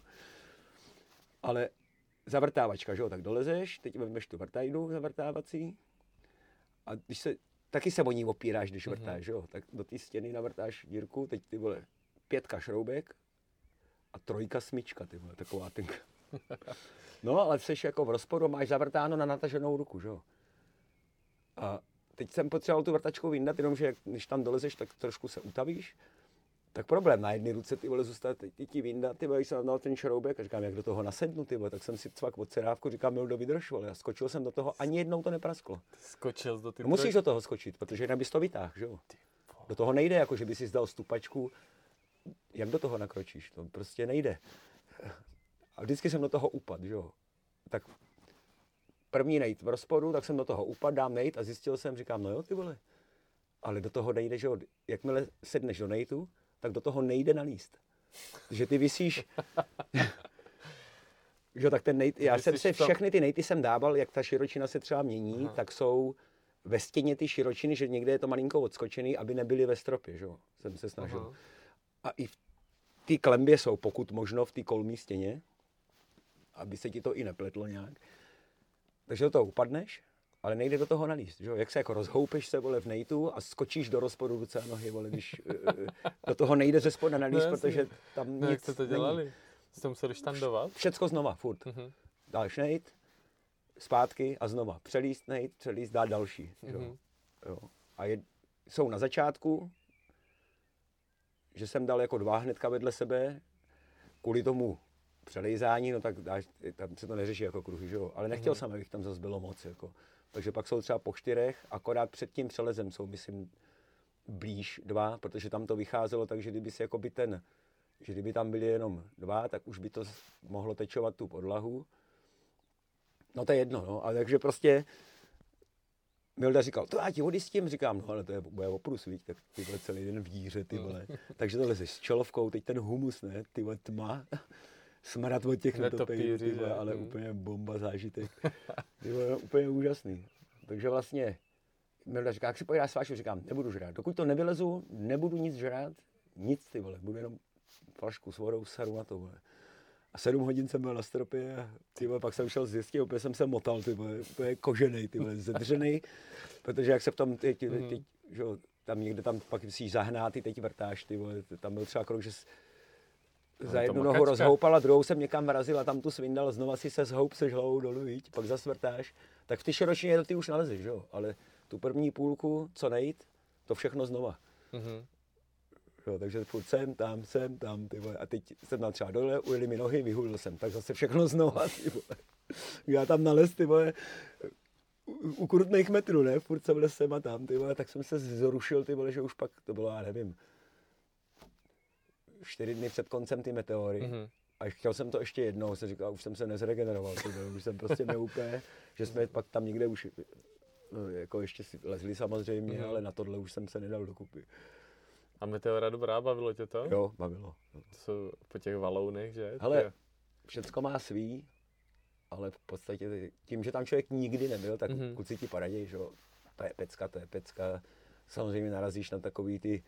Ale zavrtávačka, že jo, tak dolezeš, teď vezmeš tu vrtajdu zavrtávací a když se, taky se o ní opíráš, když mm-hmm. vrtáš, jo, tak do té stěny navrtáš dírku, teď ty vole pětka šroubek a trojka smyčka, ty vole, taková tenka. No, ale jsi jako v rozporu, máš zavrtáno na nataženou ruku, že jo. A teď jsem potřeboval tu vrtačku vyndat, jenomže když tam dolezeš, tak trošku se utavíš. Tak problém, na jedné ruce ty vole zůstat, teď ti vyndat, ty vole, když jsem tam dal ten šroubek a říkám, jak do toho nasednu, ty vole, tak jsem si cvak od cerávku, říkám, měl do vydrž, vole, a skočil jsem do toho, ani jednou to neprasklo. Skočil do ty no, musíš do toho skočit, protože jinak bys to vytáhl, že jo. Do toho nejde, jako že by si zdal stupačku, jak do toho nakročíš, to prostě nejde. A vždycky jsem do toho upad, že jo. Tak první nejt v rozporu, tak jsem do toho upadl, dám nejt a zjistil jsem, říkám, no jo, ty vole, ale do toho nejde, že jo, jakmile sedneš do nejtu, tak do toho nejde nalíst. Že ty visíš, že jo, tak ten nejt, já jsem se všechny ty nejty jsem dával, jak ta širočina se třeba mění, aha. tak jsou ve stěně ty širočiny, že někde je to malinko odskočený, aby nebyly ve stropě, že jo, jsem se snažil. Aha. A i v té klembě jsou, pokud možno v té kolmí stěně, aby se ti to i nepletlo nějak. Takže do toho upadneš, ale nejde do toho nalíst, že jo? Jak se jako rozhoupeš se, vole, v nejtu a skočíš do rozporu ruce a nohy, vole, když do toho nejde ze spoda nalíst, no, protože tam no, nic jak jste to dělali? Jste to museli štandovat? Všecko znova, furt. Uh-huh. Dáš nejt, zpátky a znova. Přelíst nejt, přelíst, dát další. Uh-huh. Jo? Jo. A je, jsou na začátku, že jsem dal jako dva hnedka vedle sebe, kvůli tomu přelejzání, no tak dáš, tam se to neřeší jako kruhy, že jo, ale nechtěl mm. jsem, abych tam zase bylo moc, jako. Takže pak jsou třeba po čtyřech, akorát před tím přelezem jsou, myslím, blíž dva, protože tam to vycházelo, takže kdyby si jako by ten, že kdyby tam byly jenom dva, tak už by to mohlo tečovat tu podlahu. No to je jedno, no, a takže prostě Milda říkal, to já ti vody s tím, říkám, no ale to je bude oprus, víš, tak ty vole celý den v díře, ty vole. Takže to lezeš s čelovkou, teď ten humus, ne, ty vole tma, smrad od těch netopýrů, ty vole, ale hmm. úplně bomba zážitek. Ty vole, úplně úžasný. Takže vlastně Milda říká, jak si pojedá sváčku, říkám, nebudu žrát. Dokud to nevylezu, nebudu nic žrát, nic, ty vole, budu jenom flašku s vodou, saru na to, vole. A sedm hodin jsem byl na stropě a ty vole, pak jsem šel z jistě, opět jsem se motal, ty vole, úplně koženej, ty vole, zedřenej, protože jak se v tom teď, teď, teď že, tam někde tam pak musíš zahnát, ty teď vrtáš, ty vole, tam byl třeba krok, že jsi za jednu nohu rozhoupal a druhou jsem někam vrazil a tam tu svindal, znova si se zhoup se hlavou dolů, víc, pak zas vrtáš, tak v ty širočině ty už nalezeš, jo, ale tu první půlku, co nejít, to všechno znova. Mm-hmm. Jo, takže furt sem, tam, sem, tam, ty vole. A teď jsem tam třeba dole, ujeli mi nohy, vyhulil jsem, tak zase všechno znova, ty vole. Já tam nalez, ty vole, u, u krutných metrů, ne, furt jsem les sem a tam, ty vole, tak jsem se zrušil, ty vole, že už pak, to bylo, já nevím, čtyři dny před koncem ty meteory. Mm-hmm. A chtěl jsem to ještě jednou, jsem říkal, už jsem se nezregeneroval, ty vole, už jsem prostě neúplně, že jsme pak tam někde už, no, jako ještě si lezli samozřejmě, mm-hmm. ale na tohle už jsem se nedal dokupy. A meteora dobrá, bavilo tě to? Jo, bavilo. To jsou po těch valounech, že? Hele, všecko má svý, ale v podstatě tím, že tam člověk nikdy nebyl, tak mm-hmm. kluci ti poradí, že jo, to je pecka, to je pecka. Samozřejmě narazíš na takový ty,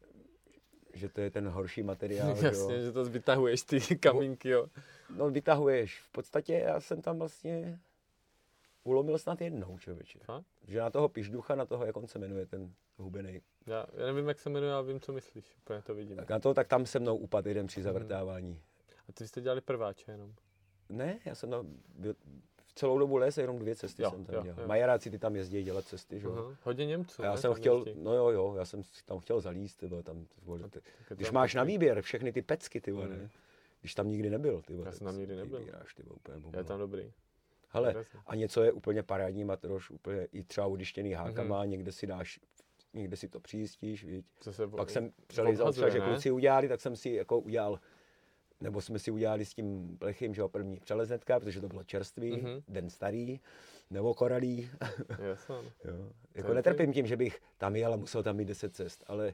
že to je ten horší materiál. Jasně, jo. že to vytahuješ ty kamínky, jo. No vytahuješ. V podstatě já jsem tam vlastně ulomil snad jednou, člověče. A? Že na toho pižducha, na toho, jak on se jmenuje, ten hubenej. Já, já nevím, jak se jmenuje, ale vím, co myslíš. Úplně to vidím. Tak na to, tak tam se mnou upadl jeden při zavrtávání. Hmm. A ty jste dělali prváče jenom? Ne, já jsem tam byl, v celou dobu les, jenom dvě cesty jo, jsem tam jo, dělal. Jo. Majaráci ty tam jezdí dělat cesty, že jo. Uh-huh. Hodně Němců, já ne, jsem chtěl, jezdí. no jo, jo, já jsem tam chtěl zalíst, ty vole, tam, ty, když máš na výběr všechny ty pecky, ty vole, hmm. ne? Když tam nikdy nebyl, ty vole. Já jsem tam nikdy nebyl. Vybíráš, ty vole, úplně bomba. Je tam dobrý. Hele, a něco je úplně parádní matroš, úplně i třeba udištěný hákama, mm-hmm. někde si dáš, někde si to přijistíš, víš. Pak v, jsem přelejzal třeba, že kluci udělali, tak jsem si jako udělal, nebo jsme si udělali s tím plechem, že jo, první přeleznetka, protože to bylo čerstvý, mm-hmm. den starý, nebo koralí. Jasně. Jo. Jako netrpím tím, že bych tam jel a musel tam mít deset cest, ale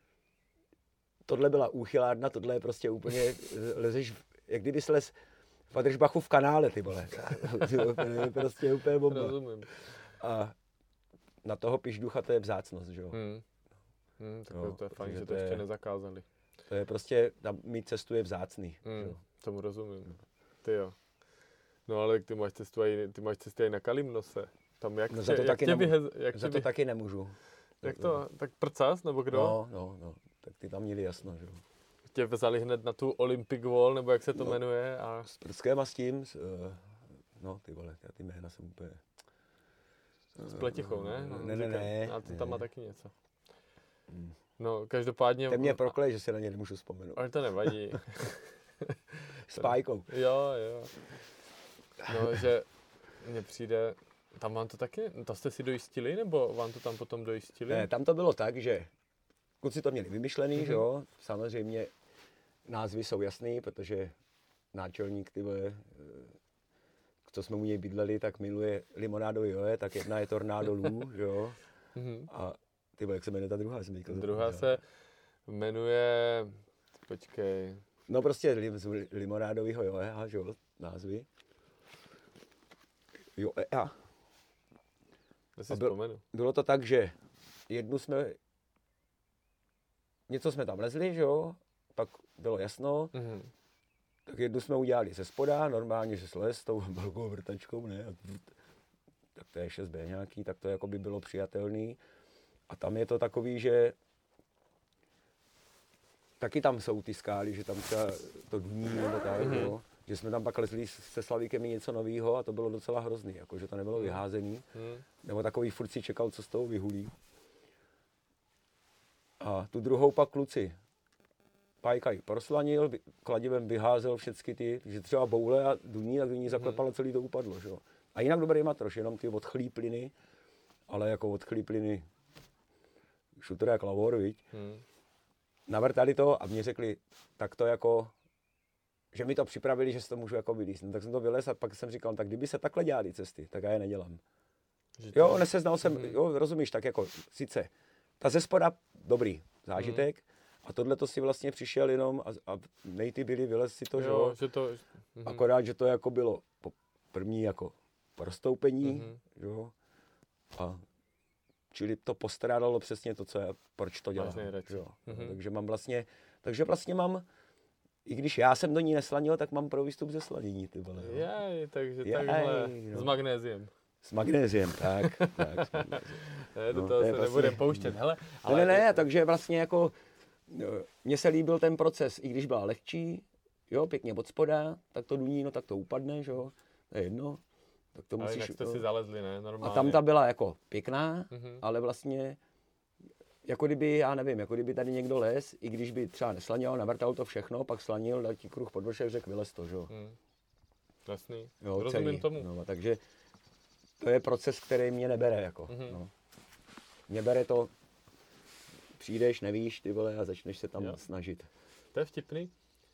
tohle byla úchylárna, tohle je prostě úplně, lezeš, jak kdyby les v Adržbachu v kanále, ty vole. To je prostě úplně bomba. Rozumím. A na toho pižducha to je vzácnost, že jo. Hmm. Hmm, tak no, to je fajn, že to, to je, ještě nezakázali. To je prostě, tam mít cestu je vzácný. Hmm, tomu rozumím. Ty jo. No ale ty máš cestu aj, ty máš cesty aj na Kalimnose. Tam jak no, tě, za to, jak taky, tě nemůžu, vyhez, jak za to vy... taky nemůžu. Jak to? Tak prcás, nebo kdo? No, no, no. Tak ty tam měli jasno, že jo. Tě vzali hned na tu Olympic Wall, nebo jak se to no, jmenuje? A... S Prském a s tím, s, uh, no ty vole, já ty jména jsem úplně... Uh, s Pletichou, ne? No, ne, ne, ne. A ty tam má taky něco. Hmm. No, každopádně... Ten mě proklej, že se na ně nemůžu vzpomenout. Ale to nevadí. S pájkou. Jo, jo. No, že mně přijde... Tam vám to taky... To jste si dojistili, nebo vám to tam potom dojistili? Ne, tam to bylo tak, že kluci to měli vymyšlený, mm-hmm. že jo. Samozřejmě názvy jsou jasný, protože náčelník, ty vole, co jsme u něj bydleli, tak miluje limonádo joje, tak jedna je tornádo lů, že jo. Mm-hmm. A ty vole, jak se jmenuje ta druhá? Jsem druhá se jmenuje... Počkej... No prostě z limonádovýho joje, že jo, názvy. Jo, a... Já si vzpomenu. Bylo to tak, že jednu jsme... Něco jsme tam lezli, že jo, pak bylo jasno, mm-hmm. tak jednu jsme udělali ze spoda, normálně, že slez s tou velkou vrtačkou, ne, tak to je šest bé nějaký, tak to jako by bylo přijatelný. A tam je to takový, že taky tam jsou ty skály, že tam třeba to duní nebo tak, mm-hmm. jo, že jsme tam pak lezli se Slavíkem i něco novýho a to bylo docela hrozný, jako, že to nebylo vyházený, mm-hmm. nebo takový furt si čekal, co z toho vyhulí. A tu druhou pak kluci Pajkaj proslanil, kladivem vyházel všechny ty, že třeba boule a duní, tak duní zaklepalo, celý to upadlo. Že? A jinak dobrý matroš, jenom ty odchlípliny, ale jako odchlípliny šutr jak lavor, viď? Hmm. Navrtali to a mě řekli, tak to jako, že mi to připravili, že si to můžu jako vylíst. No, tak jsem to vylez a pak jsem říkal, tak kdyby se takhle dělali cesty, tak já je nedělám. Že to... Jo, neseznal jsem, Mhm. jo, rozumíš, tak jako, sice, ta ze spoda, dobrý zážitek, a tohle to si vlastně přišel jenom a, a nejty byli, vylez si to, že jo, jo, že to... Mhm. akorát, že to jako bylo po první jako prostoupení, Mhm. jo, a čili to postrádalo přesně to, co já, proč to dělám, Máš nejradši. jo, Mhm. takže mám vlastně, takže vlastně mám, i když já jsem do ní neslanil, tak mám pro výstup ze slanění, ty vole, jo. Jaj, takže Jaj, takhle, no. s magnéziem. S magnéziem, tak, tak, s magnéziem. Ne, do No, toho to je se vlastně- nebudeme pouštět, hele. Ale ne, ne, takže vlastně jako no, mně se líbil ten proces, i když byla lehčí, jo, pěkně od spoda, tak to duní, no tak to upadne, že jo, to je jedno, tak to Ale musíš... jinak jste no. si zalezli, ne, A normálně. tam ta byla jako pěkná, Mhm. ale vlastně, jako kdyby, já nevím, jako kdyby tady někdo les, i když by třeba neslanil, navrtal to všechno, pak slanil, dal ti kruh pod vršek, řekl vylez to, že jo. Hmm. Jasný, Jo, rozumím celý. tomu. No, takže to je proces, který mě nebere, jako, Mhm. no. Mě bere to, přijdeš, nevíš, ty vole, a začneš se tam Jo. snažit. To je vtipný.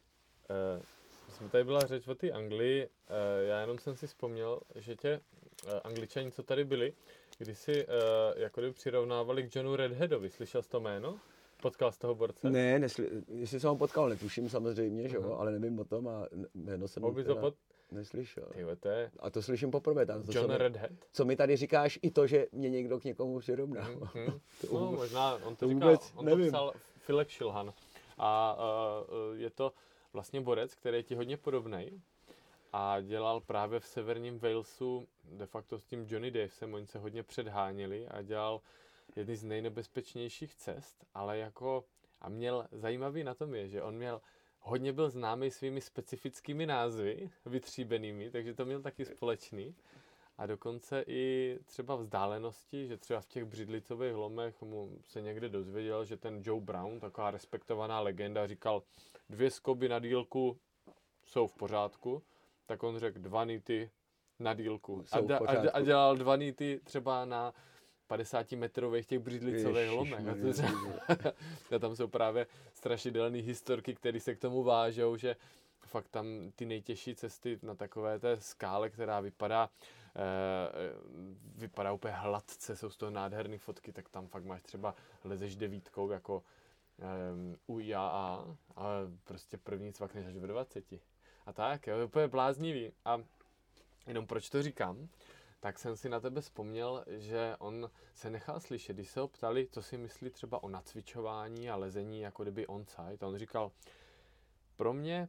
Uh, jsme tady byla řeč o té Anglii, uh, já jenom jsem si vzpomněl, že tě uh, Angličani, co tady byli, když si uh, jako kdyby přirovnávali k Johnu Redheadovi. Slyšel jsi to jméno? Potkal jsi toho borce? Ne, nesli, jestli jsem ho potkal, netuším samozřejmě, že jo, Mhm. ale nevím o tom a jméno jsem Mohl bys teda to pod... neslyšel. Tyhle, to je A to slyším poprvé. Tam, to, co, John mi, Redhead. co mi tady říkáš, i to, že mě někdo k někomu přirovná. Mhm, mhm. To No, vůbec- možná, on to, to říkal, vůbec on to nevím. psal Philek Shilhan. A uh, je to vlastně borec, který je ti hodně podobný a dělal právě v severním Walesu de facto s tím Johnny Davesem, oni se hodně předháněli a dělal jedny z nejnebezpečnějších cest, ale jako a měl, zajímavý na tom je, že on měl hodně byl známý svými specifickými názvy, vytříbenými, takže to měl taky společný. A dokonce i třeba vzdálenosti, že třeba v těch břidlicových lomech mu se někde dozvěděl, že ten Joe Brown, taková respektovaná legenda, říkal, dvě skoby na dílku jsou v pořádku, tak on řekl dva nity na dílku. A, Jsou v da, a, pořádku. a dělal dva nity třeba na padesátimetrových těch břidlicových lomech. A, to, Ježišmarja. a tam jsou právě strašidelné historky, které se k tomu vážou, že fakt tam ty nejtěžší cesty na takové té skále, která vypadá Uh, vypadá úplně hladce, jsou z toho nádherné fotky, tak tam fakt máš třeba lezeš devítkou jako um, u I A A, ale prostě první cvakneš až v dvaceti. A tak, jo, úplně bláznivý. A jenom proč to říkám, tak jsem si na tebe vzpomněl, že on se nechal slyšet, když se ho ptali, co si myslí třeba o nacvičování a lezení jako kdyby on-site. A on říkal, pro mě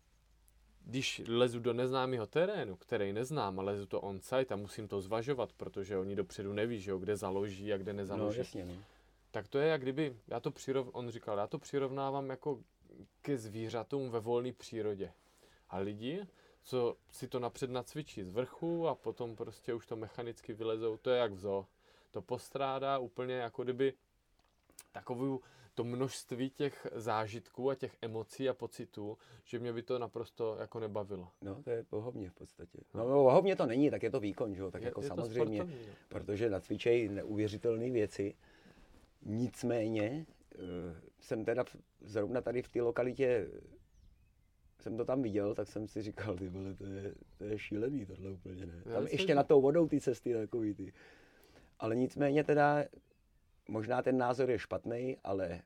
když lezu do neznámého terénu, který neznám, a lezu to on-site a musím to zvažovat, protože oni dopředu neví, že jo, kde založí a kde No, nezaloží. jasně, no. Tak to je jak kdyby, já to přirov, on říkal, já to přirovnávám jako ke zvířatům ve volné přírodě. A lidi, co si to napřed nacvičí z vrchu a potom prostě už to mechanicky vylezou, to je jak v zoo. To postrádá úplně jako kdyby takovou to množství těch zážitků a těch emocí a pocitů, že mě by to naprosto jako nebavilo. No, to je pohovně v podstatě. No, pohovně to není, tak je to výkon, že jo, tak Je- jako je to samozřejmě, sportovní, jo. protože nacvičejí neuvěřitelné věci. Nicméně, eh, jsem teda v- zrovna tady v té lokalitě, jsem to tam viděl, tak jsem si říkal, ty vole, to je, to je šílený tohle úplně, ne. Já Tam myslím, ještě že- na tou vodou ty cesty takový ty. Ale nicméně teda, možná ten názor je špatný, ale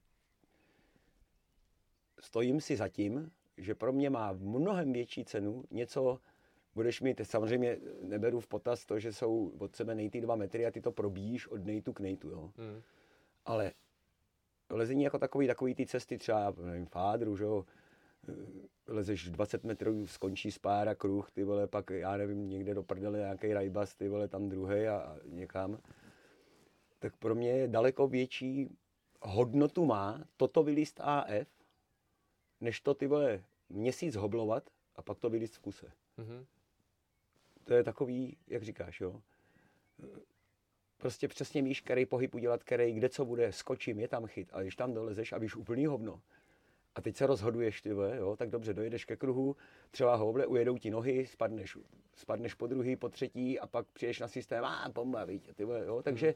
stojím si za tím, že pro mě má mnohem větší cenu něco, budeš mít, samozřejmě neberu v potaz to, že jsou od sebe nejty dva metry a ty to probíjíš od nejtu k nejtu, jo. Hmm. Ale lezení jako takový, takový ty cesty třeba, nevím, fádru, že jo, lezeš dvacet metrů, skončí spára, kruh, ty vole, pak já nevím, někde do prdele nějaký rajbas, ty vole, tam druhý a, a někam. Tak pro mě je daleko větší hodnotu má toto vylíst A F, než to ty vole měsíc hoblovat a pak to vylíst v kuse. Mhm. To je takový, jak říkáš, jo. Prostě přesně víš, který pohyb udělat, který, kde co bude, skočím, je tam chyt. A když tam dolezeš a víš úplný hovno, a teď se rozhoduješ, ty vole, jo, tak dobře, dojedeš ke kruhu, třeba hoble, ujedou ti nohy, spadneš, spadneš po druhý, po třetí a pak přijdeš na systém, a bomba, víš, ty vole, jo, takže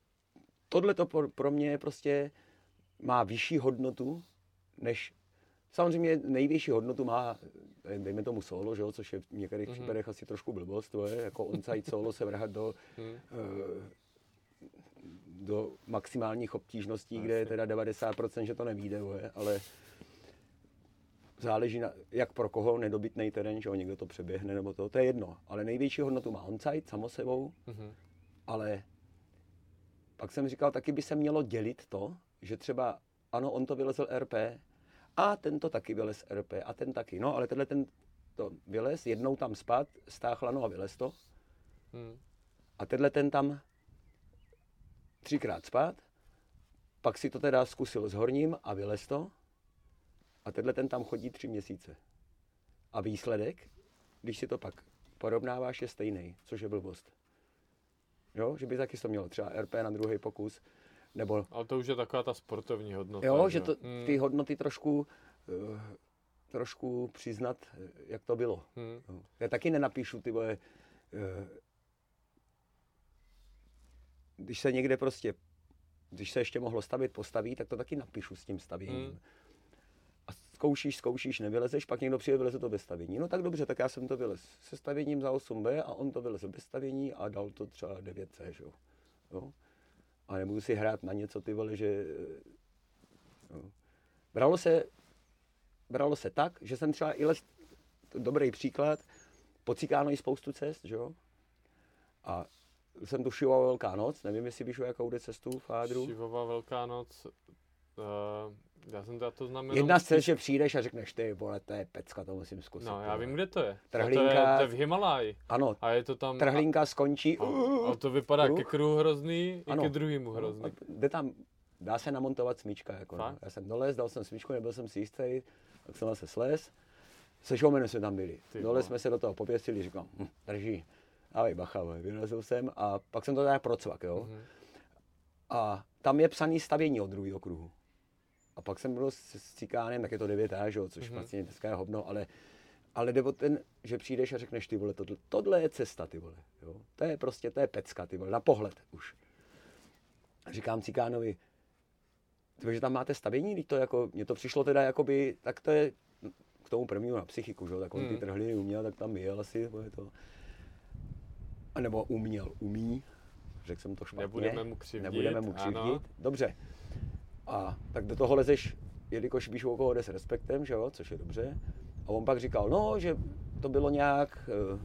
tohle to pro mě prostě má vyšší hodnotu, než Samozřejmě nejvyšší hodnotu má, dejme tomu solo, že jo, což je v některých Mhm. případech asi trošku blbost, to je jako on-site solo se vrhat do, Hmm. eh, do maximálních obtížností, kde je Jasně. teda devadesát procent, že to nevíde, je, ale záleží na, jak pro koho, nedobytnej terén, že jo, někdo to přeběhne nebo to, to je jedno. Ale největší hodnotu má on-site, samo sebou, Mhm. ale pak jsem říkal, taky by se mělo dělit to, že třeba, ano, on to vylezl R P, a ten to taky vylez R P, a ten taky. No, ale tenhle ten to vylez, jednou tam spad, stáhl lano a vylez to. Hmm. A tenhle ten tam třikrát spad, pak si to teda zkusil s horním a vylez to. A tenhle ten tam chodí tři měsíce. A výsledek, když si to pak porovnáváš, je stejný, což je blbost. Jo, že by taky to mělo třeba R P na druhý pokus, nebo Ale to už je taková ta sportovní hodnota. jo, že to, Hmm. ty hodnoty trošku, uh, trošku přiznat, eh, jak to bylo. Hmm. Jo. Já taky nenapíšu ty vole, uh, když se někde prostě, když se ještě mohlo stavit, postaví, tak to taky napíšu s tím stavěním. Hmm. A zkoušíš, zkoušíš, nevylezeš, pak někdo přijde, vyleze to bez stavění. No tak dobře, tak já jsem to vylez se stavěním za osm B a on to vylezl bez stavění a dal to třeba devět C, že jo. Jo? A nebudu si hrát na něco, ty vole, že... Jo. Bralo se, bralo se tak, že jsem třeba i les, dobrý příklad, po Cikánoji spoustu cest, že jo. A jsem tu Šivová Velká noc, nevím, jestli víš, jakou jde cestu v Fádru. Šivová Velká noc. Uh, já jsem to, já to znamená... Jedna z cest, že přijdeš a řekneš, ty vole, to je pecka, to musím zkusit. No, ty já vole. vím, kde to je. Trhlínka- To je, to je v Himaláji. Ano, A je to tam... trhlínka skončí. A, a to vypadá kruh. ke kruhu hrozný, Ano. i ke druhému No, hrozný. a jde tam, dá se namontovat smyčka. Jako, no. Fakt? Já jsem dolez, dal jsem smyčku, nebyl jsem si jistý, tak jsem se slez. Se showmanem jsme tam byli. Ty Dole vole. jsme se do toho popěstili, říkám, hm, drží. Ahoj, bacha, vole. Vylezl jsem a pak jsem to tak procvak, jo. Mhm. A tam je psaný stavění od druhého kruhu. A pak jsem byl s, s Cikánem, tak je to devět A, že jo, což Mhm. vlastně dneska je hovno, ale, ale jde o ten, že přijdeš a řekneš, ty vole, tohle, tohle je cesta, ty vole, jo. To je prostě, to je pecka, ty vole, na pohled už. A říkám Cikánovi, ty vole, že tam máte stavění, když to jako, mně to přišlo teda jakoby, tak to je k tomu prvnímu na psychiku, že jo, tak on ty Mhm. trhliny uměl, tak tam jel asi, vole, to. A nebo uměl, umí, řekl jsem to špatně. Nebudeme mu křivdit, Nebudeme mu křivdit, ano. dobře. A tak do toho lezeš, jelikož víš, o koho jde s respektem, že jo, což je dobře. A on pak říkal, no, že to bylo nějak, eh,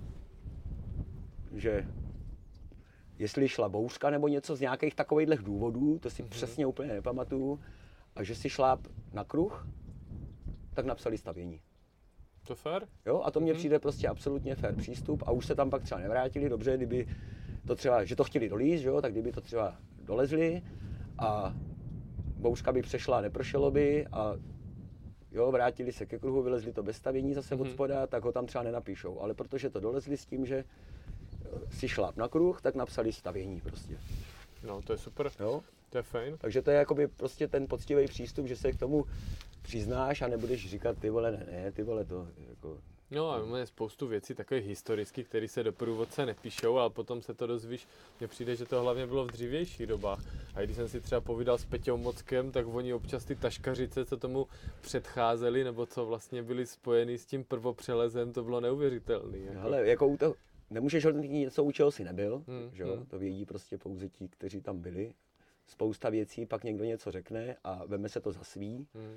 že jestli šla bouřka nebo něco z nějakých takových důvodů, to si Mhm. přesně úplně nepamatuju, a že si šláp na kruh, tak napsali stavění. To fér? Jo, a to mně Mhm. přijde prostě absolutně fair přístup a už se tam pak třeba nevrátili, dobře, kdyby to třeba, že to chtěli dolízt, že jo, tak kdyby to třeba dolezli a bouřka by přešla, nepršelo by a jo, vrátili se ke kruhu, vylezli to bez stavění zase Mhm. od spoda, tak ho tam třeba nenapíšou, ale protože to dolezli s tím, že si šláp na kruh, tak napsali stavění prostě, No, to je super. jo. To je fajn. Takže to je jakoby prostě ten poctivý přístup, že se k tomu přiznáš a nebudeš říkat, ty vole, ne, ne, ty vole, to jako... No a máme spoustu věcí takových historických, které se do průvodce nepíšou, ale potom se to dozvíš. Mně přijde, že to hlavně bylo v dřívějších dobách. A když jsem si třeba povídal s Peťou Mockem, tak oni občas ty taškařice, co tomu předcházeli, nebo co vlastně byly spojený s tím prvopřelezem, to bylo neuvěřitelné. Jako. Ale jako u toho, nemůžeš hodnotit něco, u čeho jsi nebyl, Hmm, že jo? hmm. To vědí prostě pouze ti, kteří tam byli. Spousta věcí, pak někdo něco řekne a veme se to za svý Hmm.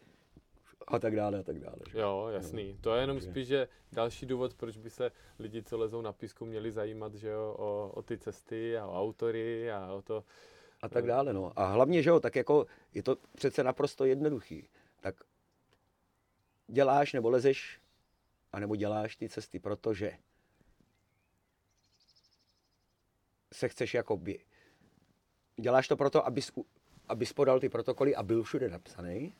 a tak dále a tak dále. Že? Jo, jasný. To je jenom Takže- spíš, že další důvod, proč by se lidi, co lezou na písku, měli zajímat, že jo, o, o ty cesty a o autory a o to. A tak dále, no. A hlavně, že jo, tak jako je to přece naprosto jednoduchý. Tak děláš nebo lezeš, anebo děláš ty cesty, protože se chceš jakoby... Děláš to proto, abys, u- abys podal ty protokoly a byl všude napsaný.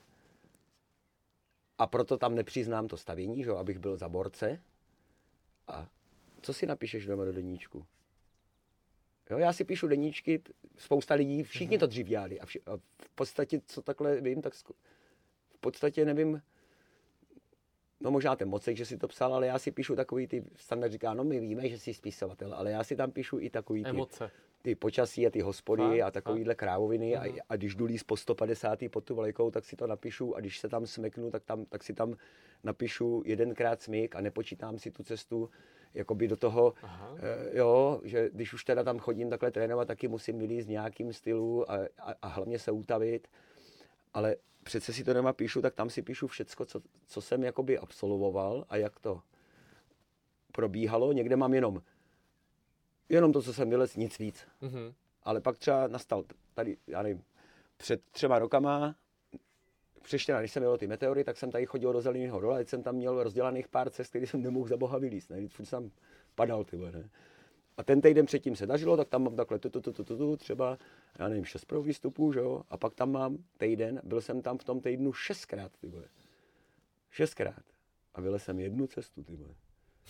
A proto tam nepřiznám to stavění, že jo, abych byl za borce. A co si napíšeš doma do deníčku? Jo, já si píšu deníčky, t- spousta lidí, všichni to dřív dělali. A, vši, a v podstatě, co takhle vím, tak zku- v podstatě nevím, no možná ten Mocek, že si to psal, ale já si píšu takový ty, standard říká, no my víme, že jsi spisovatel, ale já si tam píšu i takový ty, Emoce. ty počasí a ty hospody Fakt, a takovýhle krávoviny Mhm. a, a když jdu líst po sto padesátý pod tu vlajkou, tak si to napíšu a když se tam smeknu, tak, tam, tak si tam napíšu jedenkrát smyk a nepočítám si tu cestu jakoby do toho, Aha. e, jo, že když už teda tam chodím takhle trénovat, taky musím vylízt v nějakým stylu a, a, a hlavně se utavit, ale přece si to doma píšu, tak tam si píšu všecko, co, co jsem jakoby absolvoval a jak to probíhalo. Někde mám jenom jenom to, co jsem vylez, nic víc. Mhm. Ale pak třeba nastal tady, já nevím, před třema rokama, přeštěna, když jsem jel ty meteory, tak jsem tady chodil do Zeleného dole, teď jsem tam měl rozdělaných pár cest, který jsem nemohl za boha vylíst, ne? Furt jsem padal, ty vole, ne? A ten týden předtím se dařilo, tak tam mám takhle tu, tu, tu, tu, tu, tu, třeba, já nevím, šest pro výstupů, že jo? A pak tam mám týden, byl jsem tam v tom týdnu šestkrát, ty vole. Šestkrát. A vylez jsem jednu cestu, ty vole.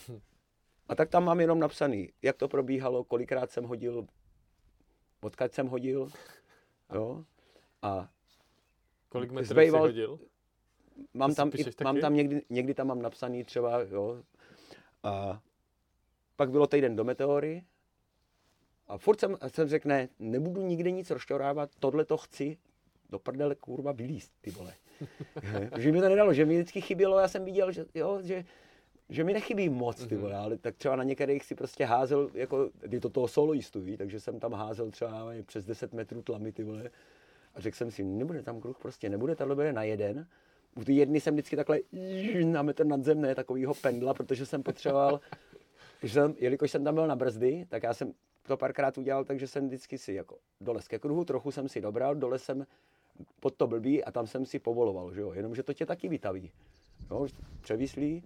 A tak tam mám jenom napsaný, jak to probíhalo, kolikrát jsem hodil, odkud jsem hodil, jo? A Kolik metrů jsi zbýval- hodil? mám si tam, píšeš i, taky? mám tam někdy, někdy tam mám napsaný třeba, jo. A pak bylo týden do meteory a furt jsem, jsem řekl, ne, nebudu nikde nic rozšťorávat, tohle to chci do prdele kurva vylíst, ty vole. Že mi to nedalo, že mi vždycky chybělo, já jsem viděl, že, jo, že, že mi nechybí moc, ty vole, ale tak třeba na některých si prostě házel, jako, je to toho soloistu, ví, takže jsem tam házel třeba přes deset metrů tlamy, ty vole. A řekl jsem si, nebude tam kruh, prostě nebude, tahle bude na jeden. U ty jedny jsem vždycky takhle na metr nad zem, ne, takovýho pendla, protože jsem potřeboval, že jsem, jelikož jsem tam byl na brzdy, tak já jsem to párkrát udělal, takže jsem vždycky si jako dolez ke kruhu, trochu jsem si dobral, dole jsem pod to blbý a tam jsem si povoloval, že jo, jenomže to tě taky vytaví, jo, převislý,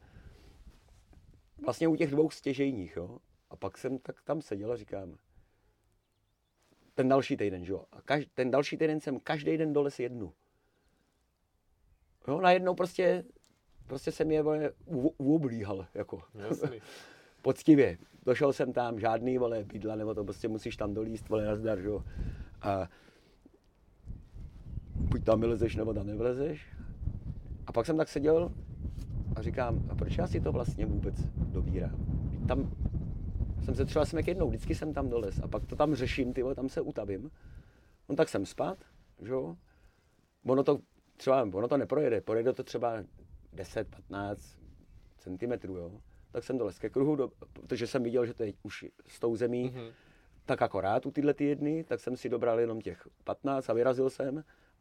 vlastně u těch dvou stěžejních, jo, a pak jsem tak tam seděl a říkám, ten další týden, že jo, a kaž, ten další týden jsem každý den dolez jednu. Jo, najednou prostě, prostě jsem je vole, u- uoblíhal, jako. Jasný. Poctivě. Došel jsem tam, žádný, vole, bydla, nebo to prostě musíš tam dolíst, vole, nazdar, že jo. A buď tam vylezeš, nebo tam nevlezeš. A pak jsem tak seděl a říkám, a proč já si to vlastně vůbec dobírám? Tam jsem se třeba smek jednou, vždycky jsem tam dolez a pak to tam řeším, ty vole, tam se utavím. No tak jsem spát, že jo. Ono to třeba, ono to neprojede, projede to třeba deset patnáct centimetrů, jo. Tak jsem dolez ke kruhu, do, protože jsem viděl, že to je už s tou zemí Mhm. tak akorát u tyhle ty jedny, tak jsem si dobral jenom těch patnáct a vyrazil jsem.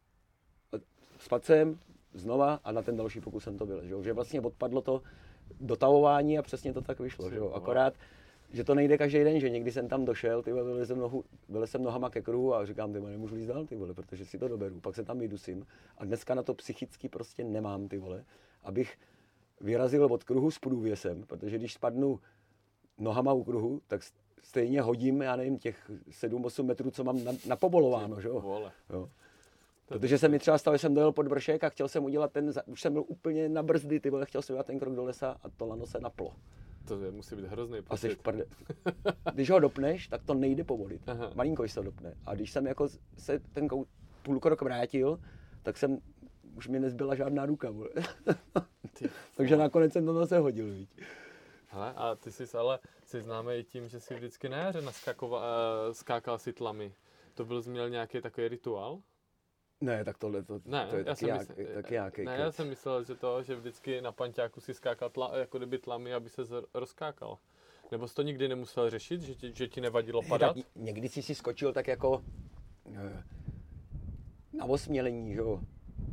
Spadl jsem znova a na ten další pokus jsem to byl, že jo. Že vlastně odpadlo to dotavování a přesně to tak vyšlo, že jo. Akorát, že to nejde každý den, že někdy jsem tam došel, ty vole, vylez jsem, nohu, vylez jsem nohama ke kruhu a říkám, ty vole, nemůžu líst dál, ty vole, protože si to doberu, pak se tam vydusím a dneska na to psychicky prostě nemám, ty vole, abych vyrazil od kruhu s průvěsem, protože když spadnu nohama u kruhu, tak stejně hodím, já nevím, těch sedm osm metrů, co mám napobolováno, že jo. Vole. jo. Protože se mi třeba stalo, že jsem dojel pod vršek a chtěl jsem udělat ten, už jsem byl úplně na brzdy, ty vole, chtěl jsem udělat ten krok do lesa a to lano se naplo. To je, musí být hrozný A seš pocit. v prde. Když ho dopneš, tak to nejde povolit. Aha. Malinko se to dopne. A když jsem jako se ten kou- půl krok vrátil, tak jsem, už mi nezbyla žádná ruka, vole. Ty Takže nakonec jsem to zase hodil, víš. Hele, a ty jsi ale jsi známý i tím, že jsi vždycky na jaře naskakova, uh, skákal si tlamy. To byl jsi měl nějaký takový rituál? Ne, tak tohle to, Ne, to je já taky, jsem jak, mysl... taky nějaký Ne, já jsem myslel, že to, že vždycky na panťáku si skákal tla, jako kdyby tlamy, aby se z- rozskákal. Nebo jsi to nikdy nemusel řešit, že ti, že ti nevadilo padat? Tak někdy jsi si skočil tak jako eh, na osmělení, že jo.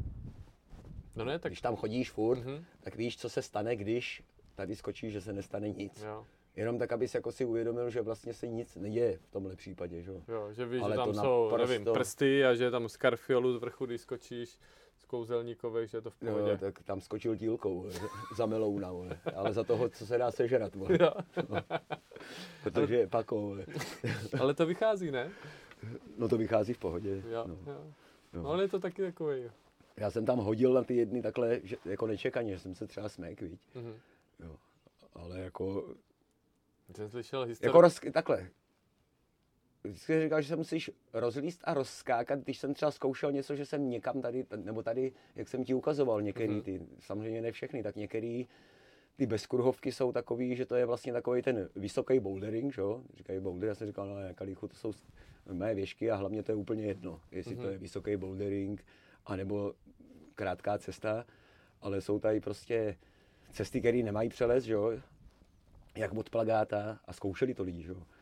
No ne, tak... Když tam chodíš furt, Mhm. tak víš, co se stane, když tady skočíš, že se nestane nic. Jo, Jenom tak, abys jako si uvědomil, že vlastně se nic neděje v tomhle případě, že jo. jo, že víš, Ale že tam to jsou, naprosto- nevím, prsty a že je tam z karfiolu z vrchu, když skočíš z kouzelníkových, že je to v pohodě. Jo, tak tam skočil dílkou, vole, za melouna, vole. Ale za toho, co se dá sežrat, vole. Jo. Protože je pako, vole. Ale to vychází, ne? No to vychází v pohodě. Jo, No. jo. Jo. No, ale je to taky takový. Já jsem tam hodil na ty jedny takhle, že, jako nečekaně, že jsem se třeba smek, víš. Mhm. Jo. Ale jako, Jsem slyšel historii. jako roz, takhle. Vždycky říkal, že se musíš rozlíst a rozskákat, když jsem třeba zkoušel něco, že jsem někam tady, nebo tady, jak jsem ti ukazoval, některý Mhm. ty, samozřejmě ne všechny, tak některý ty bezkruhovky jsou takový, že to je vlastně takový ten vysoký bouldering, že jo? Říkají boulder, já jsem říkal, no na Kalichu to jsou mé věžky a hlavně to je úplně jedno, jestli mm-hmm. to je vysoký bouldering, anebo krátká cesta, ale jsou tady prostě cesty, které nemají přeles, že jo? Jak od plagáta a zkoušeli to lidi, že jo?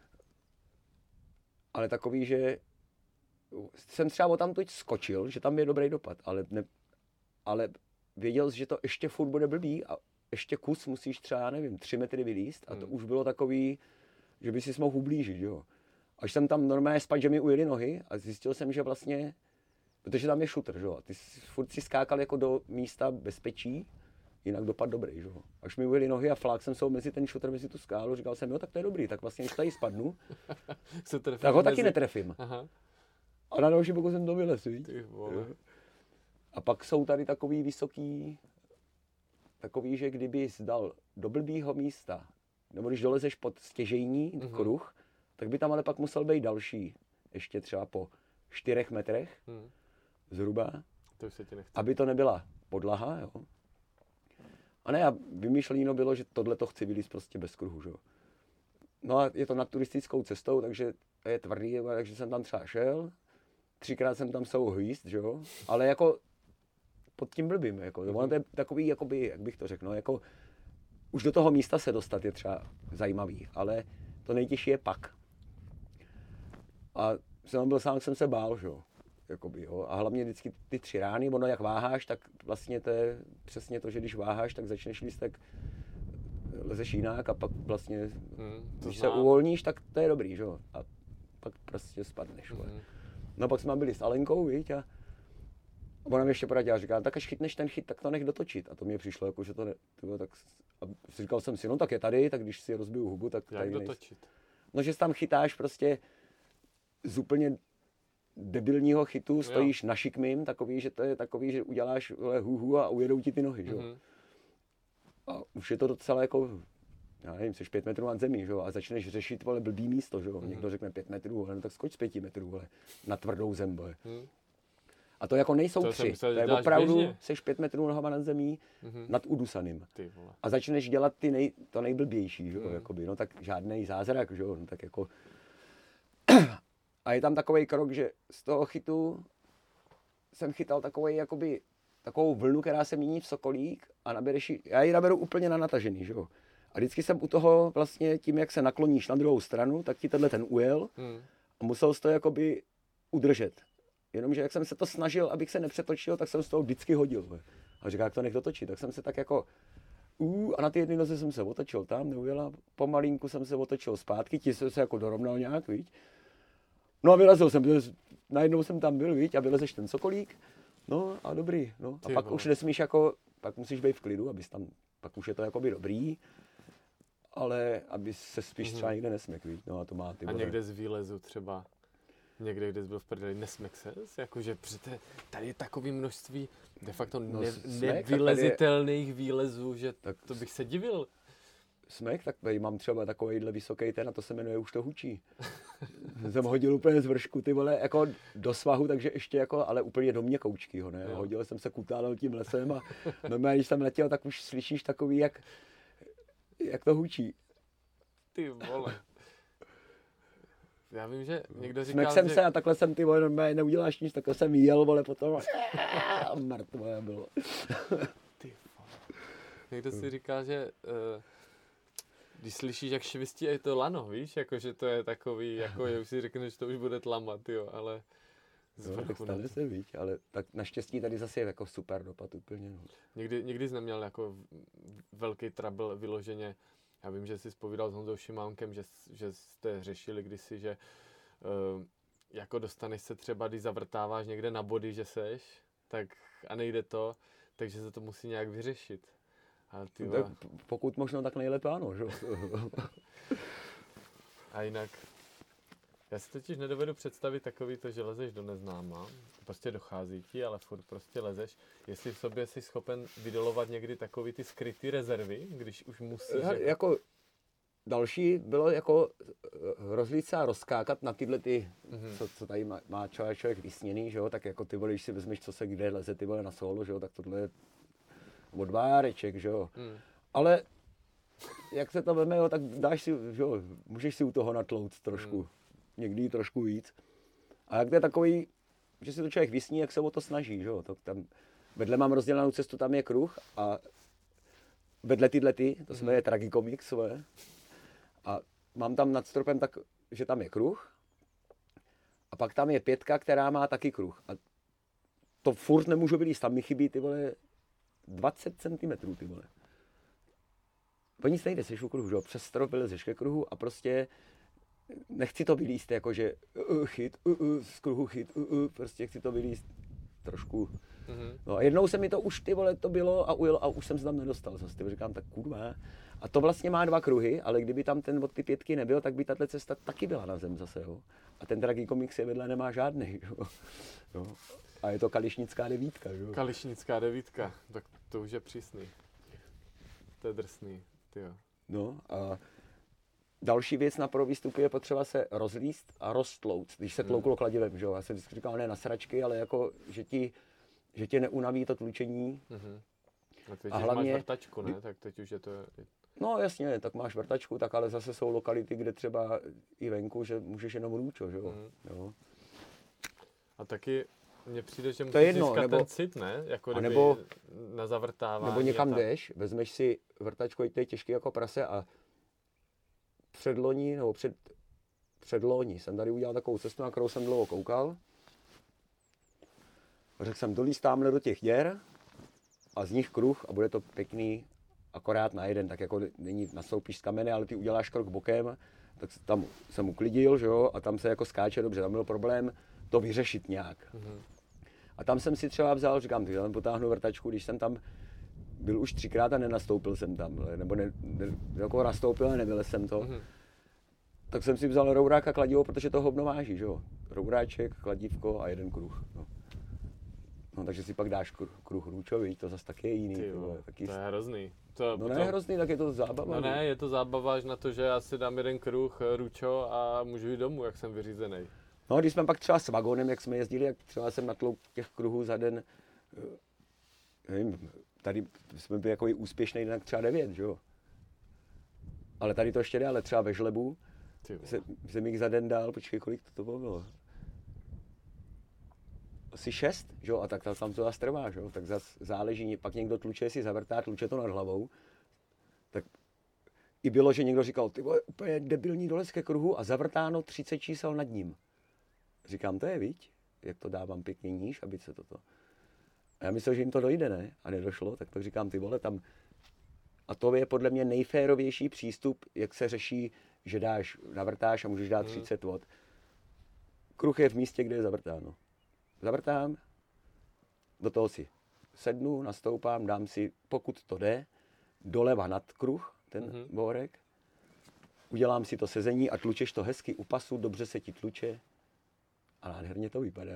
Ale takový, že jsem třeba o tam teď skočil, že tam je dobrý dopad, ale, ne, ale věděl jsi, že to ještě furt bude blbý a ještě kus musíš třeba, nevím, tři metry vylízt a to hmm. už bylo takový, že by si mohl ublížit, jo. Až jsem tam normálně spad, že mi ujeli nohy a zjistil jsem, že vlastně, protože tam je šutr, jo, a ty furt si skákal jako do místa bezpečí, jinak dopad dobrý, jo. Až mi ujeli nohy a flák jsem se mezi ten šutr, mezi tu skálu, říkal jsem, jo, tak to je dobrý, tak vlastně, když tady spadnu, tak ho mezi... taky netrefím. Aha. A na další boku jsem to vylez, víš? A pak jsou tady takový vysoký, takový, že kdyby jsi dal do blbýho místa, nebo když dolezeš pod stěžejní mm-hmm. kruh, tak by tam ale pak musel být další, ještě třeba po čtyřech metrech, mm. zhruba, to se ti nechce. Aby to nebyla podlaha, jo. A ne, a vymýšleno bylo, že tohle to chci vylízt prostě bez kruhu, jo. No a je to nad turistickou cestou, takže je tvrdý, takže jsem tam třeba šel, třikrát jsem tam jsou hvízd, že jo, ale jako pod tím blbým, jako, mm-hmm. ono to je takový, jakoby, jak bych to řekl, no, jako už do toho místa se dostat je třeba zajímavý, ale to nejtěžší je pak. A jsem byl sám, jsem se bál, že jo, jakoby, jo, a hlavně vždycky ty tři rány, ono jak váháš, tak vlastně to je přesně to, že když váháš, tak začneš líst, tak lezeš jinak a pak vlastně, mm, když znám. Se uvolníš, tak to je dobrý, že jo, a pak prostě spadneš, mm-hmm. No pak jsme byli s Alenkou, víš, a ona mi ještě poradila, říká, tak až chytneš ten chyt, tak to nech dotočit. A to mě přišlo, jako, že to ne, tyvo, tak, a říkal jsem si, no tak je tady, tak když si rozbiju hubu, tak jak tady dotočit? Nejsi. No, že tam chytáš prostě z úplně debilního chytu, stojíš jo. na šikmým, takový, že to je takový, že uděláš huhu a ujedou ti ty nohy, že jo. Mm-hmm. A už je to docela jako, já nevím, jsi pět metrů nad zemí, že jo, a začneš řešit, vole, blbý místo, že jo. Mm-hmm. Někdo řekne pět metrů, ale no, tak skoč z pěti metrů, vole, na tvrdou zem, vole. Mm. A to jako nejsou to tři, myslel, to je opravdu, běžně. Seš pět metrů nohama nad zemí, mm-hmm. nad udusaným. A začneš dělat ty nej, to nejblbější, že jo, mm. jakoby, no tak žádnej zázrak, že jo, no tak jako. A je tam takovej krok, že z toho chytu jsem chytal takovej, jakoby, takovou vlnu, která se mění v sokolík a nabereš ji, já ji naberu úplně na natažený, že jo. A vždycky jsem u toho vlastně tím, jak se nakloníš na druhou stranu, tak ti tenhle ten ujel mm. a musel jsi to jakoby udržet. Jenomže jak jsem se to snažil, abych se nepřetočil, tak jsem z toho vždycky hodil. A říká, jak to nech dotočit. Tak jsem se tak jako uh, a na ty jedné noze jsem se otočil tam, neujela, pomalinku jsem se otočil zpátky, ti jsem se jako dorovnal nějak, víš. No a vylezl jsem, najednou jsem tam byl, víš, a vylezeš ten sokolík, no a dobrý, no. A ty pak vole. Už nesmíš jako, pak musíš být v klidu, abys tam, pak už je to jakoby dobrý, ale aby se spíš třeba někde nesměk, víš, no a to má ty A někde z výlezu třeba. Někde, kde jsi byl v prdeli, nesmek se, jakože přece tady je takové množství de facto no, ne, smek, nevylezitelných je... výlezů, že tak to bych se divil. Smek, tak tady mám třeba takovejhle vysoký ten a to se jmenuje Už to hučí. Jsem hodil úplně z vršku, ty vole, jako do svahu, takže ještě jako, ale úplně do měkoučkýho, ne? Jo. Hodil jsem se, kutálel tím lesem a normálně, když jsem letěl, tak už slyšíš takový, jak, jak to hučí. Ty vole. Já vím, že někdo říkal, Smek jsem že... se a takhle jsem, ty vole, normálně neuděláš nic, takhle jsem jel, vole, potom a mrtvé bylo. Ty vole. Někdo si říká, že uh, když slyšíš, jak švistí, je to lano, víš, jakože to je takový, jako je, už si řekneš, že to už bude tlamat, jo, ale... No, tak stane se, víš, ale tak naštěstí tady zase je jako super dopad úplně, no. Někdy, někdy jsi neměl jako velký trouble vyloženě. Já vím, že jsi zpovídal s Honzou Šimánkem, že, že jste řešili kdysi, že uh, jako dostaneš se třeba, když zavrtáváš někde na body, že seš, tak a nejde to, takže se to musí nějak vyřešit. A ty tak, pokud možno, tak nejlépe ano, že? A jinak, já si totiž nedovedu představit takový to, že lezeš do neznáma, prostě dochází ti, ale furt prostě lezeš. Jestli v sobě jsi schopen vydolovat někdy takový ty skrytý rezervy, když už musíš... Já, jako další bylo jako rozlít se a rozskákat na tyhle ty, mm-hmm. co, co tady má, má člověk, člověk vysněný, že jo, tak jako ty vole, když si vezmeš, co se kde leze, ty vole na solo, že jo, tak tohle je odváreček, že jo. Mm. ale jak se to veme, jo, tak dáš si, jo, můžeš si u toho natlouct trošku, hmm. někdy trošku víc. A jak to je takový, že si to člověk vysní, jak se o to snaží, že jo, to tam, vedle mám rozdělanou cestu, tam je kruh a vedle tyhle ty, to se jmenuje Tragikomik svoje, a mám tam nad stropem tak, že tam je kruh a pak tam je pětka, která má taky kruh. A to furt nemůžu vylízt, tam mi chybí ty vole dvacet centimetrů, ty vole. Po nic nejde, jsi u kruhu, že jo, přes strop vylezeš ke kruhu a prostě nechci to vylízt, jakože uh, chyt, uh, uh, z kruhu chyt, uh, uh, prostě chci to vylízt trošku. Mm-hmm. No a jednou se mi to už ty vole to bylo a ujel a už jsem se tam nedostal zase, ty říkám, tak kurva. A to vlastně má dva kruhy, ale kdyby tam ten od ty pětky nebyl, tak by tato cesta taky byla na zem zase, jo. A ten Tragikomik je vedle nemá žádný, jo. Jo. A je to kališnická devítka, jo. Kališnická devítka, tak to už je přísný. To je drsný, tyjo. No a další věc na pro výstupy je potřeba se rozlíst a roztlouct, když se tlouklo kladivem, že jo. Já jsem vždycky říkal, ne na sračky, ale jako, že ti, že tě neunaví to tlučení. Mm-hmm. A teď, a hlavně, máš vrtačku, ne? Tak teď už je to... No jasně, tak máš vrtačku, tak ale zase jsou lokality, kde třeba i venku, že můžeš jenom růčo, že jo. Mm. Jo. A taky mně přijde, že musíš jedno, získat nebo, ten cit, ne? Jako kdyby nebo, na zavrtávání. Nebo někam jdeš, vezmeš si vrtačku, ať to je těžký jako prase a předloni, nebo před, předloni jsem tady udělal takovou cestu, na kterou jsem dlouho koukal. Řekl jsem, dolíz tamhle do těch děr a z nich kruh a bude to pěkný akorát na jeden, tak jako není nastoupíš z kamene, ale ty uděláš krok bokem, tak tam jsem uklidil, že jo, a tam se jako skáče dobře, tam byl problém to vyřešit nějak. Mm-hmm. A tam jsem si třeba vzal, říkám, ty, tam potáhnu vrtačku, když jsem tam byl už třikrát a nenastoupil jsem tam, nebo ne, ne, jako nastoupil a nevylez jsem to, mm-hmm. tak jsem si vzal rourák a kladivo, protože to hovno váží, že jo. Rouráček, kladívko a jeden kruh. No. No, takže si pak dáš kruh, kruh růčový, to zase taky je jiný. Ty, tyvo, taky... To je hrozný. To, no ne to... hrozný, tak je to zábava. No ne, je to zábava až na to, že já si dám jeden kruh růčo a můžu jít domů, jak jsem vyřízený. No, když jsme pak třeba s vagonem, jak jsme jezdili, jak třeba jsem natlouk těch kruhů za den, nevím, tady jsme byli jako úspěšný den třeba devět, že jo. Ale tady to ještě jde, ale třeba ve Žlebu se, jsem jich za den dál, počkej, kolik to, to bylo? Asi šest, že jo, a tak tam to zase trvá, že jo, tak zase záleží, pak někdo tluče si zavrtá, tluče to nad hlavou, tak i bylo, že někdo říkal, ty vole, úplně debilní dolez ke kruhu a zavrtáno třicet čísel nad ním. Říkám, to je, viď, jak to dávám pěkně níž, aby se toto. A já myslel, že jim to dojde, ne, a nedošlo, tak pak říkám, ty vole, tam, a to je podle mě nejférovější přístup, jak se řeší, že dáš, navrtáš a můžeš dát hmm. třicet watt. Kruh je v místě, kde je zavrtáno. Zavrtám, do toho si sednu, nastoupám, dám si, pokud to jde, doleva nad kruh, ten mm-hmm. bórek, udělám si to sezení a tlučeš to hezky u pasu, dobře se ti tluče a nádherně to vypadá.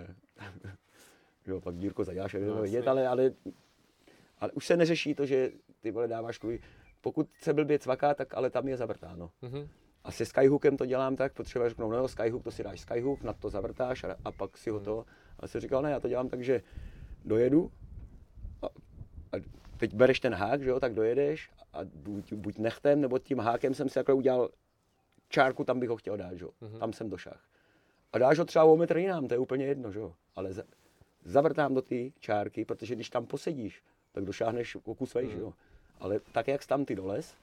Jo, pak Dírko zaděláš, no, vidět, ale, ale, ale už se neřeší to, že ty vole dáváš kruhy. Pokud se blbě cvaká, tak ale tam je zavrtáno. Mm-hmm. A se skyhookem to dělám tak, potřebuješ řeknout, no jo, skyhook, to si dáš skyhook, na to zavrtáš a, a pak si ho to. A jsem říkal, ne, já to dělám tak, že dojedu a, a teď bereš ten hák, že jo, tak dojedeš a buď, buď nechtem, nebo tím hákem jsem si takhle udělal čárku, tam bych ho chtěl dát, že jo, mm-hmm. tam jsem došáhl. A dáš ho třeba o metr jinam, to je úplně jedno, že jo, ale za, zavrtám do ty čárky, protože když tam posedíš, tak došáhneš o kus vejš, mm-hmm. že jo. Ale tak, jak tam ty dolez,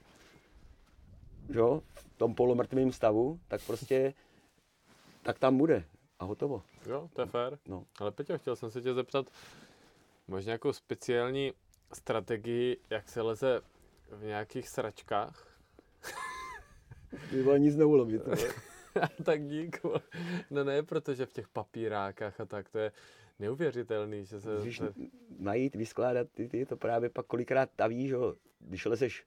že jo, v tom polomrtvém stavu, tak prostě, tak tam bude a hotovo. Jo, to je fér. No. Ale Peťo, chtěl jsem se tě zeptat, možná nějakou speciální strategii, jak se leze v nějakých sračkách? Ty vole, nic neulomit. Tak dík. No ne, protože v těch papírákách a tak, to je neuvěřitelný, že se... Můžeš to... najít, vyskládat, ty, ty to právě pak kolikrát taví, že jo, když lezeš.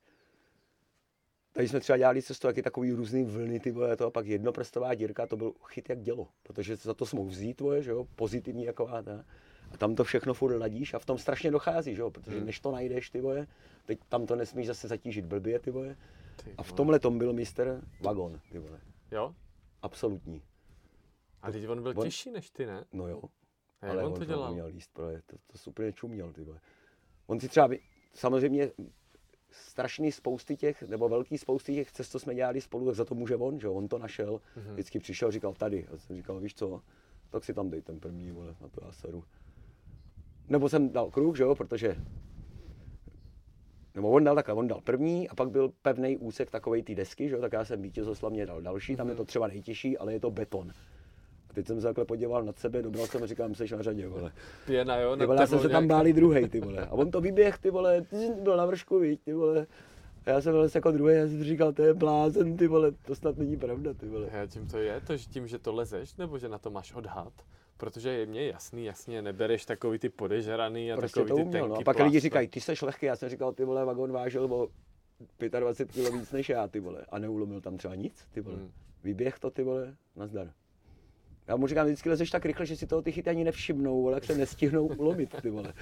Tady jsme třeba dělali cestu, jak je takový různý vlny, ty vole, to a pak jednoprstová dírka, to byl chyt jak dělo, protože za to smou vzít, tvoje, že jo, pozitivní jaková ta. A tam to všechno furt ladíš a v tom strašně dochází, že jo, protože než to najdeš, ty vole, teď tam to nesmíš zase zatížit blbě, ty vole. A v tomhle tom byl mistr Vagon, ty vole. Jo? Absolutní. A teď on byl on... těžší než ty, ne? No jo. A ale on, on to dělal? Měl líst, to, to super čuměl, ty vole. On si třeba, samozřejmě strašný spousty těch, nebo velký spousty těch cest, co jsme dělali spolu, tak za to může on, že on to našel. Mm-hmm. Vždycky přišel, říkal tady. A jsem říkal, víš co, tak si tam dej ten první, vole, na to já seru. Nebo jsem dal kruh, že jo, protože nebo on dal takhle, on dal první a pak byl pevný úsek takovej ty desky, že jo, tak já jsem vítězoslavně dal další, mm-hmm. Tam je to třeba nejtěžší, ale je to beton. A teď jsem se takhle podíval nad sebe, dobral jsem a říkám, seš na řadě, vole. Pěna, jo, ty vole, já jsem se tam báli druhej, ty vole. A on to vyběh, ty vole, byl na vršku, víš, ty vole. A já jsem byl jako druhý, já jsem říkal, to je blázen, ty vole, to snad není pravda, ty vole. A tím to je, to, že tím, že to lezeš, nebo že na to máš odhad? Protože je mně jasný, jasně, nebereš takový ty podežraný a prostě takový to ty uměl, tenký no. A pak plásty. lidi říkají, ty seš lehký, já jsem říkal, ty vole, vagon vážil o dvacet pět kilo víc než já, ty vole. A neulomil tam třeba nic, ty vole. Hmm. Vyběh to, ty vole, nazdar. Já mu říkám, vždycky lezeš tak rychle, že si toho ty chyty ani nevšimnou, vole, jak se nestihnou ulomit, ty vole.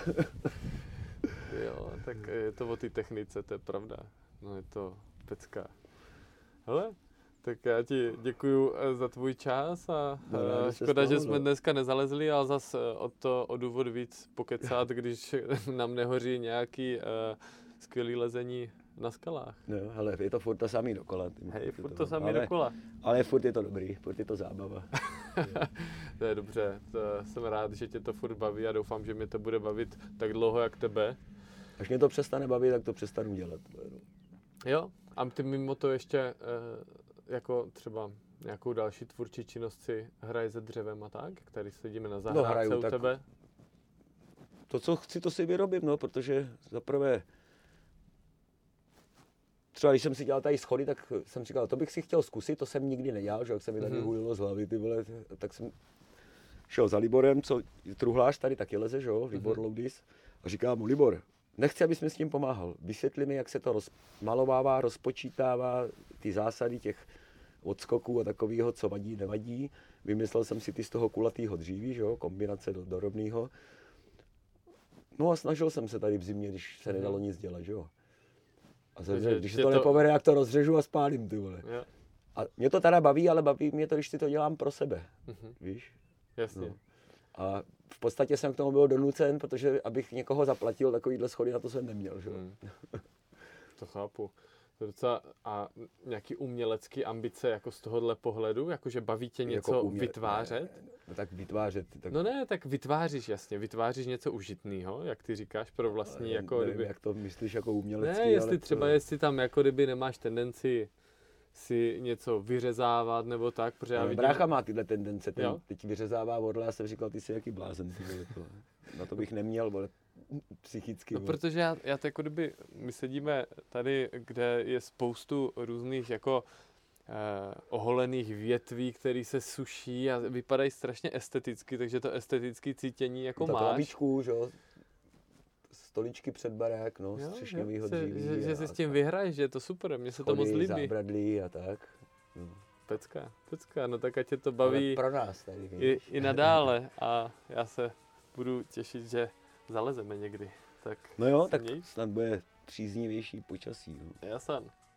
Jo, tak je to o té technice, to je pravda. No je to pecka. Hele, tak já ti děkuju za tvůj čas a no, škoda, že jsme dneska nezalezli, ale zas o to o důvod víc pokecat, když nám nehoří nějaký uh, skvělý lezení na skalách. No, hele, je to furt to samý dokola. Hej, furt to, to samý ale, dokola. Ale furt je to dobrý, furt je to zábava. To je dobře, to jsem rád, že tě to furt baví a doufám, že mě to bude bavit tak dlouho, jak tebe. Až mě to přestane bavit, tak to přestanu dělat. Jo, a ty mimo to ještě jako třeba nějakou další tvůrčí činnost si hraje se dřevem a tak? Tady sedíme na zahrádce no, u tebe. To, co chci, to si vyrobím, no, protože zaprvé třeba když jsem si dělal tady schody, tak jsem říkal, to bych si chtěl zkusit, to jsem nikdy nedělal, že jak se mi tady mm-hmm. hulilo z hlavy, ty vole, tak jsem šel za Liborem, co truhlář tady taky leze, že jo, Libor mm-hmm. Loudis, a říkám mu, Libor, nechci, abys mi s tím pomáhal, vysvětli mi, jak se to rozmalovává, rozpočítává, ty zásady těch odskoků a takového, co vadí, nevadí. Vymyslel jsem si ty z toho kulatýho dříví, že jo, kombinace do, do rovnýho. No a snažil jsem se tady v zimě, když se nedalo nic dělat, že jo. A zase, když se to, to nepovede, jak to rozřežu a spálím, ty vole. Jo. A mě to teda baví, ale baví mě to, když si to dělám pro sebe, mm-hmm. víš? Jasně. No. A v podstatě jsem k tomu byl donucen, protože abych někoho zaplatil takovýhle schody, na to jsem neměl, že jo. Mm. To chápu. To docela, a nějaký umělecký ambice jako z tohohle pohledu, jakože baví tě něco jako uměle, vytvářet? Ne, no tak vytvářet. Tak... No ne, tak vytváříš jasně, vytváříš něco užitného, jak ty říkáš, pro vlastní ale jako nevím, kdyby... jak to myslíš jako umělecký, ne, jestli ale třeba, to... jestli tam jako kdyby nemáš tendenci si něco vyřezávat nebo tak, protože já vidím... Brácha má tyhle tendence, ten teď vyřezává orla, já jsem říkal, ty jsi jaký blázen, ty vole, to. Na to bych neměl, vole, psychicky. No, protože já, já to jako kdyby, my sedíme tady, kde je spoustu různých jako eh, oholených větví, které se suší a vypadají strašně esteticky, takže to estetické cítění jako no, máš. Lavičku, že jo, stoličky před barák, no, střešňovýho dříví. Že, že si s tím vyhraješ, že je to super, mně se to moc líbí. Zábradlí a tak. No. Pecka, pecka, no tak ať tě to baví. Ale pro nás tady. I, i nadále a já se budu těšit, že zalezeme někdy. Tak no jo, tak měj. Snad bude příznivější počasí. No. Jasně.